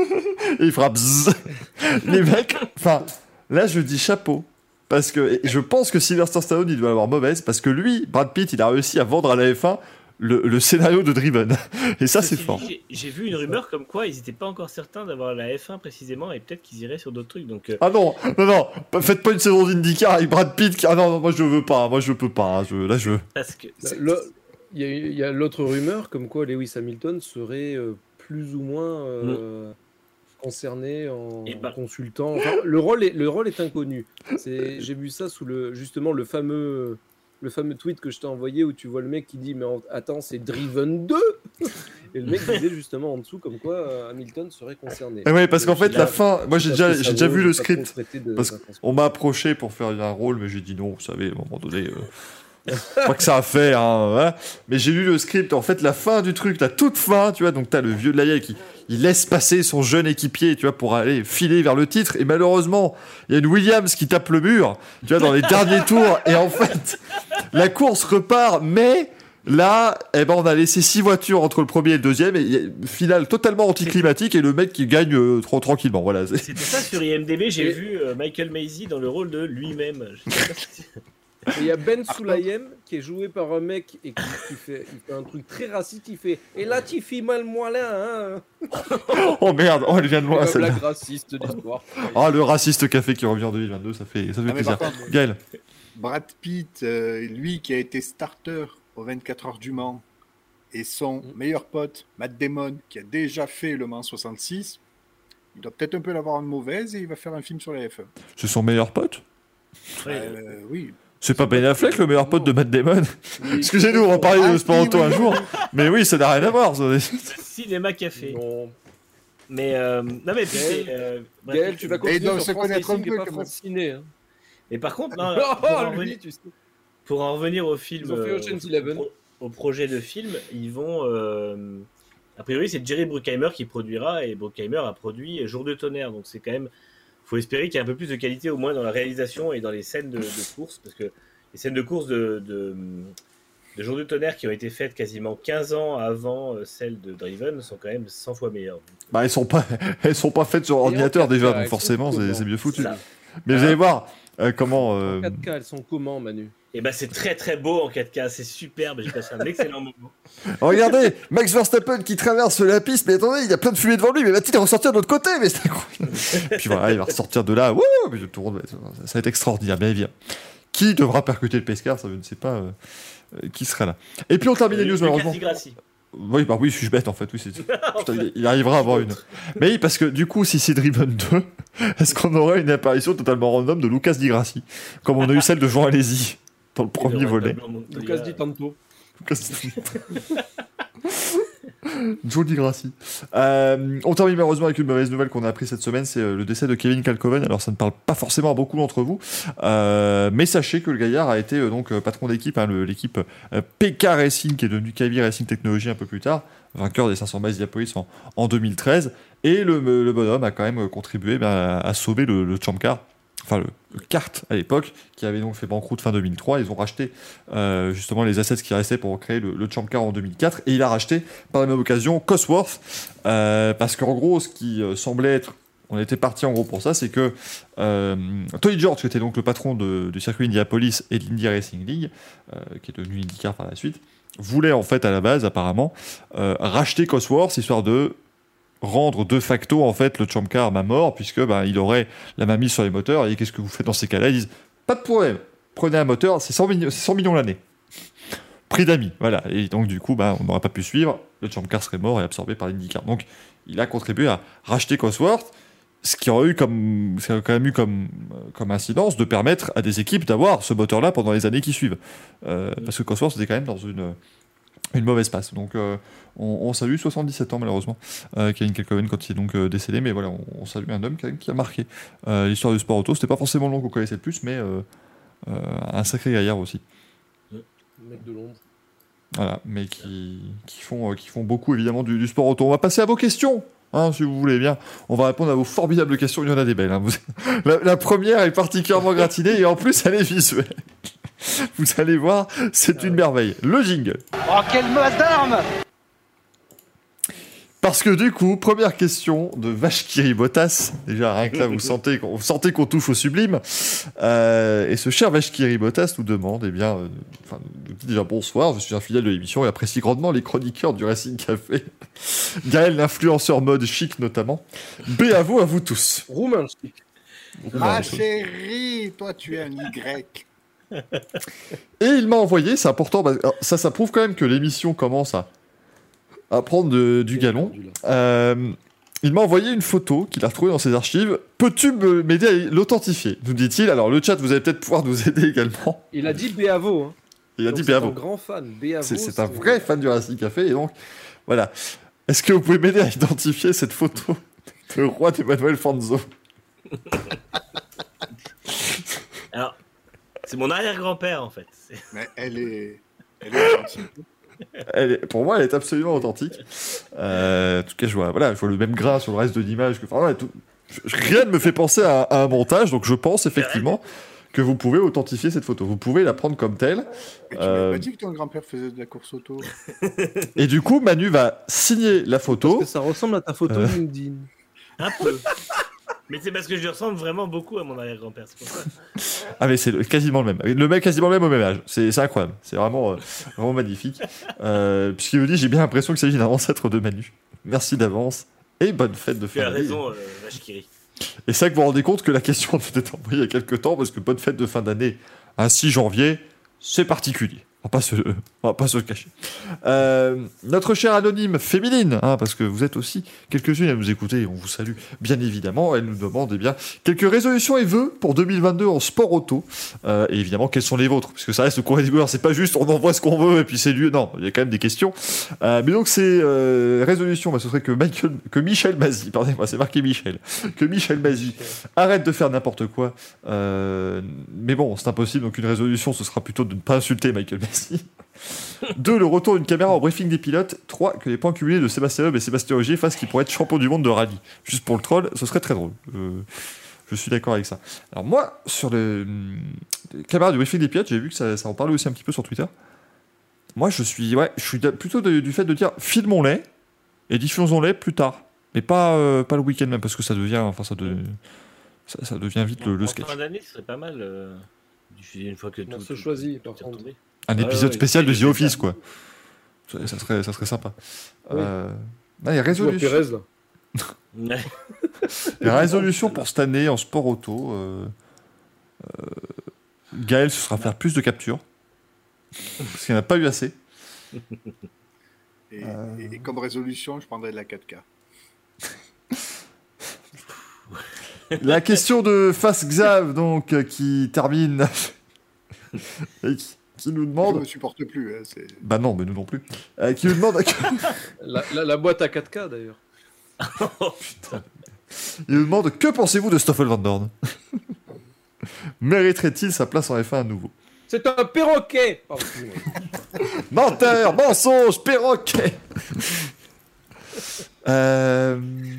Et il fera bzzz. Les mecs, enfin, là je dis chapeau. Parce que et je pense que Sylvester Stallone il doit avoir mauvaise parce que lui, Brad Pitt, il a réussi à vendre à la F un le, le scénario de Driven. Et ça c'est Ceci fort. dit, J'ai, j'ai vu une rumeur comme quoi ils n'étaient pas encore certains d'avoir la F un précisément et peut-être qu'ils iraient sur d'autres trucs. Donc, euh, Ah non, non, non, pas- faites pas une saison d'IndyCar avec Brad Pitt. Qui... Ah non, non, moi je veux pas, moi je peux pas. hein, Je... Là je. parce que Le- Il y, a, il y a l'autre rumeur comme quoi Lewis Hamilton serait euh, plus ou moins euh, concerné en, Et bah- en consultant. Enfin, le, rôle est, le rôle est inconnu. C'est, j'ai vu ça sous le, justement le fameux, le fameux tweet que je t'ai envoyé où tu vois le mec qui dit mais en- attends c'est Driven deux. Et le mec disait justement en dessous comme quoi euh, Hamilton serait concerné. Ah ouais, parce qu'en fait Là, la fin, moi j'ai parce déjà, que ça j'ai déjà vaut- vu le j'ai pas trop script. traité de- Parce d'informations. On m'a approché pour faire un rôle, mais j'ai dit non, vous savez, à un moment donné, euh, pas que ça a fait, hein, ouais. Mais j'ai lu le script, en fait, la fin du truc, la toute fin, tu vois, donc t'as le vieux de la vieille qui il laisse passer son jeune équipier, tu vois, pour aller filer vers le titre, et malheureusement, il y a une Williams qui tape le mur, tu vois, dans les derniers tours, et en fait, la course repart, mais... Là, eh ben, on a laissé six voitures entre le premier et le deuxième, et il y a une finale totalement anticlimatique, et le mec qui gagne euh, trop tranquillement. Voilà. c'est- c'était ça sur I M D B. J'ai Et- vu euh, Michael Maisy dans le rôle de lui-même. Je sais pas si- Et il y a Ben Sulayem qui est joué par un mec et qui, qui fait, il fait un truc très raciste. Il fait et là tu fais mal moilin hein. Oh merde, oh, elle vient de C'est loin la celle-là. blague raciste de l'histoire. Ah, le raciste café qui revient en deux mille vingt-deux, ça fait, ça fait Ah, mais plaisir. par contre, Gaël. Brad Pitt, euh, lui qui a été starter aux vingt-quatre heures du Mans, et son Mm. meilleur pote, Matt Damon, qui a déjà fait le Mans soixante-six, il doit peut-être un peu l'avoir en mauvaise et il va faire un film sur la F un. C'est son meilleur pote? Ouais, Euh, oui. C'est pas Ben Affleck, le meilleur pote de Matt Damon? Oui. Excusez-nous, on va parler Ah, de si, Sporanto oui, un oui. jour. Mais oui, ça n'a rien à voir. ça. le cinéma café. Non. Mais euh, non mais puis, Gaël, euh, bref, Gaël, tu vas Et continuer donc, sur se France connaître un Racing et peu, pas quand France Ciné. Hein. Et par contre, non, Oh, pour, en lui, revenir, tu sais. pour en revenir au film, Ils ont fait euh, Ocean's au, Eleven. pro- au projet de film, ils vont. Euh, a priori, c'est Jerry Bruckheimer qui produira et Bruckheimer a produit Jour de tonnerre, donc c'est quand même. Faut espérer qu'il y ait un peu plus de qualité au moins dans la réalisation et dans les scènes de, de course, parce que les scènes de course de, de, de Jour de tonnerre qui ont été faites quasiment quinze ans avant euh, celles de Driven sont quand même cent fois meilleures. Bah, elles sont pas, elles sont pas faites sur en ordinateur quatre K, déjà, elles donc sont forcément, c'est, comment c'est mieux foutu. Ça. Mais vous allez voir euh, comment. En euh, quatre K, elles sont comment, Manu? Et ben c'est très très beau en quatre K, c'est superbe, j'ai passé un excellent moment. Regardez, Max Verstappen qui traverse la piste, mais attendez, il y a plein de fumée devant lui, mais va-t-il ressortir de l'autre côté? Mais c'est quoi? Puis voilà, il va ressortir de là, wouh, mais tout le monde va être- ça va être extraordinaire, bien évidemment. Qui devra percuter le pescar, ça je ne sais pas euh, euh, qui sera là. Et puis on termine les news Lucas malheureusement. Di Grassi. Oui, bah oui, suis-je bête en fait, oui, c'est... Putain, il- il arrivera à avoir une. Mais oui, parce que du coup, si c'est Driven deux, est-ce qu'on aurait une apparition totalement random de Lucas Di Grassi, comme on a eu celle de Jean Alési dans le premier volet? Lucas Di Tanto. Joe Di Grassi. Euh, on termine malheureusement avec une mauvaise nouvelle qu'on a appris cette semaine, c'est euh, le décès de Kevin Kalkoven. Alors ça ne parle pas forcément à beaucoup d'entre vous, euh, mais sachez que le gaillard a été euh, donc euh, patron d'équipe, hein, le- l'équipe euh, P K Racing qui est devenue K V Racing Technology un peu plus tard, vainqueur des cinq cents miles d'Indianapolis en, en deux mille treize, et le, le bonhomme a quand même euh, contribué ben, à, à sauver le, le Champ Car. Enfin, le, le kart à l'époque, qui avait donc fait banqueroute fin deux mille trois. Ils ont racheté euh, justement les assets qui restaient pour créer le, le Champ Car en deux mille quatre. Et il a racheté par la même occasion Cosworth. Euh, parce qu'en gros, ce qui euh, semblait être. On était parti en gros pour ça, c'est que euh, Tony George, qui était donc le patron de, du circuit Indianapolis et de l'Indy Racing League, euh, qui est devenu IndyCar par la suite, voulait en fait à la base, apparemment, euh, racheter Cosworth, histoire de rendre de facto en fait le Champ Car à ma mort, puisque bah, il aurait la main mise sur les moteurs. Et qu'est-ce que vous faites dans ces cas-là? Ils disent pas de problème, prenez un moteur, c'est cent millions, c'est cent millions l'année, prix d'amis, voilà. Et donc du coup bah, on n'aurait pas pu suivre, le Champ Car serait mort et absorbé par l'IndyCar. Donc il a contribué à racheter Cosworth, ce qui aurait eu comme, ce qui aurait quand même eu comme, comme incidence de permettre à des équipes d'avoir ce moteur-là pendant les années qui suivent, euh, parce que Cosworth était quand même dans une une mauvaise passe. Donc euh, on, on salue soixante-dix-sept ans malheureusement euh, Kevin Kalkoven quand il est donc euh, décédé, mais voilà, on, on salue un homme quand même qui a marqué euh, l'histoire du sport auto. C'était pas forcément le nom qu'on connaissait le plus, mais euh, euh, un sacré gaillard aussi. Le mec de Londres. Voilà, mais qui, qui, font, euh, qui font beaucoup évidemment du, du sport auto. On va passer à vos questions, hein, si vous voulez bien. On va répondre à vos formidables questions, il y en a des belles. Hein. Vous- la, la première est particulièrement gratinée et en plus elle est visuelle. Vous allez voir, c'est une merveille. Le jingle. Oh, quelle masse d'armes! Parce que du coup, première question de Vachkiri Bottas. Déjà, rien que là, vous sentez qu'on, vous sentez qu'on touche au sublime. Euh, et ce cher Vachkiri Bottas nous demande, eh bien, euh, enfin, nous dit déjà bonsoir, je suis un fidèle de l'émission et apprécie grandement les chroniqueurs du Racing Café. Gaël, l'influenceur mode chic notamment. B à vous, à vous tous. Roumain, je dis. Ma chérie, toi tu es un Y. Et il m'a envoyé, c'est important, parce- alors, ça, ça prouve quand même que l'émission commence à, à prendre de- du galon. Euh, il m'a envoyé une photo qu'il a retrouvée dans ses archives. Peux-tu me- m'aider à l'authentifier, nous dit-il. Alors le chat, vous allez peut-être pouvoir nous aider également. Il a dit Béavo. Hein. Il a Donc, dit c'est un bravo. grand fan. Béavo. C'est, c'est un vrai fan du Racing Café, et donc, voilà. Est-ce que vous pouvez m'aider à identifier cette photo de roi d'Emmanuel Fanzo? Alors, c'est mon arrière-grand-père en fait. C'est- Mais elle est, elle est gentille. Elle est- Pour moi, elle est absolument authentique. Euh, en tout cas, je vois, voilà, je vois le même grain sur le reste de l'image. Que, enfin, ouais, tout- je- rien ne me fait penser à, à un montage, donc je pense effectivement que vous pouvez authentifier cette photo. Vous pouvez la prendre comme telle. Et tu Euh, m'as pas dit que ton grand-père faisait de la course auto. Et du coup, Manu va signer la Parce photo. que ça ressemble à ta photo Euh. LinkedIn. Un peu. Mais c'est parce que je lui ressemble vraiment beaucoup à mon arrière-grand-père, c'est pour ça. Ah, mais c'est le- quasiment le même. Le mec quasiment le même au même âge. C'est, c'est incroyable. C'est vraiment, euh, vraiment magnifique. Euh, puisqu'il me dit, j'ai bien l'impression qu'il s'agit d'un ancêtre de Manu. Merci d'avance. Et bonne fête de Tu as fin d'année. raison, euh, Vachkiri. Et c'est vrai que vous vous rendez compte que la question a été envoyée il y a quelques temps, parce que bonne fête de fin d'année, un six janvier, c'est particulier. On va pas se, on va pas se le cacher. Euh, notre chère anonyme féminine, hein, parce que vous êtes aussi quelques-unes à nous écouter, et on vous salue bien évidemment. Elle nous demande eh bien quelques résolutions et vœux pour deux mille vingt-deux en sport auto. Euh, et évidemment, quels sont les vôtres? Parce que ça reste le courrier du bonheur, c'est pas juste on envoie ce qu'on veut et puis c'est lieu. Non, il y a quand même des questions. Euh, mais donc ces euh, résolutions, bah, ce serait que Michael, que Michel Mazzi, pardonnez-moi, c'est marqué Michel, que Michel Mazzi arrête de faire n'importe quoi. Euh, mais bon, c'est impossible. Donc une résolution, ce sera plutôt de ne pas insulter Michael Mazzi. deux. Le retour d'une caméra au briefing des pilotes. trois. Que les points cumulés de Sébastien Loeb et Sébastien Ogier fassent qu'ils pourraient être champions du monde de rallye. Juste pour le troll, ce serait très drôle. Euh, je suis d'accord avec ça. Alors moi, sur le, les caméras du briefing des pilotes, j'ai vu que ça, ça en parlait aussi un petit peu sur Twitter. Moi, je suis, ouais, je suis plutôt de, du fait de dire filmons-les et diffusons-les plus tard. Mais pas, euh, pas le week-end même, parce que ça devient, enfin, ça, de, ça, ça devient vite le, le sketch. En fin d'année, ce serait pas mal euh, diffuser une fois que On tout, se tout- choisit, par tout est contre. retombé. Un Ouais, épisode ouais, spécial de ouais, The ouais, Office, ouais. quoi. Ça, ça serait, ça serait sympa. Oui. Euh, là, les Tu vois résolutions, Pérez, là. Ouais. les résolutions pour cette année en sport auto. Euh, euh, Gaël, ce sera faire plus de captures. Parce qu'il n'y en a pas eu assez. Et, Euh. et- et comme résolution, je prendrais de la quatre K. La question de Fast Xav, donc, euh, qui termine. et qui, qui nous Je demande. ne supporte plus. Hein, c'est... Bah non, mais nous non plus. Euh, qui nous demande. La, la, la boîte à quatre K, d'ailleurs. Il nous demande que pensez-vous de Stoffel Van Dorn? Mériterait-il sa place en F un à nouveau? C'est un perroquet. Pardon, excusez-moi. Menteur, mensonge, perroquet. euh...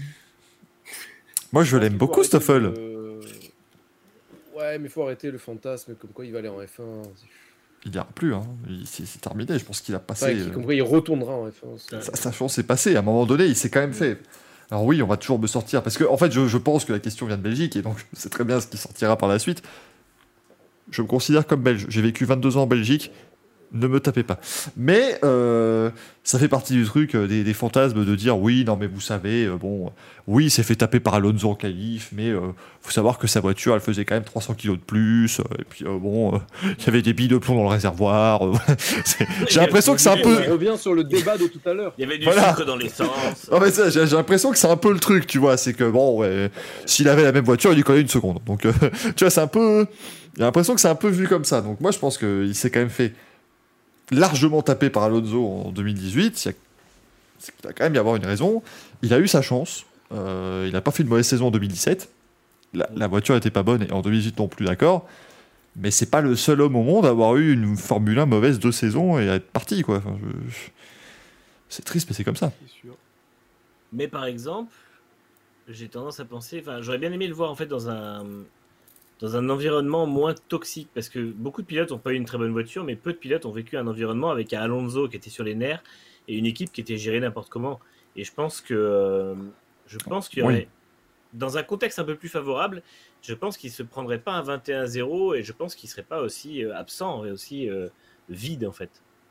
Moi, je l'aime Faut beaucoup, arrêter Stoffel. de- Ouais, mais faut arrêter le fantasme comme quoi il va aller en F un. Il n'y ira plus, hein. Il- c'est, c'est terminé. Je pense qu'il a passé. Enfin, euh, comme quoi il retournera en F un. c'est- Sa, sa chance est passée. À un moment donné, il s'est quand même fait. Alors oui, on va toujours me sortir. Parce que, en fait, je, je pense que la question vient de Belgique. Et donc, je sais très bien ce qui sortira par la suite. Je me considère comme belge. J'ai vécu vingt-deux ans en Belgique. Ne me tapez pas. Mais euh, ça fait partie du truc, euh, des, des fantasmes de dire oui, non mais vous savez, euh, bon, oui, il s'est fait taper par Alonso en qualif, mais euh, faut savoir que sa voiture, elle faisait quand même trois cents kilos de plus, euh, et puis euh, bon, euh, il y avait des billes de plomb dans le réservoir. euh, c'est- j'ai l'impression que c'est un peu... On revient sur le débat de tout à l'heure. Il y avait du Voilà. sucre dans l'essence. Non mais ça, j'ai, j'ai l'impression que c'est un peu le truc, tu vois, c'est que bon, ouais, s'il avait la même voiture, il lui collait une seconde. Donc, euh, tu vois, c'est un peu... J'ai l'impression que c'est un peu vu comme ça. Donc moi, je pense qu'il s'est quand même fait largement tapé par Alonso en deux mille dix-huit. Il y a, c'est qu'il a quand même y avoir une raison. Il a eu sa chance. Euh, il n'a pas fait une mauvaise saison en deux mille dix-sept. La, la voiture n'était pas bonne et en deux mille dix-huit non plus, d'accord. Mais c'est pas le seul homme au monde à avoir eu une Formule un mauvaise deux saisons et à être parti, quoi. Enfin, je- je- C'est triste, mais c'est comme ça. C'est sûr. Mais par exemple, j'ai tendance à penser, enfin, j'aurais bien aimé le voir en fait dans un dans un environnement moins toxique, parce que beaucoup de pilotes n'ont pas eu une très bonne voiture, mais peu de pilotes ont vécu un environnement avec un Alonso qui était sur les nerfs et une équipe qui était gérée n'importe comment. Et je pense que euh, je pense qu'il y aurait, Oui. dans un contexte un peu plus favorable, je pense qu'il se prendrait pas un vingt et un zéro et je pense qu'il serait pas aussi euh, absent et aussi euh, vide en fait.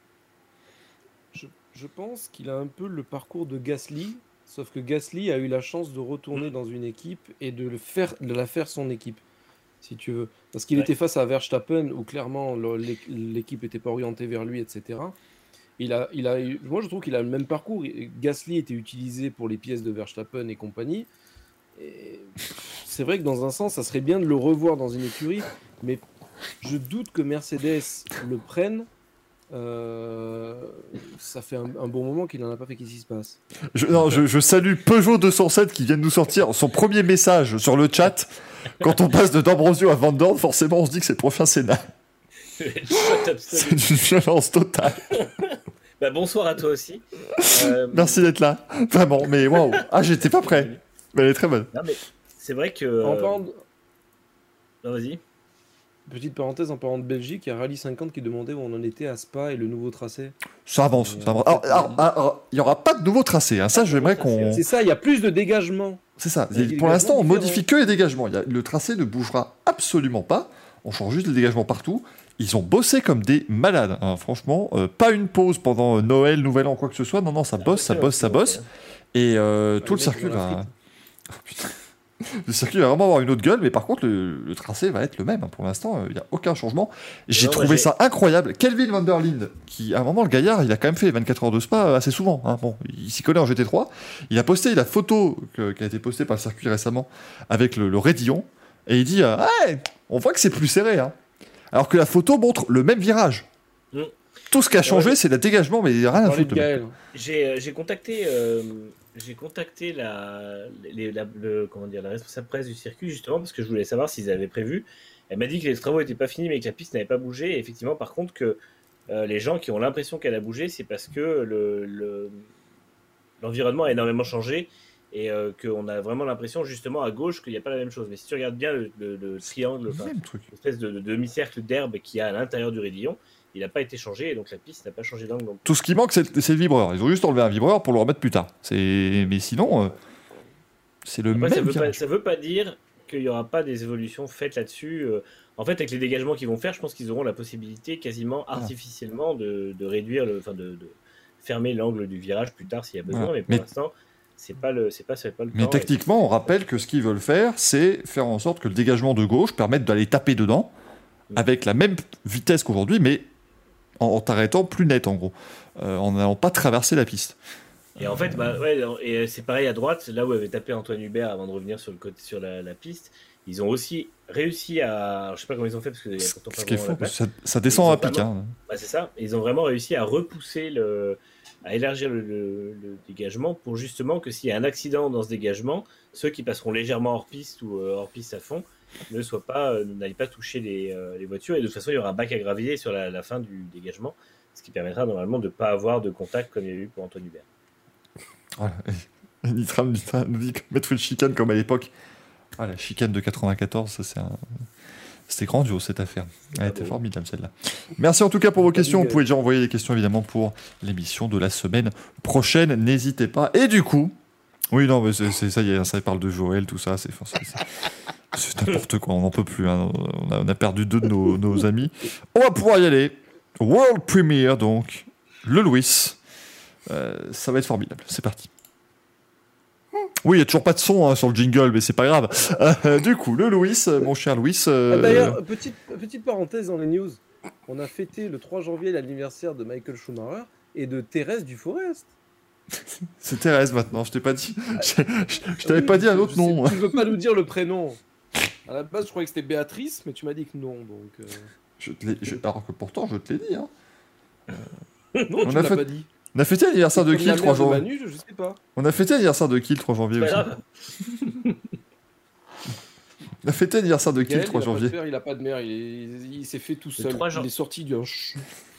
Je, je pense qu'il a un peu le parcours de Gasly, sauf que Gasly a eu la chance de retourner dans une équipe et de, le faire, de la faire son équipe, si tu veux. Parce qu'il Ouais. était face à Verstappen, où clairement le- l'é- l'équipe n'était pas orientée vers lui, et cetera. Il a, il a eu- moi, je trouve qu'il a le même parcours. Gasly était utilisé pour les pièces de Verstappen et compagnie. Et c'est vrai que dans un sens, ça serait bien de le revoir dans une écurie, mais je doute que Mercedes le prenne. Euh, ça fait un, un bon moment qu'il n'en a pas fait. Qu'est-ce qui se passe? Je, non, je, je salue Peugeot deux cent sept qui vient de nous sortir son premier message sur le chat. Quand on passe de D'Ambrosio à Van Dorn, forcément, on se dit que c'est le prochain Sénat. Shut up, C'est salut. une violence totale. Bah, bonsoir à toi aussi. Euh, Merci d'être là. Vraiment, mais waouh. Ah, j'étais pas prêt. Mais elle est très bonne. Non, mais c'est vrai que. En euh, parlant de- Non, vas-y. Petite parenthèse, en parlant de Belgique, il y a Rallye cinquante qui demandait où on en était à Spa et le nouveau tracé. Ça avance. Ça avance. Alors, alors, alors, il n'y aura pas de nouveau tracé. Hein. Ça, j'aimerais qu'on. C'est ça, il y a plus de dégagement. C'est ça. Il y a des Pour dégagements l'instant, on différents. modifie que les dégagements. Il y a- Le tracé ne bougera absolument pas. On change juste les dégagements partout. Ils ont bossé comme des malades. Hein. Franchement, euh, pas une pause pendant euh, Noël, Nouvel An, quoi que ce soit. Non, non, ça bosse, ça bosse, ça bosse. Et euh, tout le les mecs, circuit ils ont la va. frite. Oh, putain. Le circuit va vraiment avoir une autre gueule, mais par contre, le, le tracé va être le même. Pour l'instant, il n'y a aucun changement. J'ai Non, trouvé j'ai... ça incroyable. Kelvin Van der Linde, qui, à un moment, le gaillard, il a quand même fait vingt-quatre heures de spa assez souvent. Hein. Bon, il s'y connaît en G T trois. Il a posté la photo que, qui a été postée par le circuit récemment avec le, le raidillon, et il dit euh, hey, on voit que c'est plus serré. Hein. Alors que la photo montre le même virage. Mm. Tout ce qui a changé, ouais. c'est le dégagement, mais il n'y a rien à foutre. J'ai, j'ai contacté... Euh... J'ai contacté la, les, la, le, comment dire, la responsable presse du circuit justement parce que je voulais savoir s'ils avaient prévu. Elle m'a dit que les travaux n'étaient pas finis mais que la piste n'avait pas bougé. Et effectivement, par contre, que euh, les gens qui ont l'impression qu'elle a bougé, c'est parce que le, le, l'environnement a énormément changé et euh, qu'on a vraiment l'impression justement à gauche qu'il n'y a pas la même chose. Mais si tu regardes bien le, le, le triangle, enfin, l'espèce de, de demi-cercle d'herbe qu'il y a à l'intérieur du raidillon, il n'a pas été changé et donc la piste n'a pas changé d'angle. Donc... Tout ce qui manque, c'est, c'est le vibreur. Ils ont juste enlevé un vibreur pour le remettre plus tard. C'est... Mais sinon, euh, c'est le Après, même. Ça veut, pas, ça veut pas dire qu'il n'y aura pas des évolutions faites là-dessus. En fait, avec les dégagements qu'ils vont faire, je pense qu'ils auront la possibilité quasiment artificiellement de, de réduire, le, enfin de, de fermer l'angle du virage plus tard s'il y a besoin. Ouais. Mais pour mais... l'instant, c'est pas le, c'est pas, c'est pas le mais temps. Mais techniquement, et... on rappelle que ce qu'ils veulent faire, c'est faire en sorte que le dégagement de gauche permette d'aller taper dedans mmh. avec la même vitesse qu'aujourd'hui, mais en t'arrêtant plus net en gros, euh, en n'allant pas traverser la piste. Et en fait, bah, ouais, et c'est pareil à droite, là où avait tapé Antoine Hubert avant de revenir sur, le côté, sur la, la piste, ils ont aussi réussi à... Alors, je sais pas comment ils ont fait, parce qu'il y a pourtant pas Ce qui est fou, place, ça, ça descend à pic. Vraiment... Hein. Bah, c'est ça, ils ont vraiment réussi à repousser, le... à élargir le, le, le dégagement pour justement que s'il y a un accident dans ce dégagement, ceux qui passeront légèrement hors piste ou euh, hors piste à fond, ne soient pas, euh, n'aillent pas toucher les, euh, les voitures, et de toute façon, il y aura un bac à gravier sur la, la fin du dégagement, ce qui permettra normalement de ne pas avoir de contact comme il y a eu pour Antoine Hubert. Voilà. Et Nitram nous dit mettre une chicane comme à l'époque. Ah, la chicane de quatre-vingt-quatorze, ça, c'est un... c'était grandiose cette affaire. Elle ah était bon. formidable celle-là. Merci en tout cas pour vos questions. Vous pouvez déjà envoyer des questions évidemment pour l'émission de la semaine prochaine. N'hésitez pas. Et du coup, oui, non, mais c'est, c'est, ça y est, ça parle de Joël, tout ça. C'est, c'est, c'est, c'est n'importe quoi, on n'en peut plus. Hein. On, a, on a perdu deux de nos, nos amis. On va pouvoir y aller. World Premiere, donc, le Louis. Euh, ça va être formidable. C'est parti. Oui, il n'y a toujours pas de son hein, sur le jingle, mais c'est pas grave. Euh, du coup, le Louis, mon cher Louis. Euh... Ah, d'ailleurs, petite, petite parenthèse dans les news. On a fêté le trois janvier l'anniversaire de Michael Schumacher et de Thérèse Duforest. C'est Thérèse maintenant, je t'ai pas dit. Je, je, je t'avais oui, pas dit un autre nom. Tu veux pas nous dire le prénom. À la base, je croyais que c'était Béatrice, mais tu m'as dit que non. Donc, euh... je te l'ai, je, alors que pourtant, je te l'ai dit. Hein. Euh... Non, on tu a l'as fait... pas dit. On a fêté l'anniversaire de qui le trois janvier Manu, je sais pas. On a fêté l'anniversaire de qui le trois janvier aussi. On a fêté l'anniversaire de qui le trois janvier. Il a pas de mère, il, il, il s'est fait tout seul. Il est sorti d'un ch...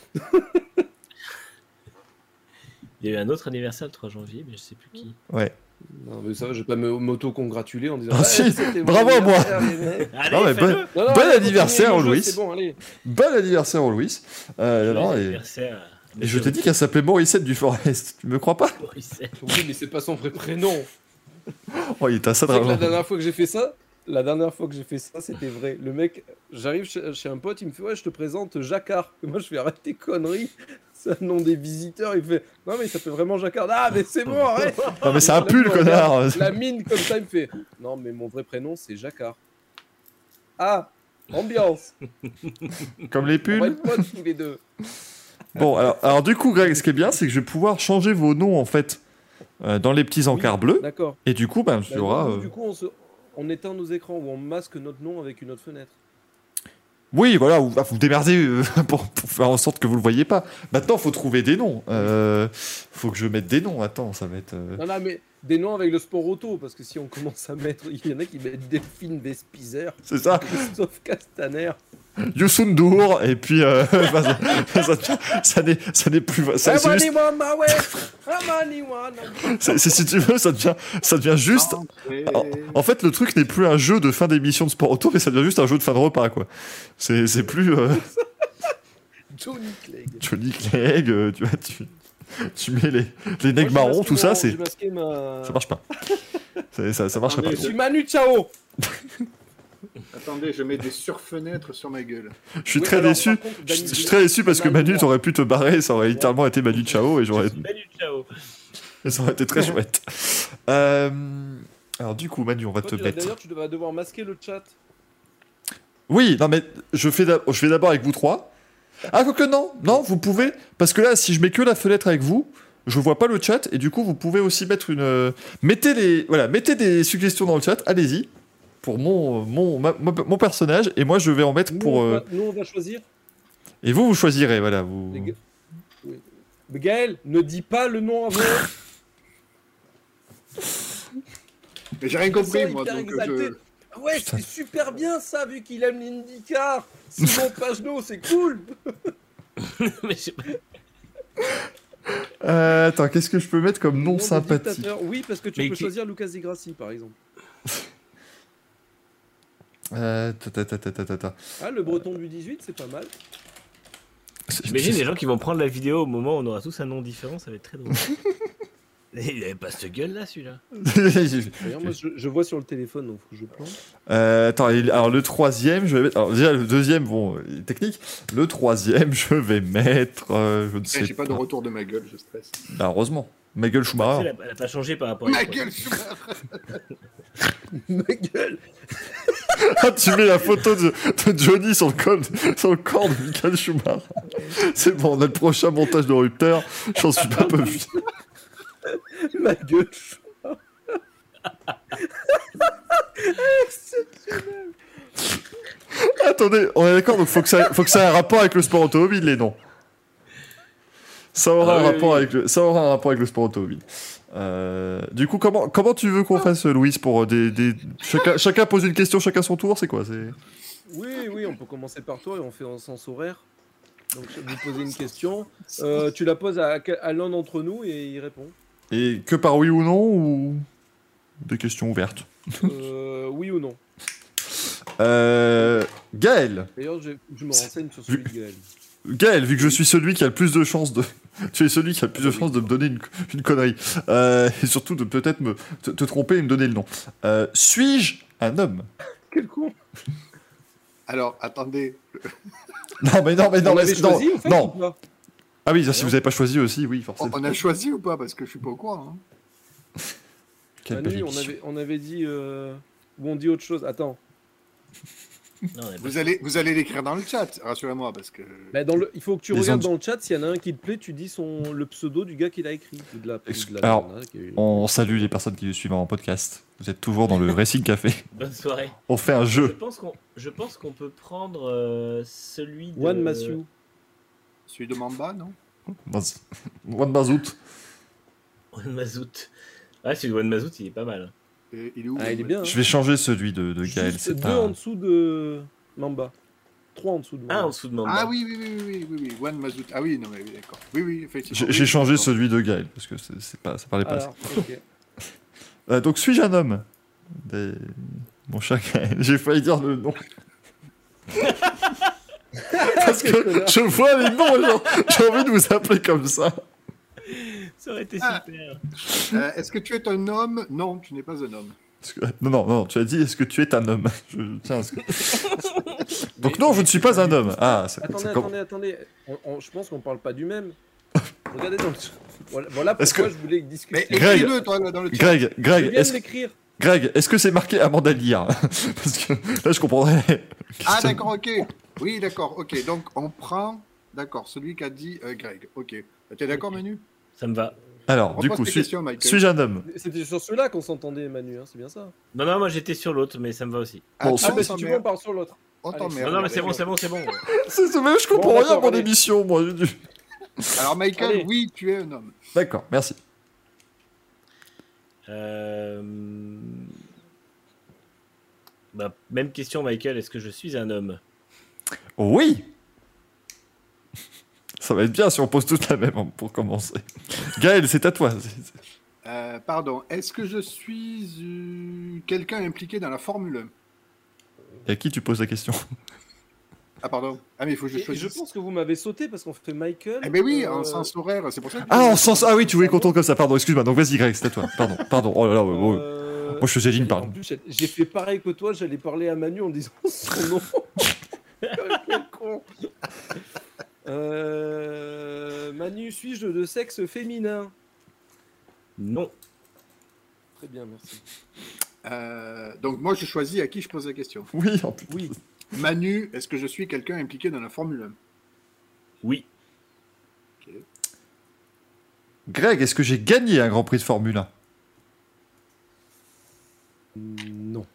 Il y a eu un autre anniversaire le trois janvier, mais je sais plus qui. Ouais. Non, mais ça va, je vais pas m'auto-congratuler en disant. Ah, si, bravo à moi. Allez, non, mais bon, non, non, bon anniversaire, Louis. C'est bon, allez. Bon anniversaire, Louis. Euh, bon anniversaire. Et je t'ai dit qu'elle s'appelait Morissette Duforest. Tu me crois pas? Morissette. Oui, mais c'est pas son vrai prénom. Oh, il est à ça de La dernière fois que j'ai fait ça, la dernière fois que j'ai fait ça, c'était vrai. Le mec, j'arrive chez, chez un pote, il me fait ouais, je te présente Jacquard. Et moi, je fais arrête tes conneries. C'est le nom des visiteurs. Il fait non, mais il s'appelle vraiment Jacquard. Ah, mais c'est bon, arrête. Non, mais c'est un pull, connard. La, la mine comme ça, il me fait non, mais mon vrai prénom, c'est Jacquard. Ah, ambiance. Comme les pulls. On va être potes tous les deux. Bon, alors, alors du coup, Greg, ce qui est bien, c'est que je vais pouvoir changer vos noms, en fait, euh, dans les petits encarts oui, bleus. D'accord. Et du coup, ben, il y aura... Euh... Du coup, on, se... on éteint nos écrans ou on masque notre nom avec une autre fenêtre. Oui, voilà, vous vous démerdez euh, pour, pour faire en sorte que vous le voyez pas. Maintenant, il faut trouver des noms. Il euh, faut que je mette des noms. Attends, ça va être... Euh... Non, non, mais des noms avec le sport auto, parce que si on commence à mettre... Il y en a qui mettent Delphine Vespizer. C'est ça. Christophe Castaner. Youssou N'Dour, et puis euh, bah, ça, ça, ça, n'est, ça n'est plus. Ça, c'est, juste... c'est, c'est, si tu veux, ça devient, ça devient juste. En, en fait, le truc n'est plus un jeu de fin d'émission de sport auto, mais ça devient juste un jeu de fin de repas, quoi. C'est, c'est plus. Euh... Johnny Clegg. Johnny Clegg, euh, tu vois, tu, tu mets les, les nègres marrons, tout ça, c'est. Ma... Ça marche pas. C'est, ça, ça marcherait pas. Je suis Manu Chao. Attendez, je mets des surfenêtres sur ma gueule. Je suis oui, très alors, déçu. contre, je, je suis très déçu parce que Manu, t'aurais pu te barrer, ça aurait littéralement été Manu Chao et j'aurais. Manu Chao. Et ça aurait été très chouette. Euh... Alors du coup, Manu, on va Toi, te tu- mettre. D'ailleurs, tu vas devoir masquer le chat. Oui, non mais je fais, d'ab- je fais d'abord avec vous trois. Ah, quoique non, non, vous pouvez, parce que là, si je mets que la fenêtre avec vous, je vois pas le chat, et du coup, vous pouvez aussi mettre une... euh, Mettez les... Voilà, mettez des suggestions dans le chat, allez-y, pour mon, mon, ma- mon, mon personnage, et moi, je vais en mettre Nous, pour... on euh, va, nous, on va choisir. Et vous, vous choisirez, voilà, vous... Les gars- Oui. Mais Gaël, ne dis pas le nom avant. Mais j'ai rien Je me compris, sens moi, hyper donc euh, exalté. je... Ah ouais, Putain. c'est super bien ça, vu qu'il aime l'IndyCar. Simon Pagenaud, c'est cool. Mais je- Euh, attends, qu'est-ce que je peux mettre comme nom Nom de sympathique? dictateur. Oui, parce que tu Mais peux qui- choisir Lucas Di Grassi, par exemple. Euh, ta, ta, ta, ta, ta, ta, ta. Ah, le breton du dix-huit, c'est pas mal. C'est- J'imagine les gens qui vont prendre la vidéo au moment où on aura tous un nom différent, ça va être très drôle. Il avait pas cette gueule là, celui-là. D'ailleurs, moi, je, je vois sur le téléphone, donc faut que je plante. Euh, attends, il- alors le troisième, je vais mettre. Alors déjà, le deuxième, bon, il est technique. Le troisième, je vais mettre. euh, je ne Eh, sais j'ai pas de retour de ma gueule, je stresse. Bah, heureusement. Ma gueule Tu sais, Schumacher. Elle a, elle a pas changé par rapport à Ma une fois. gueule, Schumacher. Ma gueule. Ah, tu mets la photo de, de Johnny sur le, col, sur le corps de Michael Schumacher. C'est bon, on a le prochain montage de rupteur. J'en suis pas peu vu. Ma gueule. Attendez, on est d'accord, donc faut que ça, faut que ça ait un rapport avec le sport automobile, les noms. Ça aura, Ah un, oui, rapport oui. avec le, ça aura un rapport avec le sport automobile. Euh, du coup, comment, comment tu veux qu'on fasse, Louise, pour des, des... Chacun, chacun pose une question, chacun son tour, c'est quoi c'est... Oui, oui, on peut commencer par toi et on fait en sens horaire. Donc, je vais vous poser une question. Euh, tu la poses à, à l'un d'entre nous et il répond. Et que par oui ou non, ou des questions ouvertes? Euh, oui ou non. Euh, Gaël, D'ailleurs, je, je me renseigne sur celui de Gaël. Gaël, vu que je suis celui qui a le plus de chances de... Tu es celui qui a le plus de chances de me donner une, une connerie. Euh, et surtout de peut-être me te, te tromper et me donner le nom. Euh, suis-je un homme? Quel con. Alors, attendez. Non, mais non, mais non, On mais l'avait non, choisi, en fait, non. ou pas? Ah oui, si vous n'avez pas choisi aussi, oui, On, forcément. on a choisi ou pas? Parce que je suis pas au courant. Hein. Quelle Manu, belle on émission. avait, on avait dit... Euh... Ou on dit autre chose. Attends. Non, on est pas- Vous allez, vous allez l'écrire dans le chat, rassurez-moi, parce que... Bah, dans le... Il faut que tu Les regardes ondes- dans le chat. S'il y en a un qui te plaît, tu dis son... le pseudo du gars qui l'a écrit. Ou de la... Ex- ou de la alors, nana qui- On salue les personnes qui nous suivent en podcast. Vous êtes toujours dans le Racing Café. Bonne soirée. On fait un Je jeu. pense qu'on, je pense qu'on peut prendre euh, celui de. Juan Massieu. Celui de Mamba, non? Baz- One Mazout. Juan Mazout. Ouais, celui de Juan Mazout, il est pas mal. Et il est où? Ah, il est bien. Hein. Je vais changer celui de, de Gaël. Juste C'est deux un... en dessous de Mamba. Trois en dessous de Mamba. Un en dessous de Mamba. Ah oui, oui, oui, oui, oui, oui, One Mazout. Ah oui, non, mais oui, d'accord. Oui, oui, effectivement. J'ai Oui, j'ai changé d'accord. celui de Gaël parce que c'est c'est pas, ça parlait pas. Alors, ok. Euh, donc suis-je un homme? Des... Mon cher Gaël, j'ai failli dire le nom. Parce que je vois les noms, genre, j'ai envie de vous appeler comme ça. Ça aurait été Ah. super. Euh, Est-ce que tu es un homme? Non, tu n'es pas un homme. Parce que- Non, non, non, tu as dit est-ce que tu es un homme? Je- Tiens, est-ce que- Donc non, je ne suis pas un homme. Ah, ça, Attendez, ça com- attendez, attendez. On- on- je pense qu'on parle pas du même. Regardez dans le chat. Voilà, voilà Est-ce pourquoi que- je voulais discuter. Mais Greg. écris-le, toi, là, dans le chat. Greg, Je Greg, viens de est-ce l'écrire. Greg, est-ce que c'est marqué Amanda Lear? Parce que là, je comprendrais. Ah, d'accord, ok. Oui, d'accord, ok. Donc, on prend, d'accord, celui qu'a dit euh, Greg. Ok. T'es d'accord, Manu? Ça me va. Alors, du Repose coup, tes suis- questions, Michael. suis-je un homme? C'était sur ceux-là qu'on s'entendait, Manu, hein, c'est bien ça. Non, non, moi j'étais sur l'autre, mais ça me va aussi. Ah, Bon, tu Ah, on bah si tu veux, on t'emmerdes. parle sur l'autre. On Allez. t'emmerde. Non, non, mais c'est bon, d'accord. c'est bon, c'est bon. C'est- c'est- mais je comprends Bon, rien à d'accord, mon allez. émission, moi. je- Alors, Michael, Allez. oui, tu es un homme. D'accord, merci. Euh... Bah, même question, Michael. Est-ce que je suis un homme? Oui. Ça va être bien si on pose toute la même hein, pour commencer. Gaël, c'est à toi. C'est- c'est- Euh, pardon, est-ce que je suis euh, quelqu'un impliqué dans la Formule un? Et à qui tu poses la question? Ah, pardon. Ah, mais il faut que je Et je choisisse. pense que vous m'avez sauté parce qu'on fait Michael. Eh ben oui, euh, en sens horaire, c'est pour ça que... Ah, en sens. Ah oui, tu voulais qu'on tourne comme ça. Pardon, excuse-moi. Donc vas-y, Greg, c'est à toi. Pardon, pardon. Oh là là, ouais, ouais. euh, Moi, je faisais ligne par En plus, j'ai- j'ai fait pareil que toi, j'allais parler à Manu en disant son nom. Quel con. Euh, Manu, suis-je de sexe féminin? Non. Très Très bien, merci. Euh, donc moi, je choisis à qui je pose la question. Oui, en plus. Oui. Manu, est-ce que je suis quelqu'un impliqué dans la Formule un? Oui. Ok. Greg, est-ce que j'ai gagné un Grand Prix de Formule un? Non.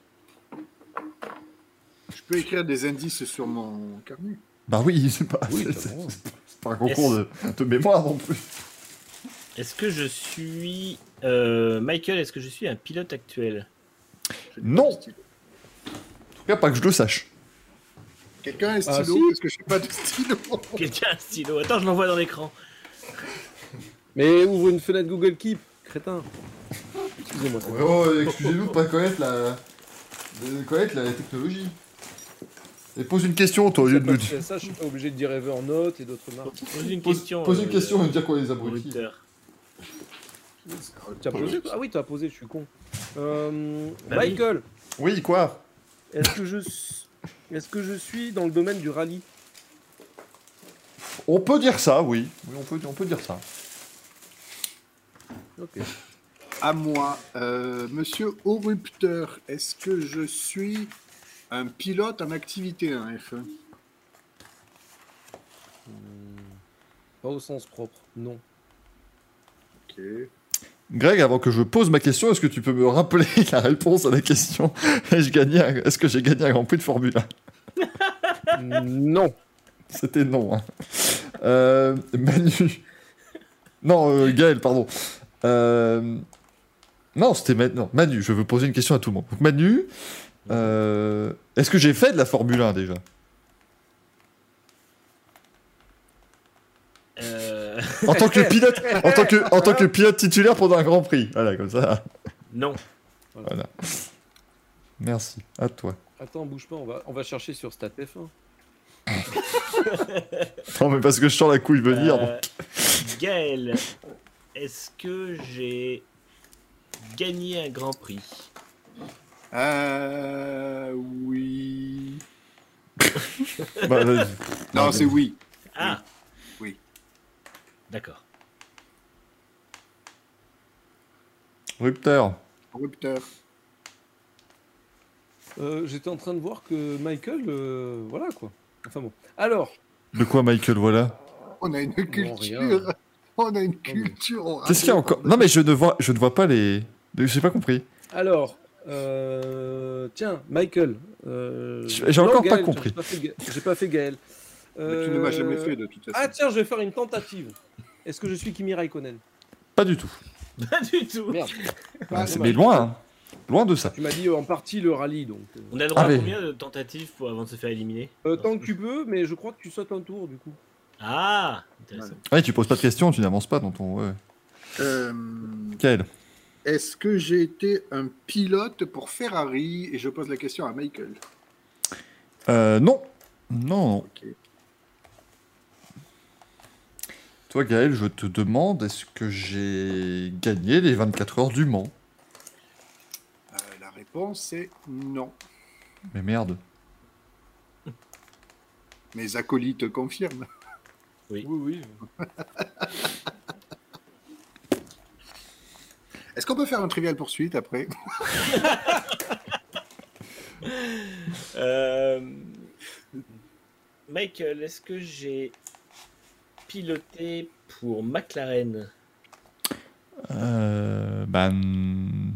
Je peux écrire des indices sur mon carnet. Bah oui, c'est pas, Oui, c'est, t'as c'est- le droit. c'est pas un concours de, de mémoire non plus. Est-ce que je suis... euh, Michael, est-ce que je suis un pilote actuel? Je n'ai Non. pas de stylo. En tout cas, pas que je le sache. Quelqu'un a un Ah, stylo si. parce que je n'ai pas de stylo. Quelqu'un a un stylo. Attends, je l'envoie dans l'écran. Mais ouvre une fenêtre Google Keep, crétin. Excusez-moi. ça. Oh, excusez-nous de pas connaître la, de connaître la technologie. Et pose une question, toi, au lieu de nous dire. Ça, je suis pas obligé de dire Evernote et d'autres marques. Pose une Pose, question. pose une euh, question et me dire qu'on est des au abrutis. auditeur. Tu as posé toi? Ah oui, tu as posé, je suis con. Euh, Bah oui. Michael, Oui, quoi? est-ce que, je... s- est-ce que je suis dans le domaine du rallye? On peut dire ça, oui. Oui, on peut, on peut dire ça. Ok. À moi, euh, Monsieur Orupteur, est-ce que je suis un pilote en activité en F un? Pas au sens propre, non. Ok. Greg, avant que je pose ma question, est-ce que tu peux me rappeler la réponse à la question? Ai-je gagné un- Est-ce que j'ai gagné un Grand Prix de Formule un? Non. C'était non. Hein. Euh, Manu. Non, euh, Gaël, pardon. Euh, Non, c'était Ma- non, Manu. Je veux poser une question à tout le monde. Donc, Manu, euh, est-ce que j'ai fait de la Formule un déjà? Euh... En tant que pilote, en tant que, en tant que pilote titulaire pendant un Grand Prix. Voilà, comme ça. Non. Voilà. Merci. À toi. Attends, bouge pas, on va, on va chercher sur Stat F un. Non, mais parce que je sens la couille venir. donc. Euh, Gaël, est-ce que j'ai gagné un Grand Prix? Euh, oui. Bah, vas-y. Non, c'est oui. Ah. Oui. D'accord. Rupteur. Rupteur. Euh, J'étais en train de voir que Michael, euh, voilà quoi. Enfin bon. Alors, De quoi, Michael, voilà? On a une rien. culture. On a une culture. au Qu'est-ce qu'il y a rabais, encore? bordel. Non, mais je ne vois, je ne vois pas les. J'ai pas compris. alors, euh, tiens, Michael. euh, J'ai non, encore pas Gaël, compris. J'ai pas fait, Ga- j'ai pas fait Gaël. Mais tu ne m'as jamais Euh, fait de toute façon. Ah tiens, je vais faire une tentative. Est-ce que je suis Kimi Raikkonen? Pas du tout. Pas du tout. Merde. Ah, C'est- dommage. mais loin, hein. Loin de ça. Tu m'as dit euh, en partie le rallye, donc. euh, On a droit Ah, à mais- combien de tentatives pour, avant de se faire éliminer? euh, tant que tu peux, mais je crois que tu sautes un tour du coup. Ah, intéressant. Ouais, tu poses pas de questions, tu n'avances pas dans ton. Ouais. Euh, Quel? Est-ce que j'ai été un pilote pour Ferrari? Et je pose la question à Michael. Euh, non. Non, non. Ok. Toi, Gaël, je te demande, est-ce que j'ai gagné les vingt-quatre heures du Mans? Euh, la réponse est non. Mais merde. Mes acolytes confirment. Oui, oui. Est-ce qu'on peut faire un trivial poursuite après? Euh, Michael, est-ce que j'ai piloté pour McLaren? Euh. Ben.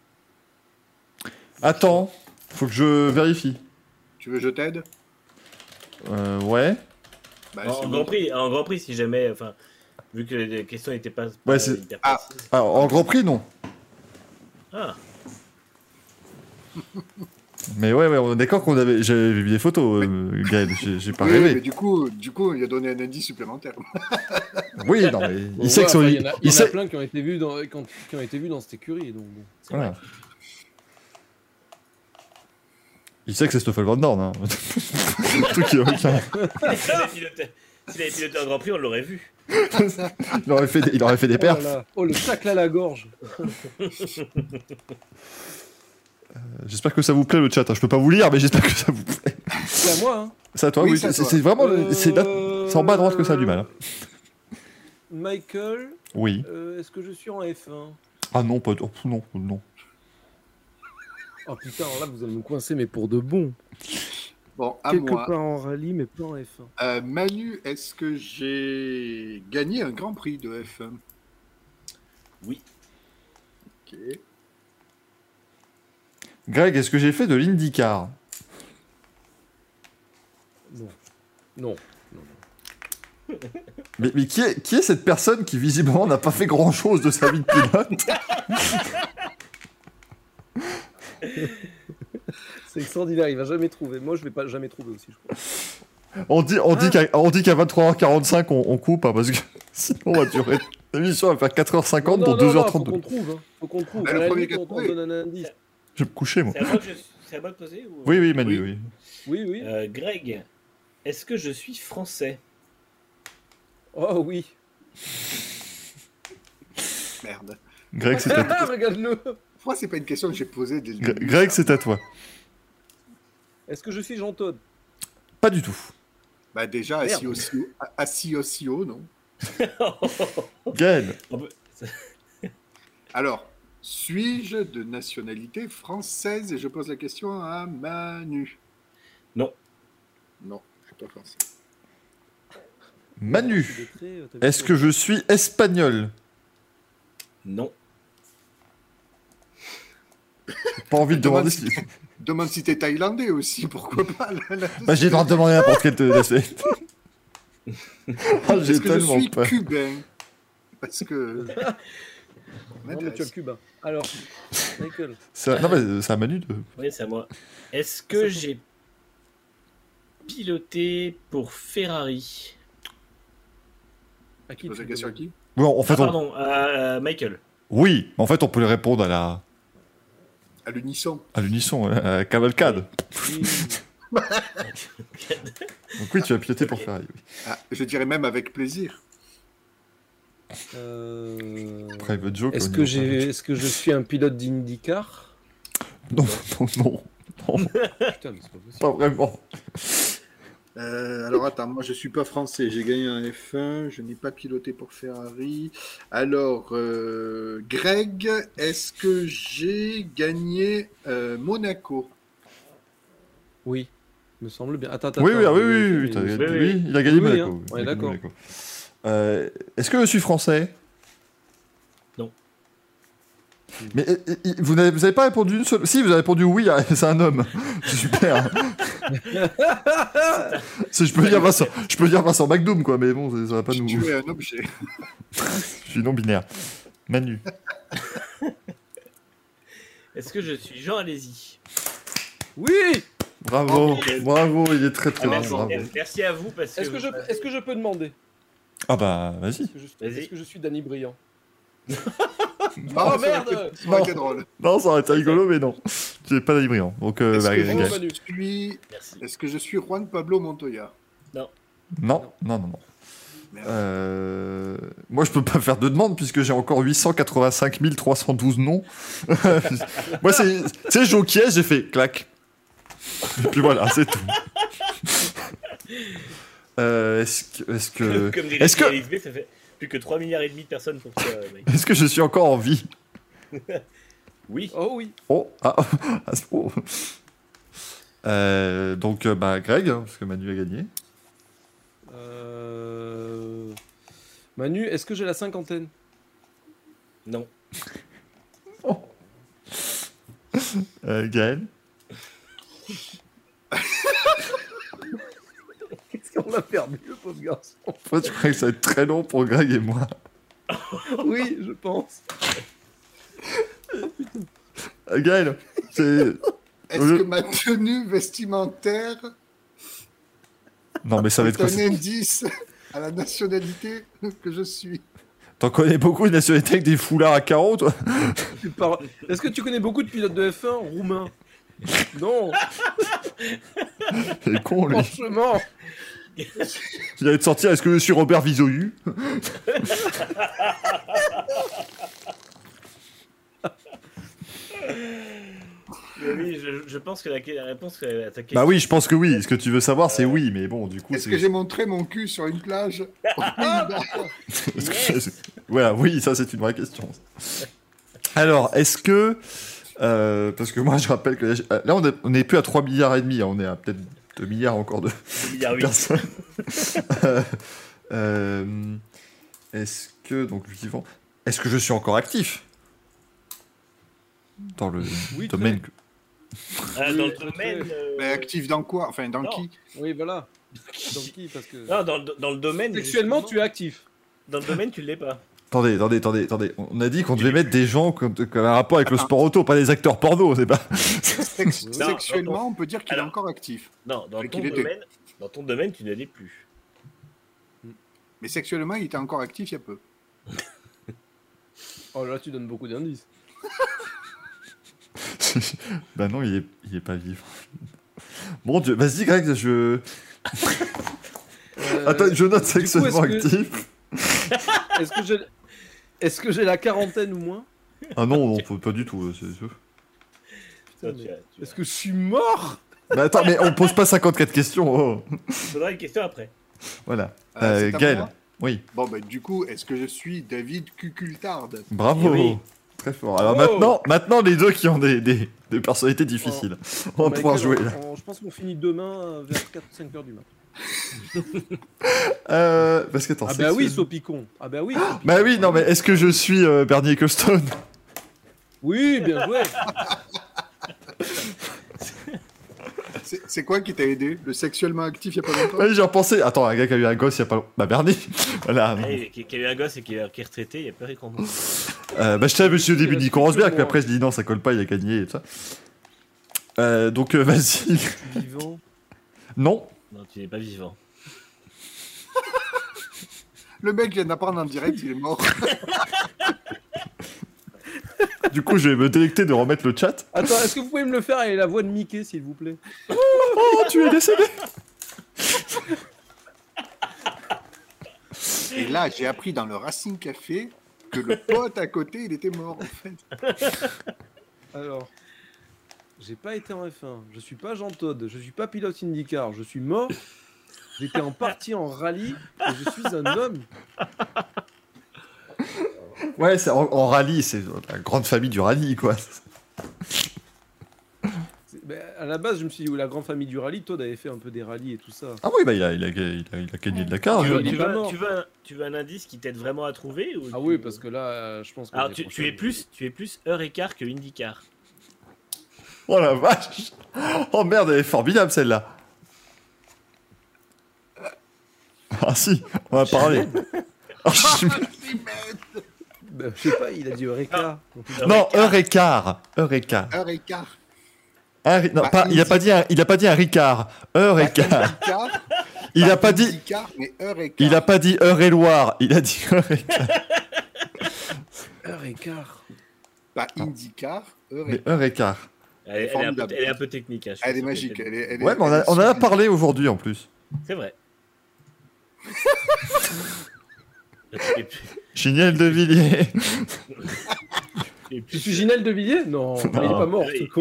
Attends, faut que je vérifie. Tu veux que je t'aide? Euh, ouais. Bah, en, c'est en bon. Grand Prix, en Grand Prix, si jamais, enfin, vu que les questions n'étaient pas, pas Ouais, c'est- hyper Ah. précises. Alors, en Grand Prix, non. Ah, Mais ouais, ouais, on est d'accord qu'on avait. J'avais vu des photos, euh, Gaël, j'ai j'ai pas Oui, rêvé. mais du coup, du coup, il a donné un indice supplémentaire. Oui, non, mais. Bon, Il sait ouais, que son. enfin, il y en a, il y il en a sait- plein qui ont été vus dans, qui ont, qui ont été vus dans cette écurie, donc bon. c'est vrai. Voilà. Il sait que c'est Stoffel Van Dorn, hein. Le truc qui a aucun. S'il avait piloté- s'il avait piloté un Grand Prix, on l'aurait vu. Il aurait fait des, il aurait fait des Oh, là perfs. là. Oh, le tacle à la gorge. J'espère que ça vous plaît le chat. hein. Je peux pas vous lire, mais j'espère que ça vous plaît. C'est à moi, hein. C'est à toi, Oui, oui. c'est à C'est toi. c'est vraiment. le- C'est là- Euh, c'est en bas à droite que ça a du mal. hein. Michael, Oui. euh, est-ce que je suis en F un? Ah non, pas... Oh, non, non. Oh putain, alors là, vous allez me coincer, mais pour de bon. Bon, à Quelque moi. part en rallye, mais pas en F un. Euh, Manu, est-ce que j'ai gagné un Grand Prix de F un? Oui. Ok. Greg, est-ce que j'ai fait de l'IndyCar? Non. Non. mais, mais qui est, qui est cette personne qui visiblement n'a pas fait grand-chose de sa vie de pilote? C'est extraordinaire, il va jamais trouver. Moi, je vais pas jamais trouver aussi, je crois. On dit, on dit qu'à, on dit qu'à vingt-trois heures quarante-cinq, on, on coupe, hein, parce que sinon on va durer... L'émission va faire quatre heures cinquante Non, pour non, non, deux heures non, trente-deux. Faut qu'on trouve, hein. Faut qu'on trouve. Bah, À le la premier limite, qui a on, on trouvé. donne un indice. Je vais me coucher, moi. C'est à moi que je... c'est à moi de poser ou... Oui, oui, Manu, Oui. oui. Oui, oui. Euh, Greg, est-ce que je suis français? Oh oui. Merde. Greg, c'est à, Ah, regarde-le. Pourquoi c'est pas une question que j'ai posée dès le Gre- début? Greg, ça c'est à toi. Est-ce que je suis Jean Todt? Pas du tout. Bah déjà, Merde. assis aussi haut, assis aussi haut, non? Gaël, On peut- Alors, suis-je de nationalité française? Et je pose la question à Manu. Non. Non, je suis pas français. Manu, Des traits, euh, t'as vu est-ce ça que je suis espagnol? Non. Pas envie de Demande demander si- si... Demande si t'es thaïlandais aussi, pourquoi pas là, là, Bah, j'ai le droit de demander n'importe quelle nationalité. Ah, j'ai Est-ce que je tellement suis peur. cubain? Parce que... Non, mais tu as le cubain. Alors, Michael. C'est- Non, mais c'est à Manu de... Oui, c'est à moi. Est-ce que j'ai piloté pour Ferrari? À qui Tu poses tu la question à demandes qui? Oui, en fait, Ah, on... pardon, euh, Michael. Oui, en fait, on peut les répondre à la... À l'unisson. à l'unisson, hein, à la cavalcade. Oui. Donc oui, tu as piloté pour Ferrari. Oui. Ah, je dirais même avec plaisir. Euh, Private joke. Est-ce au que niveau j'ai, est-ce que je suis un pilote d'IndyCar? Non, non, non, Putain, mais c'est pas possible. pas vraiment. Euh, alors attends, moi je suis pas français, j'ai gagné un F un, je n'ai pas piloté pour Ferrari. Alors, euh, Greg, est-ce que j'ai gagné euh, Monaco? Oui, me semble bien. Attends, attends. Oui, oui, ah, attends, oui, je oui, vérifie, oui, t'as- mais- oui, oui, oui. il a gagné Oui, Monaco. hein. il a Ouais, gagné d'accord. Monaco. Euh, Est-ce que je suis français? Non. Mais euh, euh, vous n'avez vous avez pas répondu une seule... Si, vous avez répondu oui, ah, c'est un homme. C'est super. C'est- je peux dire Vincent, je peux dire Vincent McDoom, quoi, mais bon, ça va pas nous... Tu es un objet. Je suis non-binaire. Manu. Est-ce que je suis Jean Alési? Oui. Bravo, bravo, il est très très Ah, bien, merci, bravo. merci à vous parce que. Est-ce que je, est-ce que je peux demander? Ah bah, vas-y. Est-ce que je, Vas-y. est-ce que je suis Danny Briand? Ah, Oh ça aurait merde. été- Ça aurait été drôle. Non, ça aurait été rigolo, mais non. Tu n'es pas Danny Briand. Donc, euh, Est-ce bah, que, Gaël. Oh, Manu. je suis... Merci. Est-ce que je suis Juan Pablo Montoya? Non, non, non, non. Merde. Euh... Moi, je peux pas faire de demande puisque j'ai encore huit cent quatre-vingt-cinq mille trois cent douze noms. Moi, c'est, tu sais, Jokier, j'ai fait clac. Et puis voilà, c'est tout. Euh, est-ce que, est-ce que, Comme dirait est-ce que, L X B, ça fait plus que trois milliards et demi de personnes pour ça, mec. est-ce que je suis encore en vie? Oui. Oh oui. Oh, ah, ah, c'est- oh. Euh, donc, euh, bah, Greg, hein, parce que Manu a gagné. Euh... Manu, est-ce que j'ai la cinquantaine? Non. Euh, Gaël. Qu'est-ce qu'on a perdu, le pauvre garçon? Toi, tu crois que ça va être très long pour Greg et moi? Oui, je pense. Euh, Gaël, c'est... Est-ce je- que ma tenue vestimentaire Non, mais ça va être est quoi? un indice à la nationalité que je suis? T'en connais beaucoup de nationalités avec des foulards à carreaux, toi? Tu parles- Est-ce que tu connais beaucoup de pilotes de F un roumains? Non, Il est con, lui. franchement. Il allait te sortir, est-ce que je suis Robert Visoyu? Mais oui, je, je pense que la, la réponse à ta question. Bah oui, je pense que oui. Ce que tu veux savoir, c'est oui, mais bon, du coup, Est-ce c'est... que j'ai montré mon cul sur une plage aux Pays-Bas? Est-ce que- Voilà, oui, ça, c'est une vraie question. Alors, est-ce que... euh, parce que moi, je rappelle que là, là, on est- on n'est plus à trois milliards et demi, hein, on est à peut-être deux milliards encore de deux milliards huit. personnes. Euh, euh, est-ce que, donc, vivant, est-ce que je suis encore actif dans le Oui, domaine très. que- Ah, dans le Oui, domaine. euh, Mais actif dans quoi? Enfin, dans Non. qui? Oui, voilà. Donc qui parce que Non, dans, le- dans le domaine. sexuellement justement, tu es actif. Dans le domaine, tu l'es pas. Attendez, attendez, attendez, attendez. On a dit qu'on devait mettre des gens qui ont qui ont un rapport avec le sport auto, pas des acteurs porno, c'est pas... Sex- Non, Sexuellement, on peut dire qu'il est Alors. encore actif. Non, dans Mais ton qu'il était. domaine, dans ton domaine, tu ne l'es plus. Mais sexuellement, il était encore actif il y a peu. Oh là tu donnes beaucoup d'indices. Bah non, il est, il est pas vivant. Mon Dieu, vas-y Greg, je... Euh, Attends, je note coup, sexuellement est-ce que- actif. Est-ce que j'ai Est-ce que j'ai la quarantaine ou moins? Ah non, non, pas, pas du tout. c'est- c'est- Toi, mais- tu as- tu as- Est-ce que je suis mort? Mais attends, mais on pose pas cinquante-quatre questions. Oh. Il faudra une question après. Voilà. Euh, Euh, c'est à Gaël, moi oui, Bon, bah, du coup, est-ce que je suis David Cucultard? bravo. Eh oui. Très fort. Alors Oh. maintenant, maintenant, les deux qui ont des, des, des personnalités difficiles. On va Michael, pouvoir jouer on- là. on- Je pense qu'on finit demain euh, vers quatre cinq heures du matin. Euh, parce que attends, Ah c'est- bah oui, c'est- Sopicon. Ah bah oui. Sopicon. Bah oui, non, mais est-ce que je suis euh, Bernie Ecclestone? Oui, bien joué. C'est c'est quoi qui t'a aidé? Le sexuellement actif il y a pas longtemps? Ouais, j'ai repensé. Attends, un gars qui a eu un gosse il y a pas longtemps. Bah Bernie. Voilà. Eh, qui, qui a eu un gosse et qui est, qui est retraité, il n'y a pas récompense. Euh, bah je savais monsieur au début Il Nico reste plus que Rosberg, puis moi. après je dis non, ça colle pas, il a gagné et tout ça. Euh, donc euh, vas-y. Vivant. Non. Non, tu n'es pas vivant. Le mec vient d'apprendre en direct, il est mort. Du coup, je vais me délecter de remettre le chat. Attends, est-ce que vous pouvez me le faire avec la voix de Mickey, s'il vous plaît? Oh, tu es décédé. Et là, j'ai appris dans le Racing Café que le pote à côté, il était mort, en fait. Alors, j'ai pas été en F un, je suis pas Jean Todt, je suis pas pilote IndyCar, je suis mort. J'étais en partie en rallye et je suis un homme. Ouais, c'est en, en rallye, c'est la grande famille du rallye, quoi. C'est- ben, à la base, je me suis dit, ou la grande famille du rallye, Todd avait fait un peu des rallyes et tout ça. Ah oui, bah il a, il a, il a, il a gagné de la carte. tu, veux- veux, il est tu, pas veux, mort. tu, veux un, tu veux un indice qui t'aide vraiment à trouver ou Ah tu- oui, parce que là, euh, je pense que. Alors, l'année tu, tu prochaine, es plus, tu es plus heure et quart que IndyCar. Oh la vache. Oh merde, elle est formidable celle-là. Ah si, on va parler. Oh, je- Ben, je sais pas, il a dit Eureka. Non, heure et quart. Heure et quart. Heure et quart. Un ri- non, Bah, pas, il a pas dit un, il a pas dit un Ricard. Heure et quart. IndyCar, Il pas a pas dit, IndyCar, mais heure et quart. il a pas dit heure et Loire. Il a dit heure et quart. Eureka. Pas IndyCar, heure et Mais heure et quart. Elle, est- elle est un peu, Formidable. elle est un peu technique. hein, je Elle est pense que magique. c'est- Elle est, elle est- Ouais, mais on, elle a, est on en a sublime. parlé aujourd'hui en plus. C'est vrai. Et puis- Giniel de Villiers. et Je puis- suis Ginelle de Villiers? Non, il est pas mort, ce Oui. con.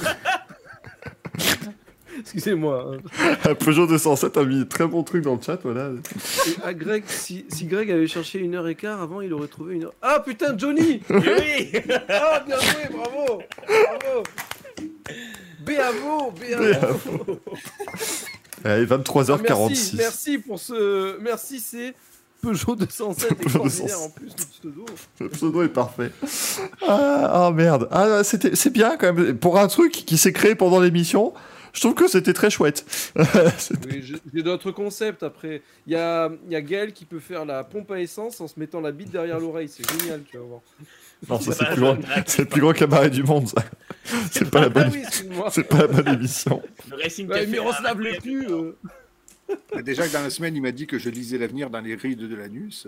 Excusez-moi. hein. Un Peugeot deux cent sept a mis très bon truc dans le chat, voilà. Et à Greg, si, si Greg avait cherché une heure et quart avant, il aurait trouvé une heure. Ah putain, Johnny! Oui. Ah, bien joué, bravo! Bravo! Béavo, béavo! Allez, vingt-trois heures quarante-six. Merci, merci pour ce. Merci, c'est Peugeot deux cent sept Peugeot extraordinaire deux cent sept. en plus, le pseudo. Le pseudo est parfait. Ah, ah, merde. Ah, c'était, c'est bien quand même. Pour un truc qui s'est créé pendant l'émission, je trouve que c'était très chouette. C'était- Oui, j'ai j'ai d'autres concepts après. Il y a, il y a Gaël qui peut faire la pompe à essence en se mettant la bite derrière l'oreille, c'est génial, tu vas voir. Non, ça, C'est c'est pas plus la grand, bonne c'est le plus grand cabaret du monde, ça. C'est pas la Ah bonne, oui, excuse-moi. c'est pas la bonne émission. Le Racing Ouais, Café. Miroslav a- l'est plus. euh. Déjà que dans la semaine, il m'a dit que je lisais l'avenir dans les rides de l'anus.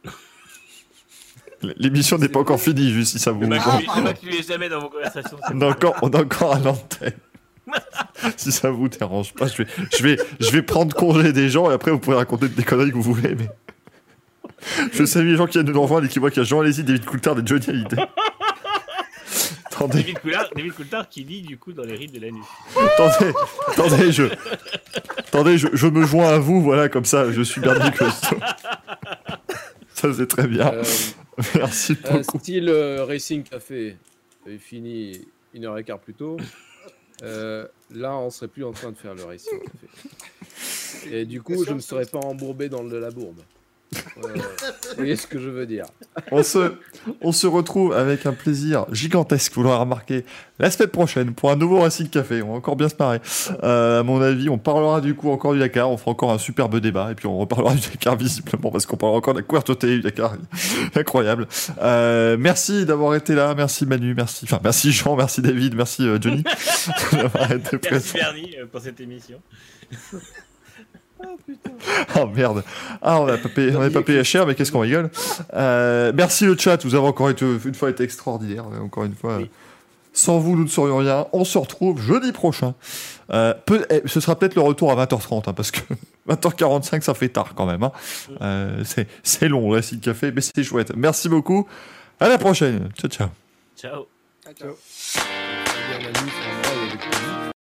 L'émission n'est pas encore finie, juste si ça vous. Le mec, Ah, lui- le mec, lui est jamais dans vos conversations. c'est On est encore, on est encore à l'antenne. Si ça vous dérange pas, je vais, je vais, je vais prendre congé des gens et après vous pourrez raconter des conneries que vous voulez. Mais je salue les gens qui viennent de nous rejoindre et qui voient qu'il y a Jean Alési, David Coulthard et Johnny Hallyday. Attendez, David Coulthard, David Coulthard qui lit du coup dans les rides de la nuit. attendez, attendez, je, attendez, je, je me joins à vous, voilà, comme ça, je suis Bernie Costo. Ça c'est très bien. Euh, Merci Euh, beaucoup. style euh, Racing Café est fini une heure et quart plus tôt. Euh, là, on serait plus en train de faire le Racing Café. Et du coup, je ne serais pas embourbé dans le de la bourbe. Euh, vous voyez ce que je veux dire. On se, on se retrouve avec un plaisir gigantesque, vous l'aurez remarqué, la semaine prochaine pour un nouveau Racing Café. On va encore bien se marrer. Euh, à mon avis, on parlera du coup encore du Dakar. On fera encore un superbe débat. Et puis on reparlera du Dakar visiblement parce qu'on parlera encore de la couverture télé du Dakar. Incroyable. Euh, merci d'avoir été là. Merci Manu. Merci. Enfin, merci Jean. Merci David. Merci euh, Johnny. d'avoir été Merci présent. Bernie euh, pour cette émission. Oh putain. Oh merde. Ah, on n'a pas payé, on n'a pas payé cher, mais qu'est-ce qu'on rigole. Euh, merci le chat. Vous avez encore été, une fois été extraordinaire. Encore une fois. Oui. Sans vous, nous ne serions rien. On se retrouve jeudi prochain. Euh, peut, eh, ce sera peut-être le retour à vingt heures trente, hein, parce que vingt heures quarante-cinq, ça fait tard quand même. Hein. Euh, c'est, c'est long, le Racing Café, mais c'est chouette. Merci beaucoup. À la prochaine. Ciao, ciao. Ciao. Ciao. Bien, Manu, c'est un vrai, il y avait que lui.